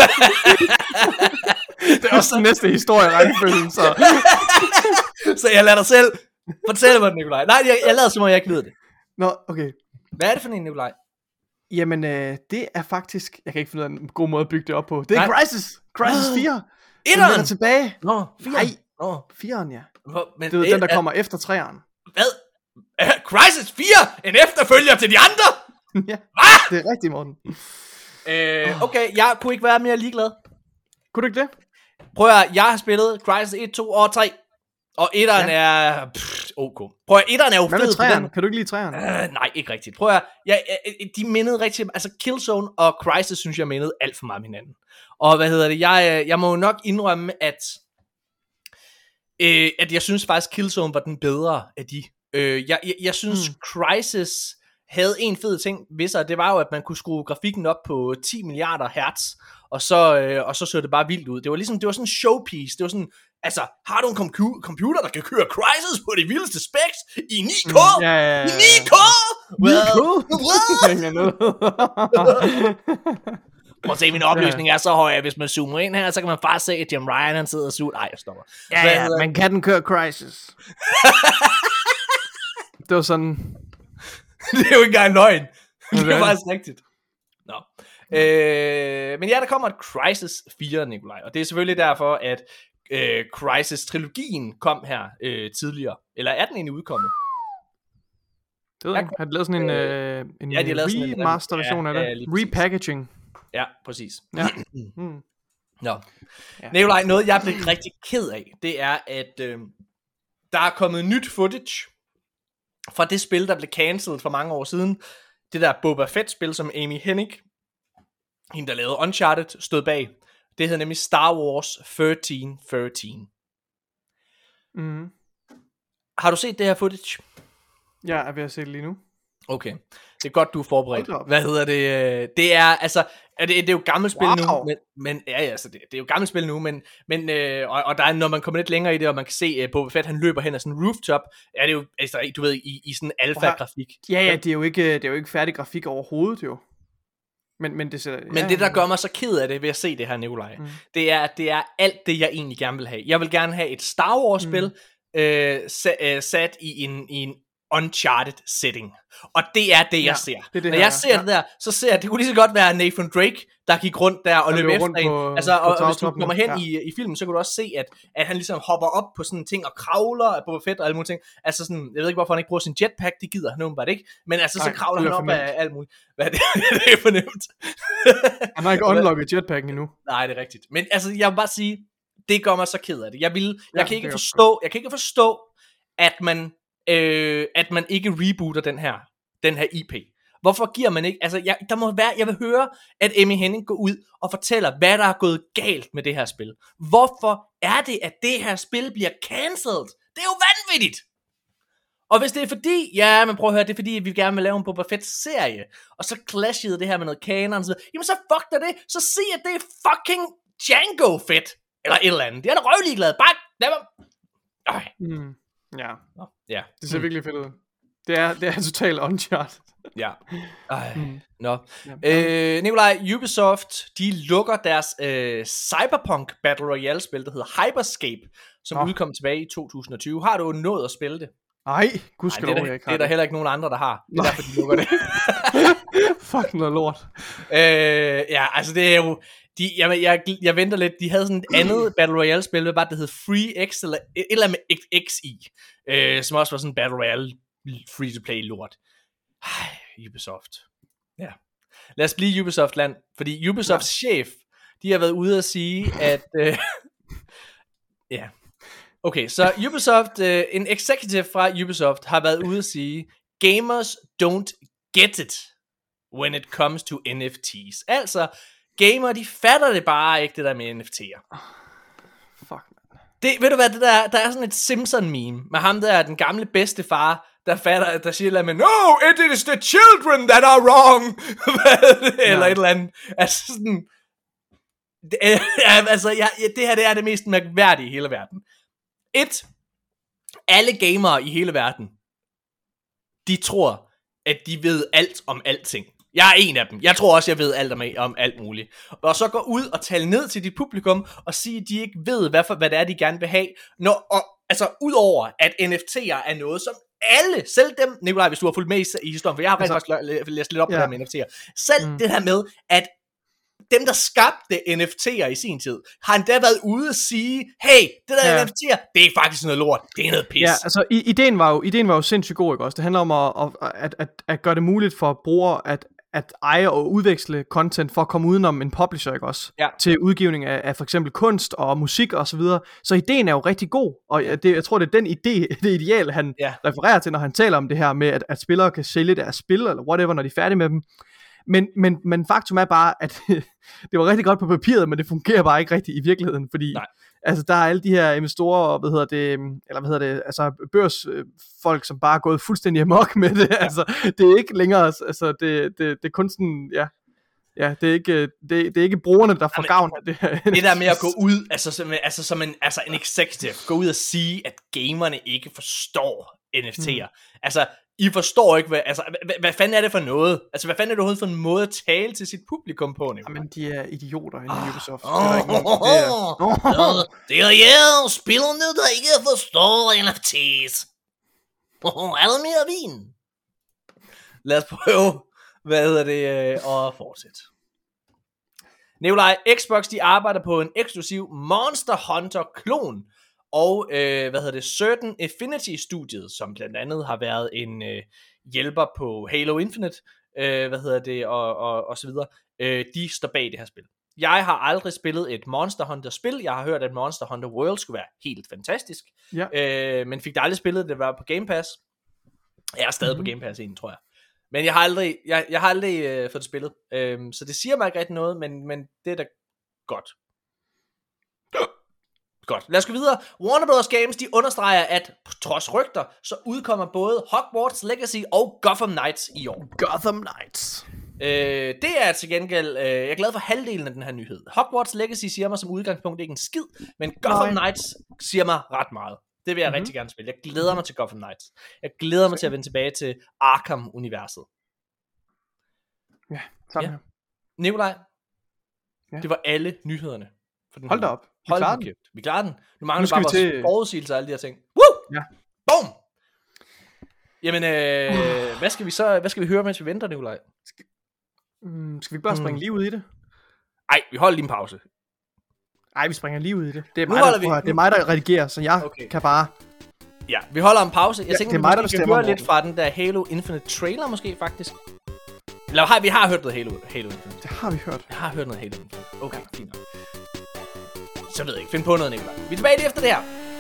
Det er også den næste historie, rækkefølgen, så... Så jeg lader dig selv fortælle mig det, Nikolaj. Nej, jeg lader som om jeg ikke ved det. Nå, okay. Hvad er det for en, Nikolaj? Jamen, det er faktisk... Jeg kan ikke finde ud af en god måde at bygge det op på. Det er Crysis 4. Den er tilbage. Nå, 4'eren. Nej, 4'eren, ja. Men det er den, der kommer efter 3'eren. Hvad? Crysis 4? En efterfølger til de andre? Ja, hvad? Det er rigtigt, Morten. Okay, jeg kunne ikke være mere ligeglad. Kunne du ikke det? Prøv at jeg har spillet Crysis 1, 2 og 3. Og 1'eren er... ok. Prøv at 1'eren er jo fed på den. Kan du ikke lide 3'eren? Nej, ikke rigtigt. Prøv at de mindede rigtig... Altså Killzone og Crysis, synes jeg, mindede alt for meget om hinanden. Og hvad hedder det? Jeg må jo nok indrømme, at jeg synes faktisk, Killzone var den bedre af de. Jeg synes, Crysis havde en fed ting ved sig, det var jo, at man kunne skrue grafikken op på 10 milliarder hertz, og så det bare vildt ud. Det var sådan en showpiece. Det var sådan, altså, har du en computer, der kan køre Crysis på de vildeste specs i 9K? I 9K? Prøv at se, min opløsning er så høj, at hvis man zoomer ind her, så kan man bare se, at Jim Ryan, han sidder og suger. Ej, jeg stopper. Ja, man kan den køre Crysis. Det var sådan... Det er jo ikke engang løgn. Det er faktisk rigtigt. Nå. Men ja, der kommer et Crysis 4, Nikolaj. Og det er selvfølgelig derfor, at Crysis-trilogien kom her tidligere. Eller er den egentlig udkommet? Det ved jeg ikke. Har de lavet sådan en remaster-version af det? Repackaging. Ja, præcis. Ja. Nå. Nikolaj, noget jeg blev rigtig ked af, det er, at der er kommet nyt footage fra det spil, der blev cancelled for mange år siden. Det der Boba Fett-spil, som Amy Hennig, hende der lavede Uncharted, stod bag. Det hedder nemlig Star Wars 1313. Har du set det her footage? Ja, jeg er ved at se det lige nu. Okay, det er godt, du er forberedt. Hvad hedder det? Det er altså, det er jo gammelt spil nu, men ja, altså det er jo gammelt spil nu, men og der er, når man kommer lidt længere i det, og man kan se Boba Fett, han løber hen ad sådan en rooftop, er det jo, altså du ved, i sådan alfa-grafik. Ja, det er jo ikke færdig grafik overhovedet jo. Men det der gør mig så ked af det ved at se det her, Nikolaj, det er alt det, jeg egentlig gerne vil have. Jeg vil gerne have et Star Wars spil sat i en Uncharted setting. Og det er det, jeg ser. Når jeg ser det der, så ser jeg, det kunne lige så godt være Nathan Drake, der gik rundt der og løb efter en. Altså, og hvis du kommer hen i filmen, så kan du også se, at han ligesom hopper op på sådan ting og kravler på Boba Fett og alle mulige ting. Altså sådan, jeg ved ikke, hvorfor han ikke bruger sin jetpack, det gider han åbenbart ikke. Men altså, så kravler han op af alt muligt. Hvad er det? Det er fornemt. Han har ikke unlocket jetpacken endnu. Nej, det er rigtigt. Men altså, jeg vil bare sige, det gør mig så ked af det. Jeg kan ikke forstå, at man ikke rebooter den her IP. Hvorfor giver man ikke, altså jeg vil høre, at Amy Hennig går ud og fortæller, hvad der er gået galt med det her spil. Hvorfor er det, at det her spil bliver cancelled? Det er jo vanvittigt! Og hvis det er fordi, ja, men prøv at høre, det er fordi, at vi gerne vil lave en Boba Fett-serie, og så clashede det her med noget kanon, så jamen så fuck da det, så sig, at det er fucking Jango Fett, eller et eller andet. Det er da røvligeglade, bare lad mig... Ja, det ser virkelig fedt ud. Det er totalt Uncharted. Ja. Nå. Nikolaj, Ubisoft, de lukker deres Cyberpunk Battle Royale spil, der hedder Hyperscape, som udkom tilbage i 2020. Har du nået at spille det? Nej, gudskelov, jeg ikke har det. Er der heller ikke nogen andre, der har. Det er derfor, de lukker det. Fuck noget lort. Ja, altså det er jo... Jeg venter lidt. De havde sådan et andet Battle Royale spil, bare det hed Free X eller med XI, som også var sådan en Battle Royale free to play lort. Ubisoft. Ja. Lad os blive Ubisoft land, fordi Ubisofts chef, de har været ude at sige, at Okay, så Ubisoft, en executive fra Ubisoft har været ude at sige, gamers don't get it when it comes to NFTs. Altså, gamer, de fatter det bare ikke, det der med NFT'er. Fuck. Det, ved du hvad, der er sådan et Simpson-meme med ham der, den gamle bedstefar, der siger med, no, it is the children that are wrong, eller et eller andet. Altså sådan, det her det er det mest mærkværdige i hele verden. Alle gamere i hele verden, de tror, at de ved alt om alting. Jeg er en af dem. Jeg tror også, jeg ved alt om alt muligt. Og så gå ud og tale ned til dit publikum og sige, at de ikke ved, hvad det er, de gerne vil have. Udover at NFT'er er noget, som alle, selv dem, Nikolaj, hvis du har fulgt med i historien, for jeg har faktisk læst lidt op på det her med NFT'er. Selv det her med, at dem, der skabte NFT'er i sin tid, har endda været ude og sige, hey, det der NFT'er, det er faktisk noget lort, det er noget pis. Ja, altså ideen var jo sindssygt god, ikke også? Det handler om at gøre det muligt for brugere at eje og udveksle content for at komme udenom en publisher, ikke også? Ja. Til udgivning af for eksempel kunst og musik og så videre. Så ideen er jo rigtig god, og jeg tror, det er den idé, det ideal, han refererer til, når han taler om det her med, at spillere kan sælge deres spil, eller whatever, når de er færdige med dem. Men faktum er bare, at det var rigtig godt på papiret, men det fungerer bare ikke rigtigt i virkeligheden, fordi altså der er alle de her investorer, altså børsfolk, som bare er gået fuldstændig amok med det. Altså det er ikke længere, altså det er kun sådan, det er ikke brugerne, der får gavn af det her. Det der med at gå ud, som en executive, gå ud og sige, at gamerne ikke forstår NFT'er. Altså, I forstår ikke, hvad fanden er det for noget? Altså, hvad fanden er det overhovedet for en måde at tale til sit publikum på? Jamen, de er idioter inde i Ubisoft. Det er jo spillerne, der ikke forstår NFTs. Er der mere vin? Lad os prøve, at fortsætte. Nikolaj, Xbox, de arbejder på en eksklusiv Monster Hunter-klon, og Certain Affinity-studiet, som blandt andet har været en hjælper på Halo Infinite, og så videre, de står bag det her spil. Jeg har aldrig spillet et Monster Hunter-spil. Jeg har hørt, at Monster Hunter World skulle være helt fantastisk, men fik det aldrig spillet. Det var på Game Pass. Jeg er stadig på Game Pass egentlig, tror jeg. Men jeg har aldrig fået det spillet. Så det siger mig ikke rigtig noget, men det er da godt. Godt, lad os gå videre. Warner Bros. Games, de understreger, at trods rygter, så udkommer både Hogwarts Legacy og Gotham Knights i år. Gotham Knights. Det er til gengæld, jeg er glad for halvdelen af den her nyhed. Hogwarts Legacy siger mig som udgangspunkt ikke en skid, men Gotham Knights siger mig ret meget. Det vil jeg rigtig gerne spille. Jeg glæder mig til Gotham Knights. Jeg glæder mig til at vende tilbage til Arkham-universet. Ja, sådan her. Nikolaj, det var alle nyhederne. Hold da op. Vi klarer den. Nu mangler bare vores forudsigelser og alle de her ting. Woo! Ja. Boom! Jamen, hvad skal vi høre, mens vi venter, Nikolaj? Skal vi ikke bare springe lige ud i det? Ej, vi holder lige en pause. Ej, vi springer lige ud i det. Det er mig, der redigerer, så jeg kan bare... Ja, vi holder en pause. Jeg tænker, det er mig, der vi høre lidt fra den der Halo Infinite trailer måske, faktisk. Eller vi har hørt noget Halo Infinite. Det har vi hørt. Jeg har hørt noget Halo Infinite. Okay, fint nok. Så ved jeg ikke. Find på noget, Nikolaj. Vi er tilbage lige efter det her.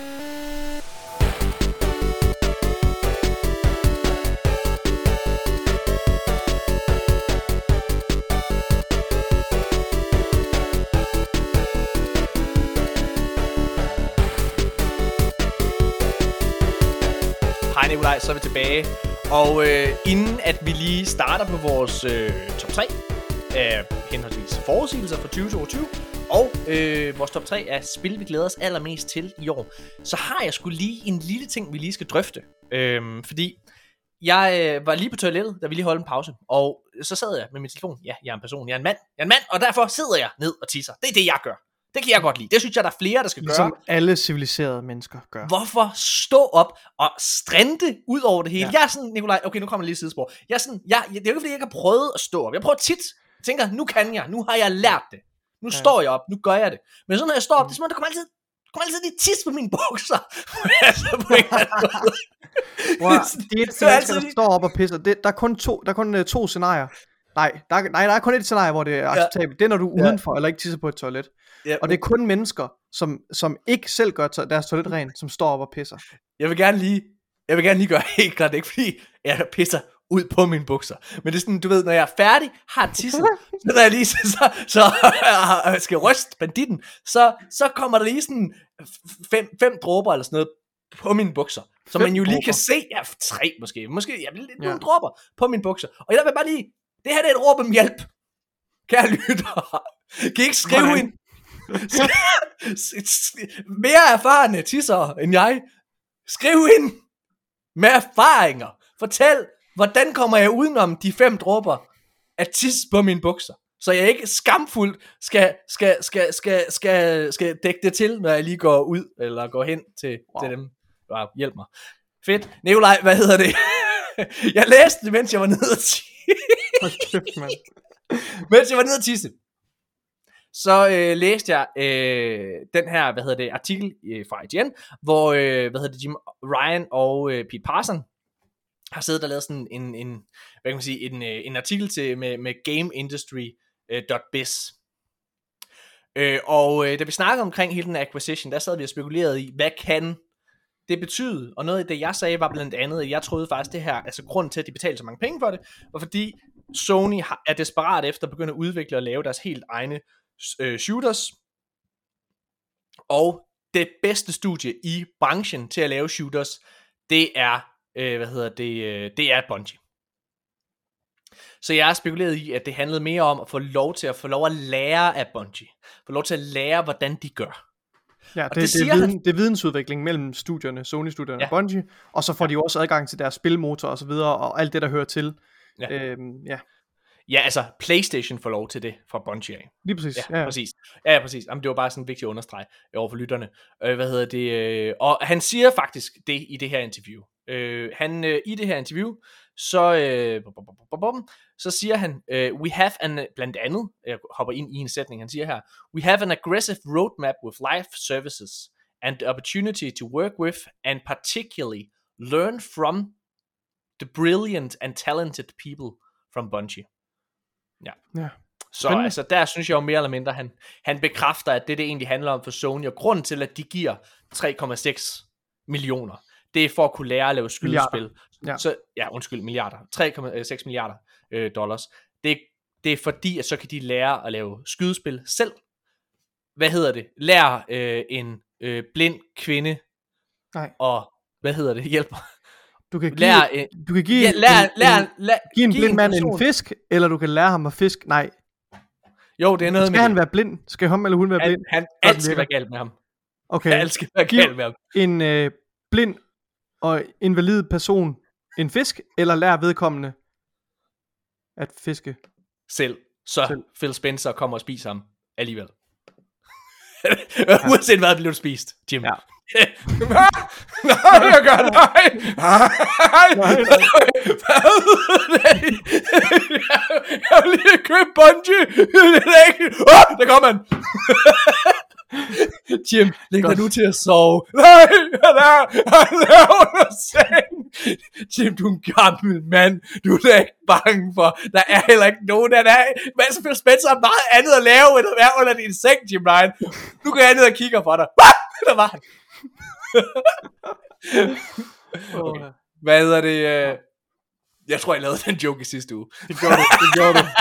Hej Nikolaj, så er vi tilbage. Og inden at vi lige starter på vores top 3 af henholdsvis forudsigelser for 2022 og vores top 3 af spil, vi glæder os allermest til i år, så har jeg sgu lige en lille ting, vi lige skal drøfte. Fordi jeg var lige på toilettet, da vi lige holdt en pause, og så sad jeg med min telefon. Ja, jeg er en person, jeg er en mand, og derfor sidder jeg ned og tisser. Det er det, jeg gør. Det kan jeg godt lide. Det synes jeg, der er flere, der skal gøre. Som alle civiliserede mennesker gør. Hvorfor stå op og strente ud over det hele? Ja. Jeg er sådan, Nikolaj, okay, nu kommer lige et sidespor. Jeg er sådan, det er jo ikke, fordi jeg ikke har prøvet at stå op. Jeg prøver tit. Jeg tænker, nu kan jeg. Nu har jeg lært det. Nu står jeg op. Nu gør jeg det. Men så når jeg står op, det er som om, der kommer altid lidt tis på mine bukser. Det er altid, der står op og pisser. Der er kun to scenarier. Nej, der er kun et scenarie, hvor det er acceptabelt. Det er, når du er udenfor, eller ikke tisser på et toilet. Ja, og det er kun mennesker, som ikke selv gør deres toilet rent, som står op og pisser. Jeg vil gerne lige gøre helt klart, ikke fordi jeg pisser ud på mine bukser. Men det er sådan, du ved, når jeg er færdig, har tisset, så når jeg lige så skal ryste banditten, så kommer der lige sådan 5 dråber eller sådan noget på mine bukser. Så man jo lige kan se, 3 måske nogle dråber på mine bukser. Og jeg vil bare lige, det her det er et råb om hjælp. Kære lytter, kan I ikke skrive ind? Mere erfarne tisser end jeg. Skriv ind med erfaringer. Fortæl, hvordan kommer jeg udenom de 5 dråber af tis på mine bukser, så jeg ikke skamfuldt skal dække det til, når jeg lige går ud eller går hen til dem. Wow, hjælp mig. Fedt. Nikolaj, hvad hedder det? Jeg læste det, mens jeg var nede at tisse. Så læste jeg den her, artikel fra IGN, hvor Jim Ryan og Pete Parson har siddet og lavet sådan en artikel til med GameIndustry.biz. Og da vi snakkede omkring hele den acquisition, der sad vi og spekulerede i, hvad kan det betyde? Og noget af det, jeg sagde, var blandt andet, at jeg troede faktisk det her, altså grunden til, at de betalte så mange penge for det, var fordi Sony er desperat efter at begynde at udvikle og lave deres helt egne shooters. Og det bedste studie i branchen til at lave shooters, det er det er Bungie. Så jeg har spekuleret i, at det handlede mere om at få lov at lære af Bungie. Få lov til at lære, hvordan de gør. Ja, det er vidensudvikling mellem studierne, Sony-studierne og Bungie, og så får de jo også adgang til deres spilmotor og så videre, og alt det, der hører til. Ja, altså PlayStation får lov til det fra Bungie af. Lige præcis. Præcis. Ja, præcis. Jamen, det var bare sådan vigtigt at understrege over for lytterne. Og han siger faktisk det i det her interview. I det her interview, så siger han, we have blandt andet, jeg hopper ind i en sætning, han siger her, we have an aggressive roadmap with live services and the opportunity to work with and particularly learn from the brilliant and talented people from Bungie. Ja. Så altså, der synes jeg jo mere eller mindre, han bekræfter, at det egentlig handler om for Sony, og grunden til, at de giver 3,6 millioner, det er for at kunne lære at lave skydespil. Milliarder. 3,6 milliarder dollars. Det er fordi, at så kan de lære at lave skydespil selv. Lær en blind kvinde. Og, hjælp mig. Du kan give en blind mand en fisk, eller du kan lære ham at fiske. Nej. Jo, det er noget med han være blind? Skal ham eller hun være blind? Alt skal være galt med ham. Okay. Alt skal være galt med ham. En blind og invalid person en fisk, eller lærer vedkommende at fiske selv, Phil Spencer kommer og spiser ham alligevel. Uanset hvad bliver du spist, Jim. Ja. Nej, jeg gør det. Nej. Jeg vil lige købe Bungie. Der kommer han. Jim, læg dig nu til at sove. Nej, han er under seng. Jim, du er en gammel mand. Du er da ikke bange for. Der er heller ikke nogen, der er. Men så Phil Spencer har meget andet at lave, end at være under din seng, Jim Ryan. Nu går jeg ned og kigger på dig. Der var han. Okay. Hvad hedder det? Jeg tror, jeg lavede den joke i sidste uge. Det gjorde du.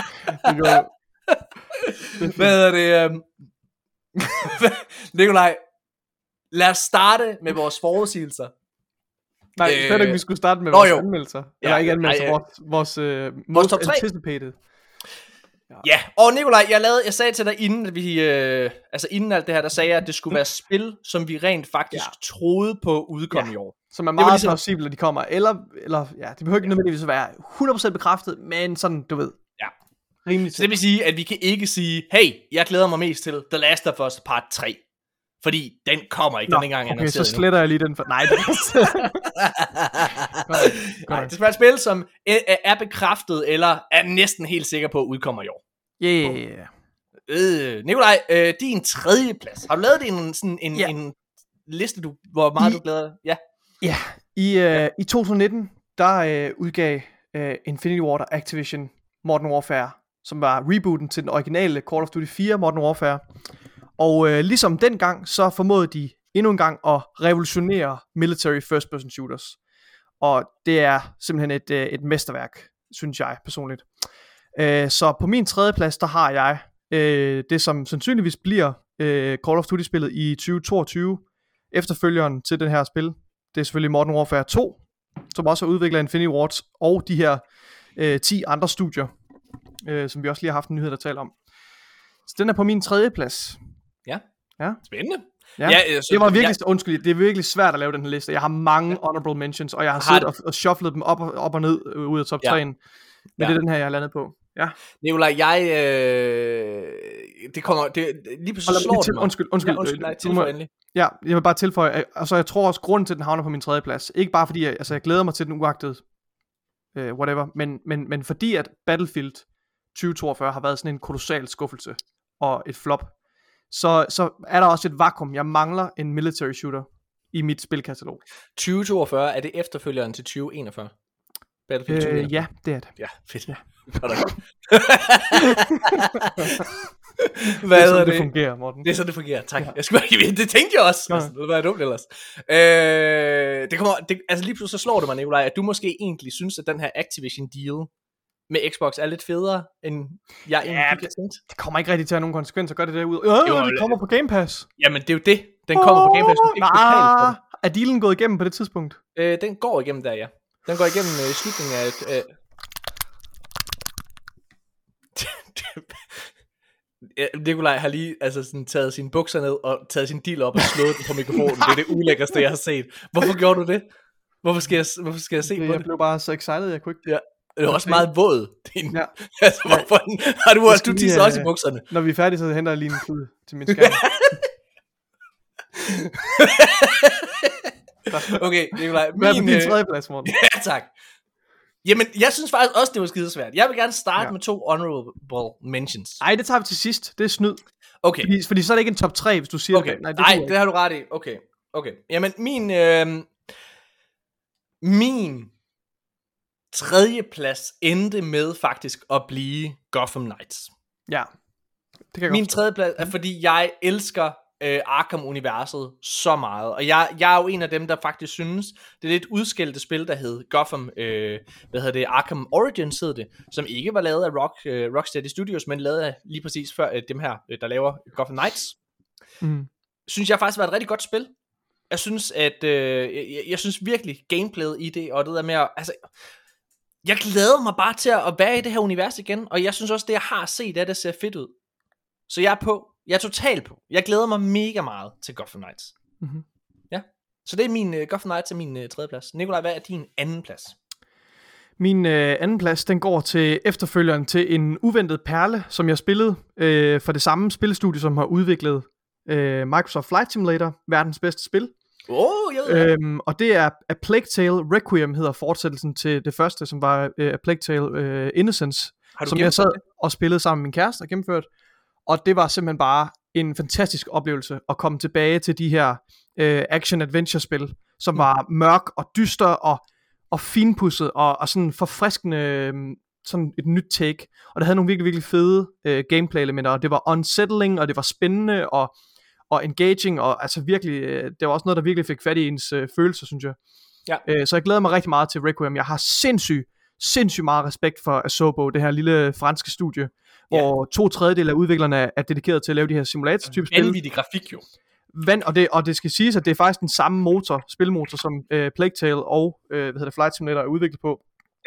Hvad hedder det? Nikolaj, lad os starte med vores forudsigelser. Nej, jeg tror ikke, vi skulle starte med vores anmeldelser. Eller ikke anmeldelser, vores most top 3. anticipated. Ja, og Nikolaj, jeg sagde til dig inden inden alt det her, der sagde jeg, at det skulle være spil, som vi rent faktisk troede på udkom i år. Som er meget plausibelt, at de kommer. Eller det behøver ikke nødvendigvis at være 100% bekræftet, men sådan, du ved. Ja. Rimeligt. Så det vil sige, at vi kan ikke sige, hey, jeg glæder mig mest til The Last of Us Part 3. Fordi den kommer ikke, den engang okay, så sletter jeg lige den for... Nej, Nej, det skal være et spil, som er bekræftet, eller er næsten helt sikker på, at udkommer i år. Nikolaj, din 3. plads. Har du lavet en liste, hvor meget du glæder? Ja. I 2019, der udgav Infinity Ward og Activision Modern Warfare, som var rebooten til den originale Call of Duty 4 Modern Warfare. Og ligesom dengang, så formåede de endnu en gang at revolutionere military first person shooters. Og det er simpelthen et mesterværk, synes jeg personligt. Så på min tredje plads, der har jeg det, som sandsynligvis bliver Call of Duty-spillet i 2022. Efterfølgeren til den her spil, det er selvfølgelig Modern Warfare 2, som også har udviklet Infinity Ward, og de her 10 andre studier, som vi også lige har haft en nyhed, der taler om. Så den er på min tredje plads. Ja. Spændende. Ja. Det var virkelig, undskyld, det er virkelig svært at lave den her liste. Jeg har mange honorable mentions, og jeg har siddet og shufflet dem op og ned ud af top 3'en. Men det er den her, jeg har landet på. Ja. Nikolaj, det kommer, lige pludselig slår det mig. Undskyld. Ja, jeg vil bare tilføje, altså jeg tror også, grunden til, at den havner på min tredje plads, ikke bare fordi, jeg glæder mig til den uagtet, whatever, men fordi, at Battlefield 2042 har været sådan en kolossal skuffelse, og et flop, så er der også et vakuum. Jeg mangler en military shooter i mit spilkatalog. 2042, er det efterfølgeren til 2041? Battlefield 2041? Ja, det er det. Ja, fedt. Ja. Hvad er det? Det fungerer, Morten. Det er så det fungerer. Tak. Ja. Det tænkte jeg også. Altså, det var dumt ellers. Altså lige pludselig så slår det mig, Nikolaj, at du måske egentlig synes, at den her Activision deal med Xbox er lidt federe end jeg egentlig fik tænkt. Det kommer ikke rigtig til at have nogen konsekvenser. Gør det derud? Det kommer på Game Pass. Jamen det er jo det. Den kommer på Game Pass. Er dealen gået igennem på det tidspunkt? Den går igennem der, ja. Den går igennem i slutningen af Nikolaj har lige sådan taget sine bukser ned og taget sin deal op og slået den på mikrofonen. Det er det ulækkerste, jeg har set. Hvorfor gjorde du det? Hvorfor skal jeg se på det? Jeg blev bare så excited, jeg kunne ikke. Ja. Det er også meget våd. Altså, hvorfor har du tisset også i bukserne? Når vi er færdige, så henter jeg lige en klud til min skærm. Okay, Nikolaj. Hvad er på din tredje plads, Morten? Ja, tak. Jamen, jeg synes faktisk også, det var skidesvært. Jeg vil gerne starte med 2 honorable mentions. Nej, det tager vi til sidst. Det er snyd. Okay. Fordi så er det ikke en top 3, hvis du siger det. Nej, det har du ret i. Okay. Jamen, min tredje plads endte med faktisk at blive Gotham Knights. Ja. Det kan min tredje plads er, fordi jeg elsker Arkham-universet så meget. Og jeg er jo en af dem, der faktisk synes, det er lidt udskældte spil, der hed Gotham, Arkham Origins hed det, som ikke var lavet af Rocksteady Studios, men lavet af lige præcis før dem her, der laver Gotham Knights. Synes jeg faktisk var et rigtig godt spil. Jeg synes, at jeg synes virkelig gameplayet i det, og det der med at, altså, jeg glæder mig bare til at være i det her univers igen, og jeg synes også, det jeg har set, det ser fedt ud. Så jeg er på. Jeg er totalt på. Jeg glæder mig mega meget til Gotham Knights. Ja. Så det er min Gotham Knights er min tredje plads. Nikolaj, hvad er din anden plads? Min anden plads, den går til efterfølgeren til en uventet perle, som jeg spillede for det samme spilstudie, som har udviklet Microsoft Flight Simulator, verdens bedste spil. Og det er A Plague Tale Requiem, hedder fortsættelsen til det første, som var A Plague Tale Innocence, som jeg sad og spillede sammen med min kæreste og gennemført. Og det var simpelthen bare en fantastisk oplevelse at komme tilbage til de her action-adventure-spil, som var mørk og dyster og finpudset og sådan forfriskende, sådan et nyt take. Og det havde nogle virkelig, virkelig fede gameplay-elementer, og det var unsettling, og det var spændende og engaging, og altså virkelig, det var også noget, der virkelig fik fat i ens følelser, synes jeg. Ja. Så jeg glæder mig rigtig meget til Requiem. Jeg har sindssygt meget respekt for Asobo, det her lille franske studie, hvor 2/3 af udviklerne er dedikeret til at lave de her simulator-type spil. Vanvittig grafik jo. Og det skal siges, at det er faktisk den samme spilmotor, som Plague Tale og Flight Simulator er udviklet på. Ja.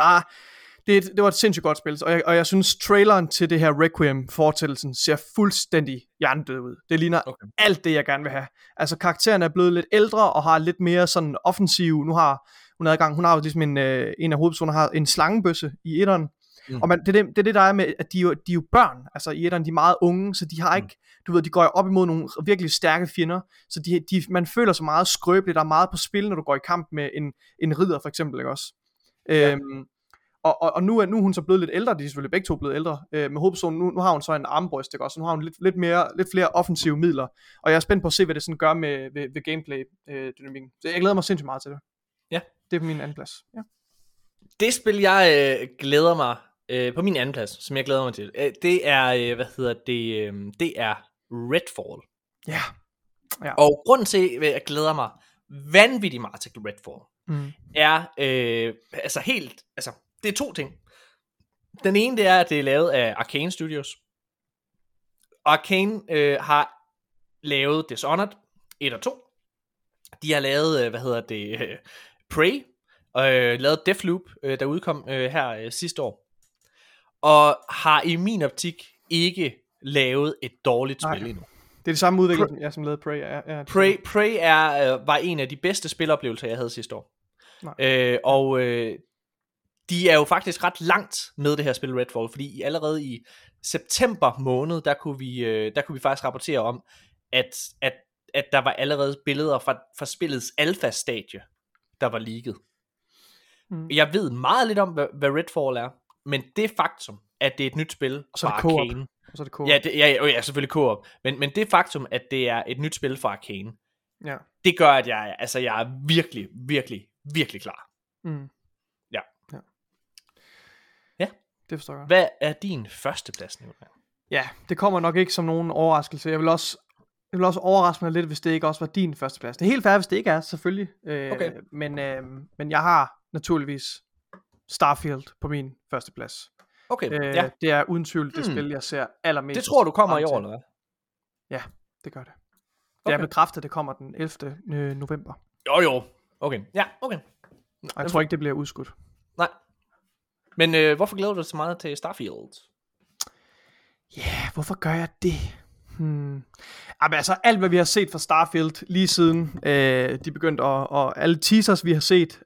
Det var et sindssygt godt spil, og jeg synes traileren til det her Requiem fortællelsen ser fuldstændig hjernedød ud. Det ligner alt det, jeg gerne vil have. Altså karakteren er blevet lidt ældre og har lidt mere sådan offensiv. Hun har jo ligesom en af hovedpersonerne har en slangebøsse i etteren. Og det er det der er med, at de er jo børn. Altså i etteren, de er meget unge, så de har ikke, du ved, de går op imod nogle virkelig stærke fjender, så man føler sig meget skrøbeligt. Der er meget på spil, når du går i kamp med en ridder for eksempel, ikke også? Ja. Og nu er hun så blevet lidt ældre. De er selvfølgelig begge to blevet ældre med hovedpersonen. Nu har hun så en armbryst, ikke også? Så nu har hun lidt flere offensive midler. Og jeg er spændt på at se, hvad det sådan gør ved gameplay dynamikken. Så jeg glæder mig sindssygt meget til det. Ja. Det er på min anden plads. Ja. Det spil jeg glæder mig på min anden plads, som jeg glæder mig til, det er det er Redfall. Ja. Og grunden til, at jeg glæder mig vanvittigt meget til Redfall, er det er 2 ting. Den ene, det er, at det er lavet af Arcane Studios. Arcane har lavet Dishonored 1 og 2. De har lavet, Prey, og lavet Deathloop, der udkom her sidste år. Og har i min optik ikke lavet et dårligt spil endnu. Det er det samme udvikling, som lavede Prey. Ja, Prey var en af de bedste spiloplevelser, jeg havde sidste år. De er jo faktisk ret langt med det her spil Redfall, fordi allerede i september måned, der kunne vi faktisk rapportere om, at der var allerede billeder fra spillets alfa-stadie, der var leaget. Jeg ved meget lidt om, hvad Redfall er, men det faktum, at det er et nyt spil fra Arcane. Så er det co-op. Ja, selvfølgelig co-op. Men det faktum, at det er et nyt spil fra Arcane, det gør, at jeg er virkelig, virkelig, virkelig klar. Ja. Det forstår jeg. Hvad er din første plads nu? Ja, det kommer nok ikke som nogen overraskelse. Jeg vil også overraske mig lidt, hvis det ikke også var din første plads. Det er helt fair, hvis det ikke er, selvfølgelig. Okay. Men jeg har naturligvis Starfield på min første plads. Okay, Det er uden tvivl det spil, jeg ser allermest. Det tror du kommer i år, eller hvad? Ja, det gør det. Det er bekræftet, det kommer den 11. november. Jo. Okay, ja, okay. Og jeg tror ikke, det bliver udskudt. Nej. Men hvorfor glæder du dig så meget til Starfield? Ja, hvorfor gør jeg det? Altså alt hvad vi har set fra Starfield lige siden de begyndte og alle teasers vi har set,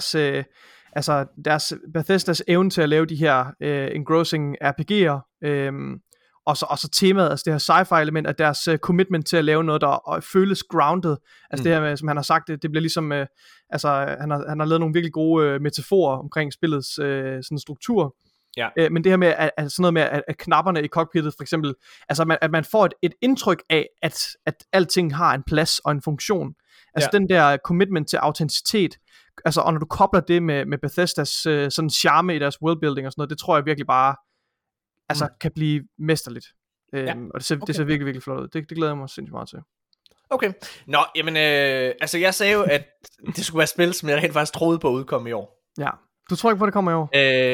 deres Bethesdas evne til at lave de her engrossing RPG'er, og så temaet, altså det her sci-fi element, at deres commitment til at lave noget der føles grounded, altså det her med, som han har sagt, det bliver ligesom han har lavet nogle virkelig gode metaforer omkring spillets sådan struktur. Ja. Men det her med at sådan noget med at knapperne i cockpittet for eksempel, altså at man får et indtryk af at alting har en plads og en funktion. Altså den der commitment til autenticitet, altså og når du kobler det med Bethesdas sådan charme i deres worldbuilding og sådan noget, det tror jeg virkelig bare kan blive mesterligt. Og det ser virkelig, virkelig flot ud. Det glæder jeg mig sindssygt meget til. Okay. Nå, jamen jeg sagde jo, at det skulle være spil, som jeg rent faktisk troede på at udkomme i år. Ja. Du tror ikke på, at det kommer i år?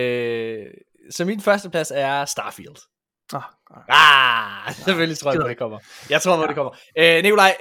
Så min første plads er Starfield. Selvfølgelig tror jeg på, det kommer. Jeg tror på, det kommer. Nikolaj,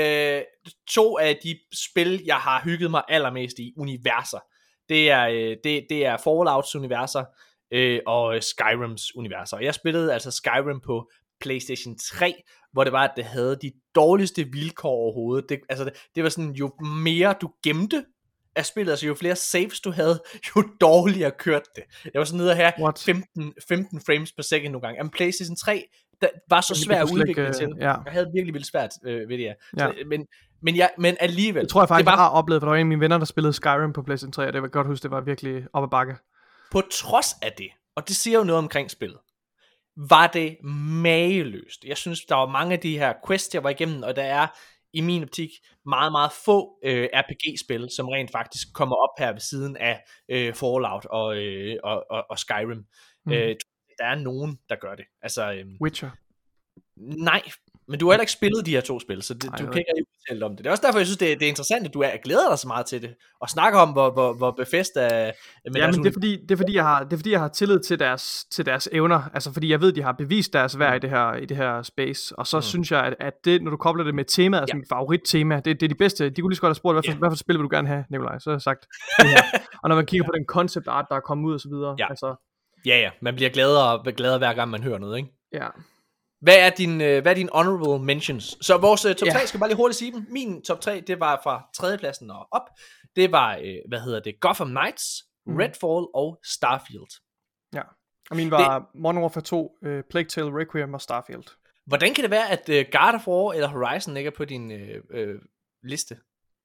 2 af de spil, jeg har hygget mig allermest i universer, det er Fallouts universer og Skyrims universer. Og jeg spillede altså Skyrim på PlayStation 3, hvor det var, at det havde de dårligste vilkår overhovedet. Det var sådan, jo mere du gemte af spillet, altså jo flere saves du havde, jo dårligere kørte det. Jeg var sådan nede her 15 frames per second nogle gange. Men PlayStation 3, der var så svært at udvikle til. Jeg havde virkelig vildt svært ved det her. Så, men alligevel. Det tror jeg faktisk, jeg har oplevet, for der var en af mine venner, der spillede Skyrim på PlayStation 3, og det var godt huske, det var virkelig op ad bakke. På trods af det, og det siger jo noget omkring spillet, var det mageløst. Jeg synes, der var mange af de her quests, jeg var igennem, og der er i min optik meget, meget få RPG-spil, som rent faktisk kommer op her ved siden af Fallout og Skyrim. Der er nogen, der gør det. Altså, Witcher? Nej, men du har heller ikke spillet de her 2 spil, så du kan ikke rigtig udtale om det. Det er også derfor, jeg synes, det er interessant, at du glæder dig så meget til det, og snakker om, hvor Bethesda... Men det er fordi, jeg har tillid til deres evner, altså fordi jeg ved, de har bevist deres værd i det her space, og så synes jeg, at det, når du kobler det med temaet, altså mit favorittema, det er de bedste, de kunne lige så godt have spurgt, hvad for spil vil du gerne have, Nikolaj, så har jeg sagt det her. Og når man kigger på den concept art, der er kommet ud og så videre, altså... Ja, man bliver gladere hver gang man hører noget, ikke? Ja. Hvad er din honorable mentions? Så vores top 3, skal bare lige hurtigt sige dem. Min top 3, det var fra 3. pladsen og op. Det var, Gotham Knights, Redfall og Starfield. Ja, og min var Modern Warfare 2, Plague Tale Requiem og Starfield. Hvordan kan det være, at God of War eller Horizon ligger på din liste?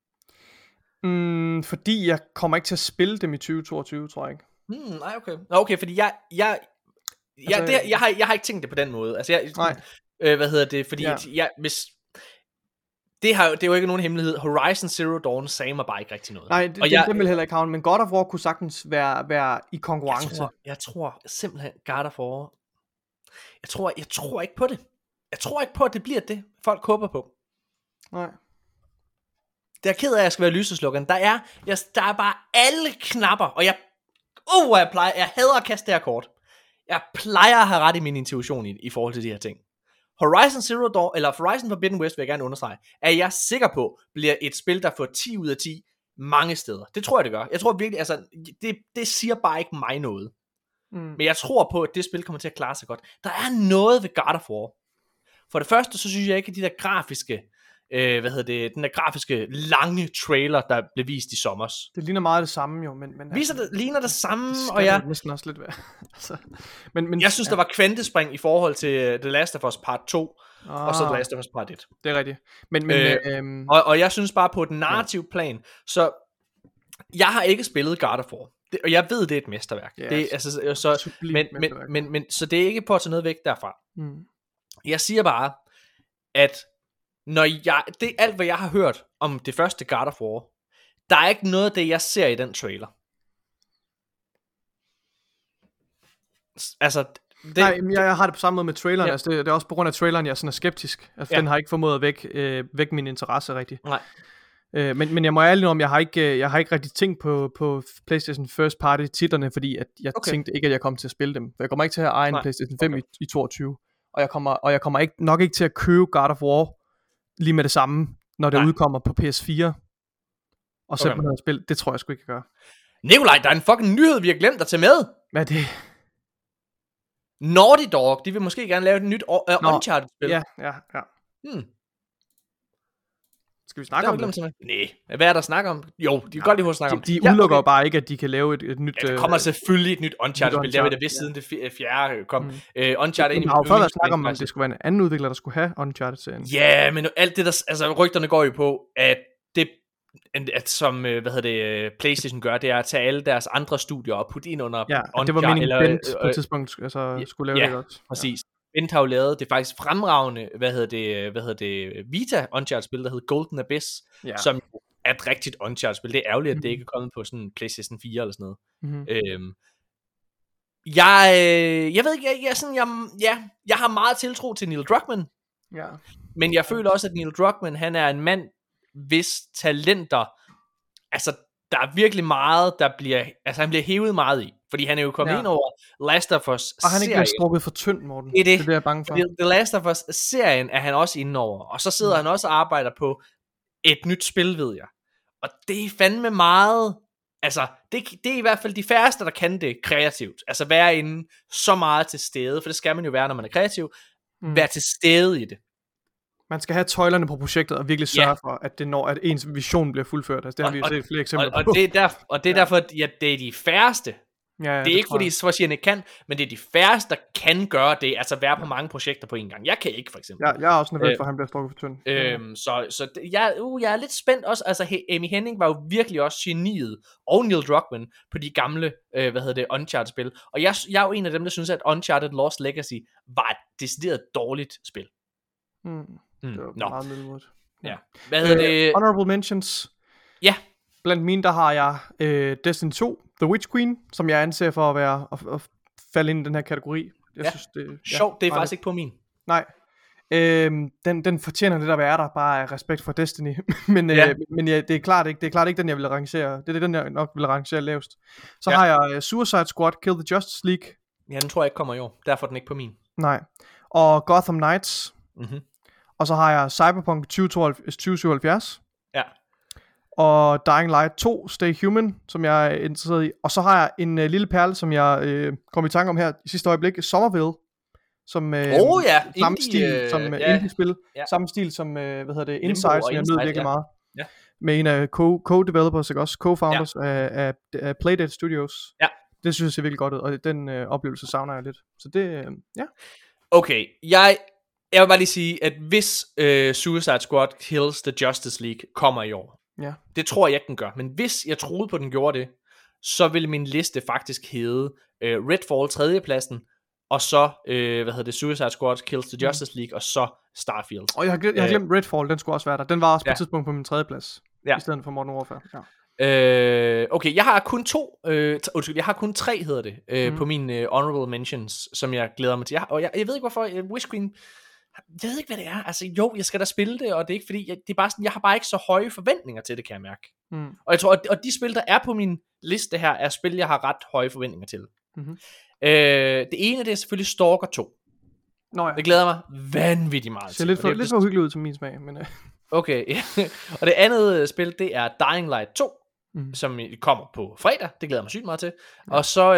Fordi jeg kommer ikke til at spille dem i 2022, tror jeg ikke. Nej, okay. Okay, fordi jeg har ikke tænkt det på den måde. Altså fordi hvis det er jo ikke nogen hemmelighed. Horizon Zero Dawn sagde mig bare ikke rigtig noget. Nej, det vil heller ikke havne, men God of War kunne sagtens være i konkurrence. Jeg tror simpelthen God of War. Jeg tror ikke på det. jeg tror ikke på, at det bliver det, folk håber på. Nej. Det er ked af, at jeg skal være lyseslukkeren. Der er bare alle knapper, og jeg hader at kaste det her kort. Jeg plejer at have ret i min intuition i forhold til de her ting. Horizon Zero Dawn, eller Horizon Forbidden West, vil jeg gerne understrege, er jeg sikker på, bliver et spil, der får 10 ud af 10 mange steder. Det tror jeg, det gør. Jeg tror virkelig, altså, det siger bare ikke mig noget. Men jeg tror på, at det spil kommer til at klare sig godt. Der er noget ved God of War. For det første, så synes jeg ikke, at de der grafiske, den der grafiske lange trailer, der blev vist i sommers. Det ligner meget det samme jo, men ligner det samme, det og jeg næsten også lidt være. Altså, jeg synes, der var kvantespring i forhold til The Last of Us Part 2, og så The Last of Us Part 1. Det er rigtigt. Og jeg synes bare på et narrativ plan, så jeg har ikke spillet God of War. Og jeg ved, det er et mesterværk. Ja, det er, altså, så, men så det er ikke på at tage noget væk derfra. Jeg siger bare, at det er alt, hvad jeg har hørt om det første God of War. Der er ikke noget af det, jeg ser i den trailer. Altså, nej, jeg har det på samme måde med traileren. Ja. Altså, det er også på grund af traileren, jeg sådan er skeptisk. Altså, den har ikke formået at vække min interesse rigtigt. Nej. Men jeg må ærligt om, jeg har ikke rigtig tænkt på PlayStation First Party titlerne, fordi at jeg tænkte ikke, at jeg kom til at spille dem. For jeg kommer ikke til at eje en PlayStation 5 i 22. Og jeg kommer nok ikke til at købe God of War lige med det samme, når det udkommer på PS4. Og sætte mig ned og spille. Det tror jeg sgu ikke, jeg gør. Nikolaj, der er en fucking nyhed, vi har glemt at tage med. Hvad er det? Naughty Dog, de vil måske gerne lave et nyt Uncharted-spil. Ja. Skal vi snakke om det? Nej, hvad er der at snakke om? Jo, de kan godt lige hurtigt snakke om. De udelukker jo bare ikke, at de kan lave et nyt... Ja, der kommer selvfølgelig et nyt Uncharted-spil. Der vil det vist siden det fjerde kom. Uncharted ind i... Der har jo før været snak om, at det skulle være en anden udvikler, der skulle have Uncharted-serien. Ja, men alt det der... Altså, rygterne går jo på, at det... som PlayStation gør, det er at tage alle deres andre studier og putte ind under Uncharted. Det var meningen, Bent på et tidspunkt skulle lave det godt. Præcis. Bent har jo lavet det faktisk fremragende, Vita Uncharted-spil, der hedder Golden Abyss, som er et rigtigt Uncharted-spil. Det er ærgerligt, at det ikke er kommet på sådan PlayStation 4 eller sådan noget. Jeg ved ikke, jeg har meget tiltro til Neil Druckmann, men jeg føler også, at Neil Druckmann, han er en mand, hvis talenter, altså der er virkelig meget, han bliver hævet meget i, fordi han er jo kommet ind over Last of Us-serien. Og han er ikke blevet strukket for tynd, Morten. Det er jeg er bange for. The Last of Us-serien er han også inde over, og så sidder han også og arbejder på et nyt spil, ved jeg. Og det er fandme meget, altså det er i hvert fald de færreste, der kan det kreativt, altså være inde så meget til stede, for det skal man jo være, når man er kreativ, være til stede i det. Man skal have tøjlerne på projektet og virkelig sørge for, at det når, at ens vision bliver fuldført. Altså, det har vi set flere eksempler på. Og det er derfor, at det er de færreste. Det er ikke fordi Svarsierne kan, men det er de færreste, der kan gøre det, altså være på mange projekter på en gang. Jeg kan ikke, for eksempel. Ja, jeg er også nervøs for, at han bliver strukket for tynd. Så jeg er lidt spændt også. Altså, Amy Hennig var jo virkelig også geniet, og Neil Druckmann, på de gamle, Uncharted-spil. Og jeg er jo en af dem, der synes, at Uncharted Lost Legacy var et decideret dårligt spil. Det var meget middelmådigt. Ja. Hvad hedder det? Honorable mentions. Ja. Blandt mine, der har jeg Destiny 2, The Witch Queen, som jeg anser for at være at falde ind i den her kategori. Jeg synes, det sjovt, det er faktisk ikke på min. Nej. Den fortjener lidt at være der, bare af respekt for Destiny. men det er klart ikke den, jeg vil rangere. Det er den, jeg nok vil rangere lavest. Så har jeg Suicide Squad, Kill the Justice League. Ja, den tror jeg ikke kommer i år. Derfor er den ikke på min. Nej. Og Gotham Knights. Og så har jeg Cyberpunk 2077. Ja. Og Dying Light 2, Stay Human, som jeg er interesseret i. Og så har jeg en lille perle, som jeg kom i tanke om her i sidste øjeblik, Somerville, som samme stil som indie-spil, samme stil som Inside, som jeg nød virkelig meget. Ja. Med en af co-developers, ikke også, co-founders af Playdead Studios. Ja. Det synes jeg ser virkelig godt ud, og den oplevelse savner jeg lidt. Så det, Okay, jeg vil bare lige sige, at hvis Suicide Squad Kills the Justice League kommer i år, det tror jeg ikke, den gør, men hvis jeg troede på, den gjorde det, så ville min liste faktisk hedde Redfall 3. pladsen, og så, Suicide Squad Kills the Justice League, og så Starfield. Og jeg har glemt Redfall, den skulle også være der. Den var også på et tidspunkt på min 3. plads, i stedet for Modern Warfare. Okay, jeg har kun 3, hedder det, på mine honorable mentions, som jeg glæder mig til. Og jeg ved ikke hvorfor, Witch Queen Jeg ved ikke, hvad det er. Altså, jo, jeg skal da spille det, og det er ikke fordi, det er bare sådan, jeg har bare ikke så høje forventninger til det, kan jeg mærke. Og jeg tror, og de spil, der er på min liste her, er spil, jeg har ret høje forventninger til. Det ene, det er selvfølgelig Stalker 2. Nå ja. Det glæder mig vanvittigt meget til. Det ser lidt for hyggeligt ud til min smag, men... Okay, og det andet spil, det er Dying Light 2, som kommer på fredag. Det glæder mig sygt meget til. Ja. Og så,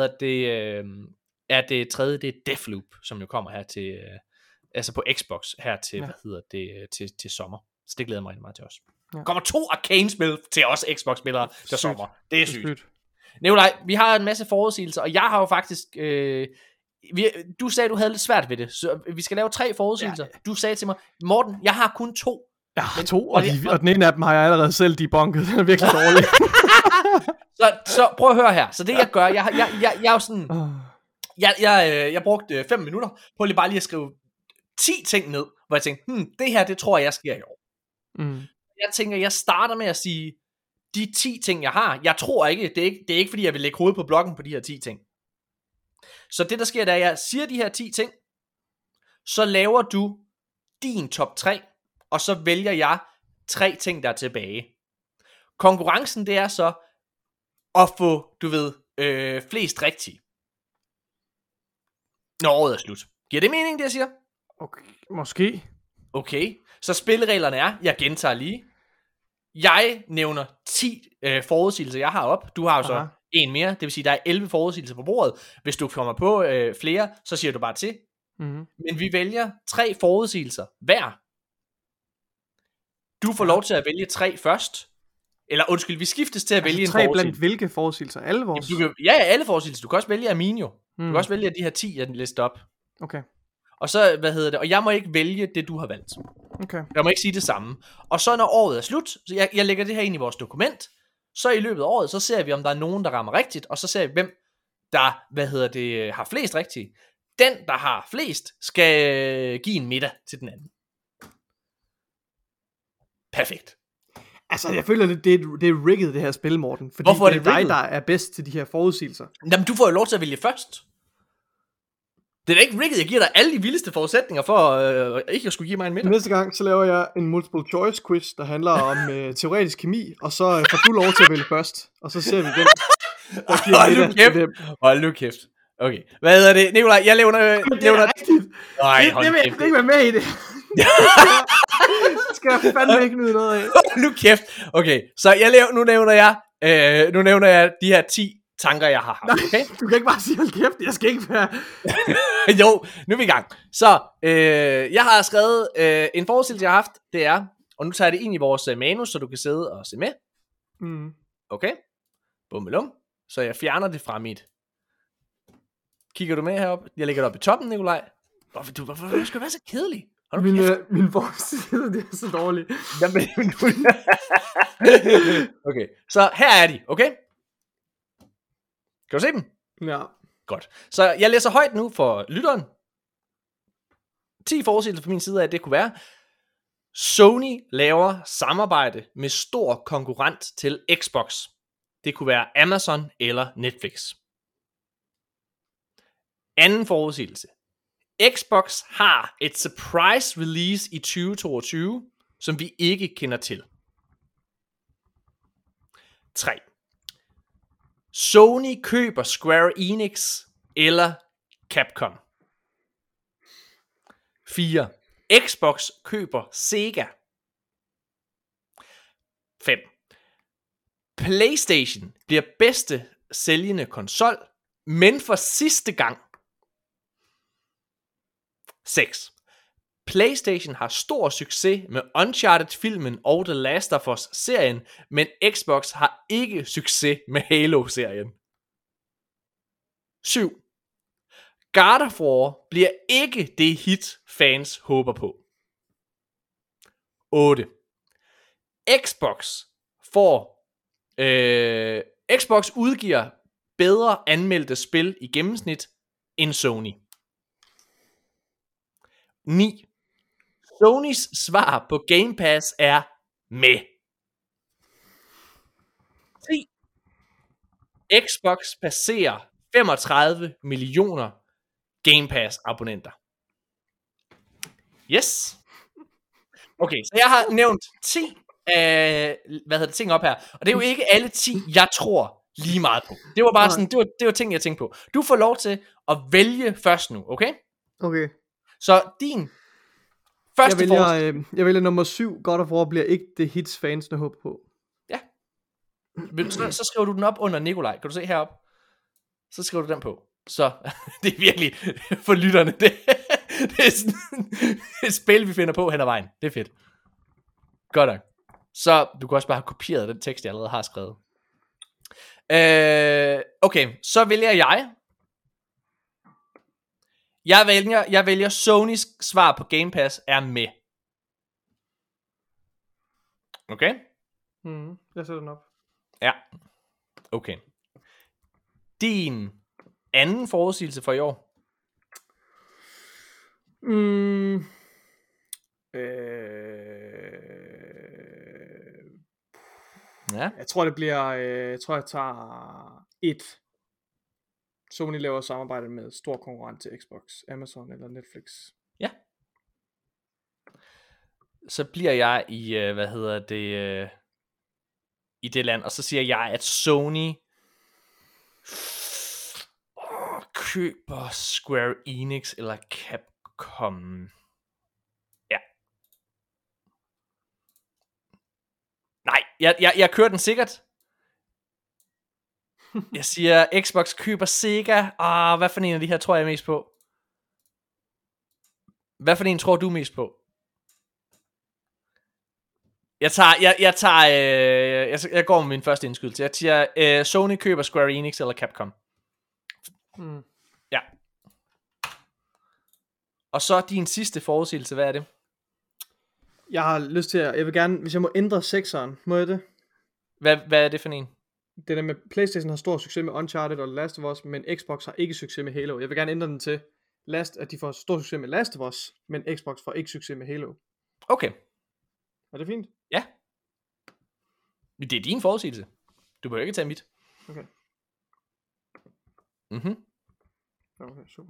er det tredje, det er Deathloop, som jo kommer her til, altså på Xbox, her til, til sommer. Så det glæder mig rigtig meget til os. Ja. Kommer 2 Arcane-spil til os Xbox-spillere til sommer. Det er sygt. Nikolaj, vi har en masse forudsigelser, og jeg har jo faktisk... du sagde, du havde lidt svært ved det, så vi skal lave 3 forudsigelser. Ja. Du sagde til mig, Morten, jeg har kun 2. Jeg har 2, og den ene af dem har jeg allerede selv debunket. Den er virkelig dårlig. så prøv at høre her. Så det jeg gør, jeg er jo sådan... Jeg brugte 5 minutter på lige bare lige at skrive 10 ting ned, hvor jeg tænkte, det her, det tror jeg sker i år. Jeg tænker, jeg starter med at sige, de 10 ting, jeg har, jeg tror ikke, det er ikke fordi, jeg vil lægge hovedet på blokken på de her 10 ting. Så det, der sker, da jeg siger de her 10 ting, så laver du din top 3, og så vælger jeg 3 ting, der er tilbage. Konkurrencen, det er så at få, flest rigtige, når året er slut. Giver det mening, det jeg siger? Okay, måske. Okay, så spillereglerne er, jeg gentager lige. Jeg nævner 10 forudsigelser, jeg har op. Du har jo så en mere, det vil sige, der er 11 forudsigelser på bordet. Hvis du kommer på flere, så siger du bare til. Men vi vælger 3 forudsigelser hver. Du får lov til at vælge 3 først. Eller undskyld, vi skiftes til at vælge en 3 forudsigelse. Blandt hvilke forudsigelser? Alle vores? Ja, alle forudsigelser. Du kan også vælge Aminio. Du kan også vælge de her 10, jeg lister op. Okay. Og så, og jeg må ikke vælge det, du har valgt. Okay. Jeg må ikke sige det samme. Og så når året er slut, så jeg lægger det her ind i vores dokument, så i løbet af året, så ser vi, om der er nogen, der rammer rigtigt, og så ser vi, hvem der, har flest rigtige. Den, der har flest, skal give en middag til den anden. Perfekt. Altså, jeg føler, det er rigged, det her spil, Morten. Fordi hvorfor er det dig, der er bedst til de her forudsigelser. Jamen, du får jo lov til at vælge først. Det er da ikke rigged, jeg giver dig alle de vildeste forudsætninger for ikke at skulle give mig en middag. Næste gang, så laver jeg en multiple choice quiz, der handler om teoretisk kemi, og så får du lov til at vælge først, og så ser vi hvem, der giver middag til dem. Hold nu kæft. Okay, hvad hedder det? Nikolaj, jeg nævner... Det er rigtigt. Det vil jeg ikke være med i det. Skal jeg fandme ikke nyde noget af. Nu kæft. Okay, så nu nævner jeg de her 10 tanker, jeg har haft. Okay? Du kan ikke bare sige, hold kæft, jeg skal ikke være... Jo, nu er vi i gang. Så, jeg har skrevet en forudsigelse, jeg har haft, det er, og nu tager jeg det ind i vores manus, så du kan sidde og se med. Okay? Bummelum. Så jeg fjerner det fra mit... Kigger du med heroppe? Jeg lægger det op i toppen, Nikolaj. Hvorfor skal du være så kedelig? Min forudsigelse, det er så dårligt. Okay, så her er de, okay? Kan du se dem? Ja. Godt. Så jeg læser højt nu for lytteren. 10 forudsigelser fra min side af, at det kunne være: Sony laver samarbejde med stor konkurrent til Xbox. Det kunne være Amazon eller Netflix. Anden forudsigelse: Xbox har et surprise release i 2022, som vi ikke kender til. 3. Sony køber Square Enix eller Capcom. 4. Xbox køber Sega. 5. PlayStation bliver bedste sælgende konsol, men for sidste gang. 6. PlayStation har stor succes med Uncharted-filmen og The Last of Us-serien, men Xbox har ikke succes med Halo-serien. 7. God of War bliver ikke det hit, fans håber på. 8. Xbox udgiver bedre anmeldte spil i gennemsnit end Sony. 9. Sonys svar på Game Pass er med. 10. Xbox passerer 35 millioner Game Pass abonnenter. Yes. Okay, så jeg har nævnt 10 ting op her. Og det er jo ikke alle 10, jeg tror lige meget på. Det var bare sådan, det var ting, jeg tænkte på. Du får lov til at vælge først nu, okay? Okay. Så din første forslag. Jeg vælger nummer 7. God of War bliver ikke det hits fansene håber på. Ja. Så skriver du den op under Nikolaj. Kan du se herop? Så skriver du den på. Så det er virkelig for lytterne. Det er sådan et spil, vi finder på hen ad vejen. Det er fedt. Godt nok. Så du kan også bare have kopieret den tekst, jeg allerede har skrevet. Okay, så vælger jeg. Jeg vælger Sonys svar på Game Pass er med. Okay? Jeg sætter den op. Ja. Okay. Din anden forudsigelse for i år? Ja. Jeg tror det bliver jeg tager 1. Sony laver samarbejde med stor konkurrent til Xbox, Amazon eller Netflix. Ja. Så bliver jeg i i det land, og så siger jeg, at Sony køber Square Enix eller Capcom. Ja. Nej, jeg kører den sikkert. Jeg siger, Xbox køber Sega. Hvad for en af de her tror jeg mest på? Hvad for en tror du mest på? Jeg går med min første indskydelse. Jeg siger, Sony køber Square Enix eller Capcom. Ja. Og så din sidste forudsigelse, hvad er det? Jeg har lyst til jeg vil gerne, hvis jeg må ændre 6'eren, må jeg det? Hvad er det for en? Det der med PlayStation har stor succes med Uncharted og Last of Us, men Xbox har ikke succes med Halo. Jeg vil gerne ændre den til at de får stor succes med Last of Us, men Xbox får ikke succes med Halo. Okay. Er det fint? Ja. Det er din forudsigelse. Du behøver ikke tage mit. Okay. Okay, super.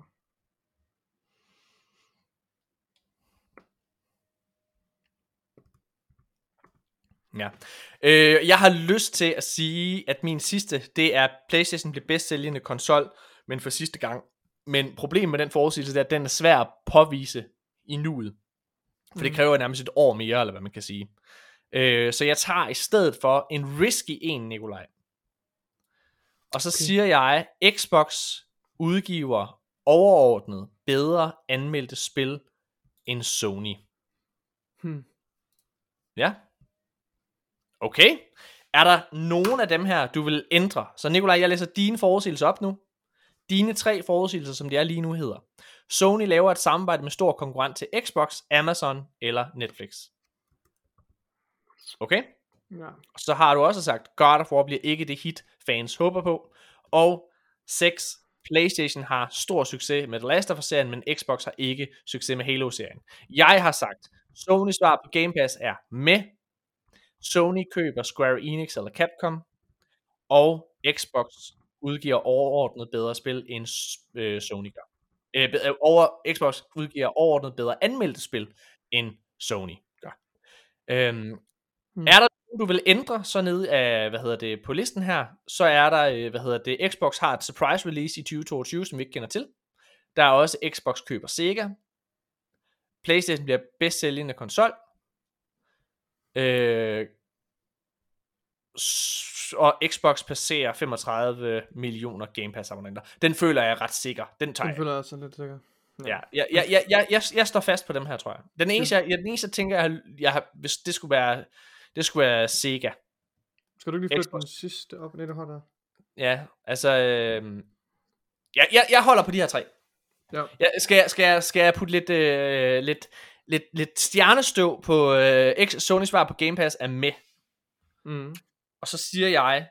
Ja. Jeg har lyst til at sige, at min sidste, det er PlayStation bliver bedst sælgende konsol, men for sidste gang. Men problemet med den forudsigelse, er, at den er svær at påvise i nuet. For det kræver nærmest et år mere, eller hvad man kan sige. Så jeg tager i stedet for en risky en, Nikolaj. Og så siger jeg, Xbox udgiver overordnet bedre anmeldte spil end Sony. Ja. Okay. Er der nogen af dem her, du vil ændre? Så Nikolaj, jeg læser dine forudsigelser op nu. Dine 3 forudsigelser, som de er lige nu, hedder: Sony laver et samarbejde med stor konkurrent til Xbox, Amazon eller Netflix. Okay? Ja. Så har du også sagt, God of War bliver ikke det hit, fans håber på. Og 6. PlayStation har stor succes med The Last of Us-serien, men Xbox har ikke succes med Halo-serien. Jeg har sagt, Sony svar på Game Pass er med. Sony køber Square Enix eller Capcom. Og Xbox udgiver overordnet bedre spil end Sony gør. Xbox udgiver overordnet bedre anmeldte spil end Sony gør. Er der du vil ændre så ned af, på listen her, så er der, Xbox har et surprise release i 2022, som vi ikke kender til. Der er også Xbox køber Sega. PlayStation bliver bedst sælgende konsol. Og Xbox passerer 35 millioner Game Pass abonnenter. Den føler jeg ret sikker. Den tager jeg. Den føler jeg også lidt sikker. Ja. Jeg står fast på dem her, tror jeg. Den eneste tænker jeg hvis det skulle være Sega. Skal du ikke lige flytte den sidste op, det du har der? Ja, altså jeg holder på de her 3. Ja. Skal jeg putte lidt stjernestøv på Sony svar på Game Pass er med. Og så siger jeg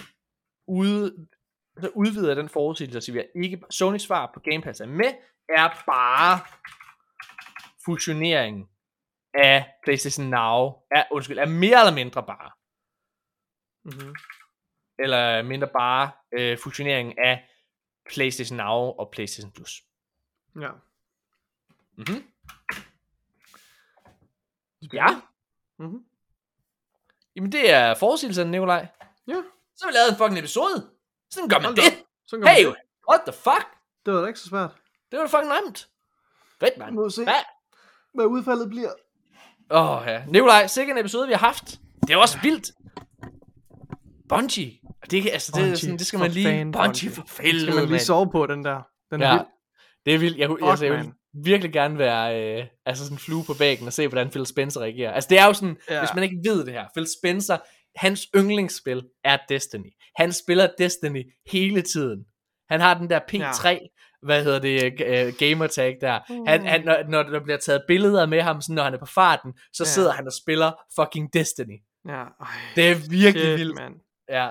udvider den forudsigelse og siger ikke Sony svar på Game Pass er med, er bare fusioneringen af PlayStation Now er mere eller mindre bare. Eller mindre bare fusioneringen af PlayStation Now og PlayStation Plus. Ja. Ja. Mm-hmm. Jamen, det er forudsigelserne, Nikolaj. Ja. Så har vi lavet en fucking episode. Sådan gør man Hold da det. op. Sådan gør man Hey, det. what the fuck? Det var da ikke så svært. Det var da fucking nemt. Fedt, mand. Nu se, Hvad? hvad udfaldet bliver. Ja. Nikolaj, sikkert en episode, vi har haft. Det er også vildt. Bungie. Det, altså, det, er sådan, det skal man lige... Bungie for fælde, skal man lige sove på, den der. Den er ja. vild. Det er vildt. Jeg vil virkelig gerne være altså sådan en flue på væggen og se, hvordan Phil Spencer reagerer. Altså det er jo sådan, hvis man ikke ved det her. Phil Spencer, hans yndlingsspil er Destiny. Han spiller Destiny hele tiden. Han har den der P3, gamertag der. Han, når der bliver taget billeder med ham, sådan, når han er på farten, så sidder han og spiller fucking Destiny. Ja. Det er virkelig vildt. Man. Ja.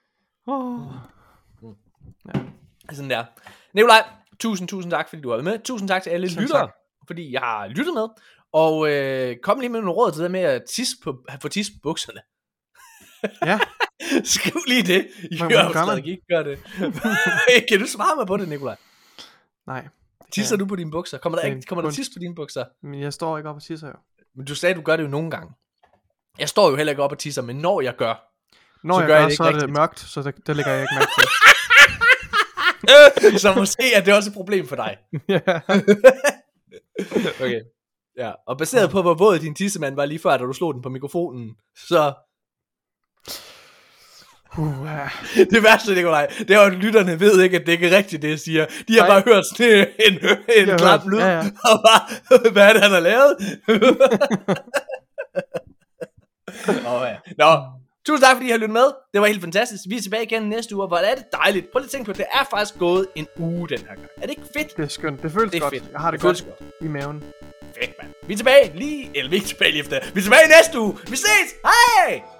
Ja. Sådan der. Nikolaj, tusind tak, fordi du har været med. Tusind tak til alle lyttere, fordi jeg har lyttet med. Og kom lige med nogle råd til det med at få tis på bukserne. Ja. Skriv lige det. Gør det. Kan du svare mig på det, Nikolaj? Nej. Tisser du på dine bukser? Kommer der tis på dine bukser? Men jeg står ikke op og tisser jo. Men du sagde, du gør det jo nogle gange. Jeg står jo heller ikke op og tisser, men når jeg gør, så er det mørkt, så der lægger jeg ikke mærke til. Så måske er det også et problem for dig. Ja. Okay. Ja, og baseret på, hvor våd din tissemand var lige før, da du slog den på mikrofonen, så... Det værste, Nikolaj, det er jo, at lytterne ved ikke, at det ikke er rigtigt, det jeg siger. De har bare hørt sådan en klap lyd, og bare, hvad er det, han har lavet? Nå, tusind tak, fordi I har lyttet med. Det var helt fantastisk. Vi er tilbage igen næste uge, hvor er det dejligt. Prøv lige at tænke på, det er faktisk gået en uge den her gang. Er det ikke fedt? Det er skønt. Det føles godt. Fedt. Jeg har det godt i maven. Fedt, mand. Vi er tilbage vi er ikke tilbage lige efter. Vi er tilbage næste uge. Vi ses. Hej!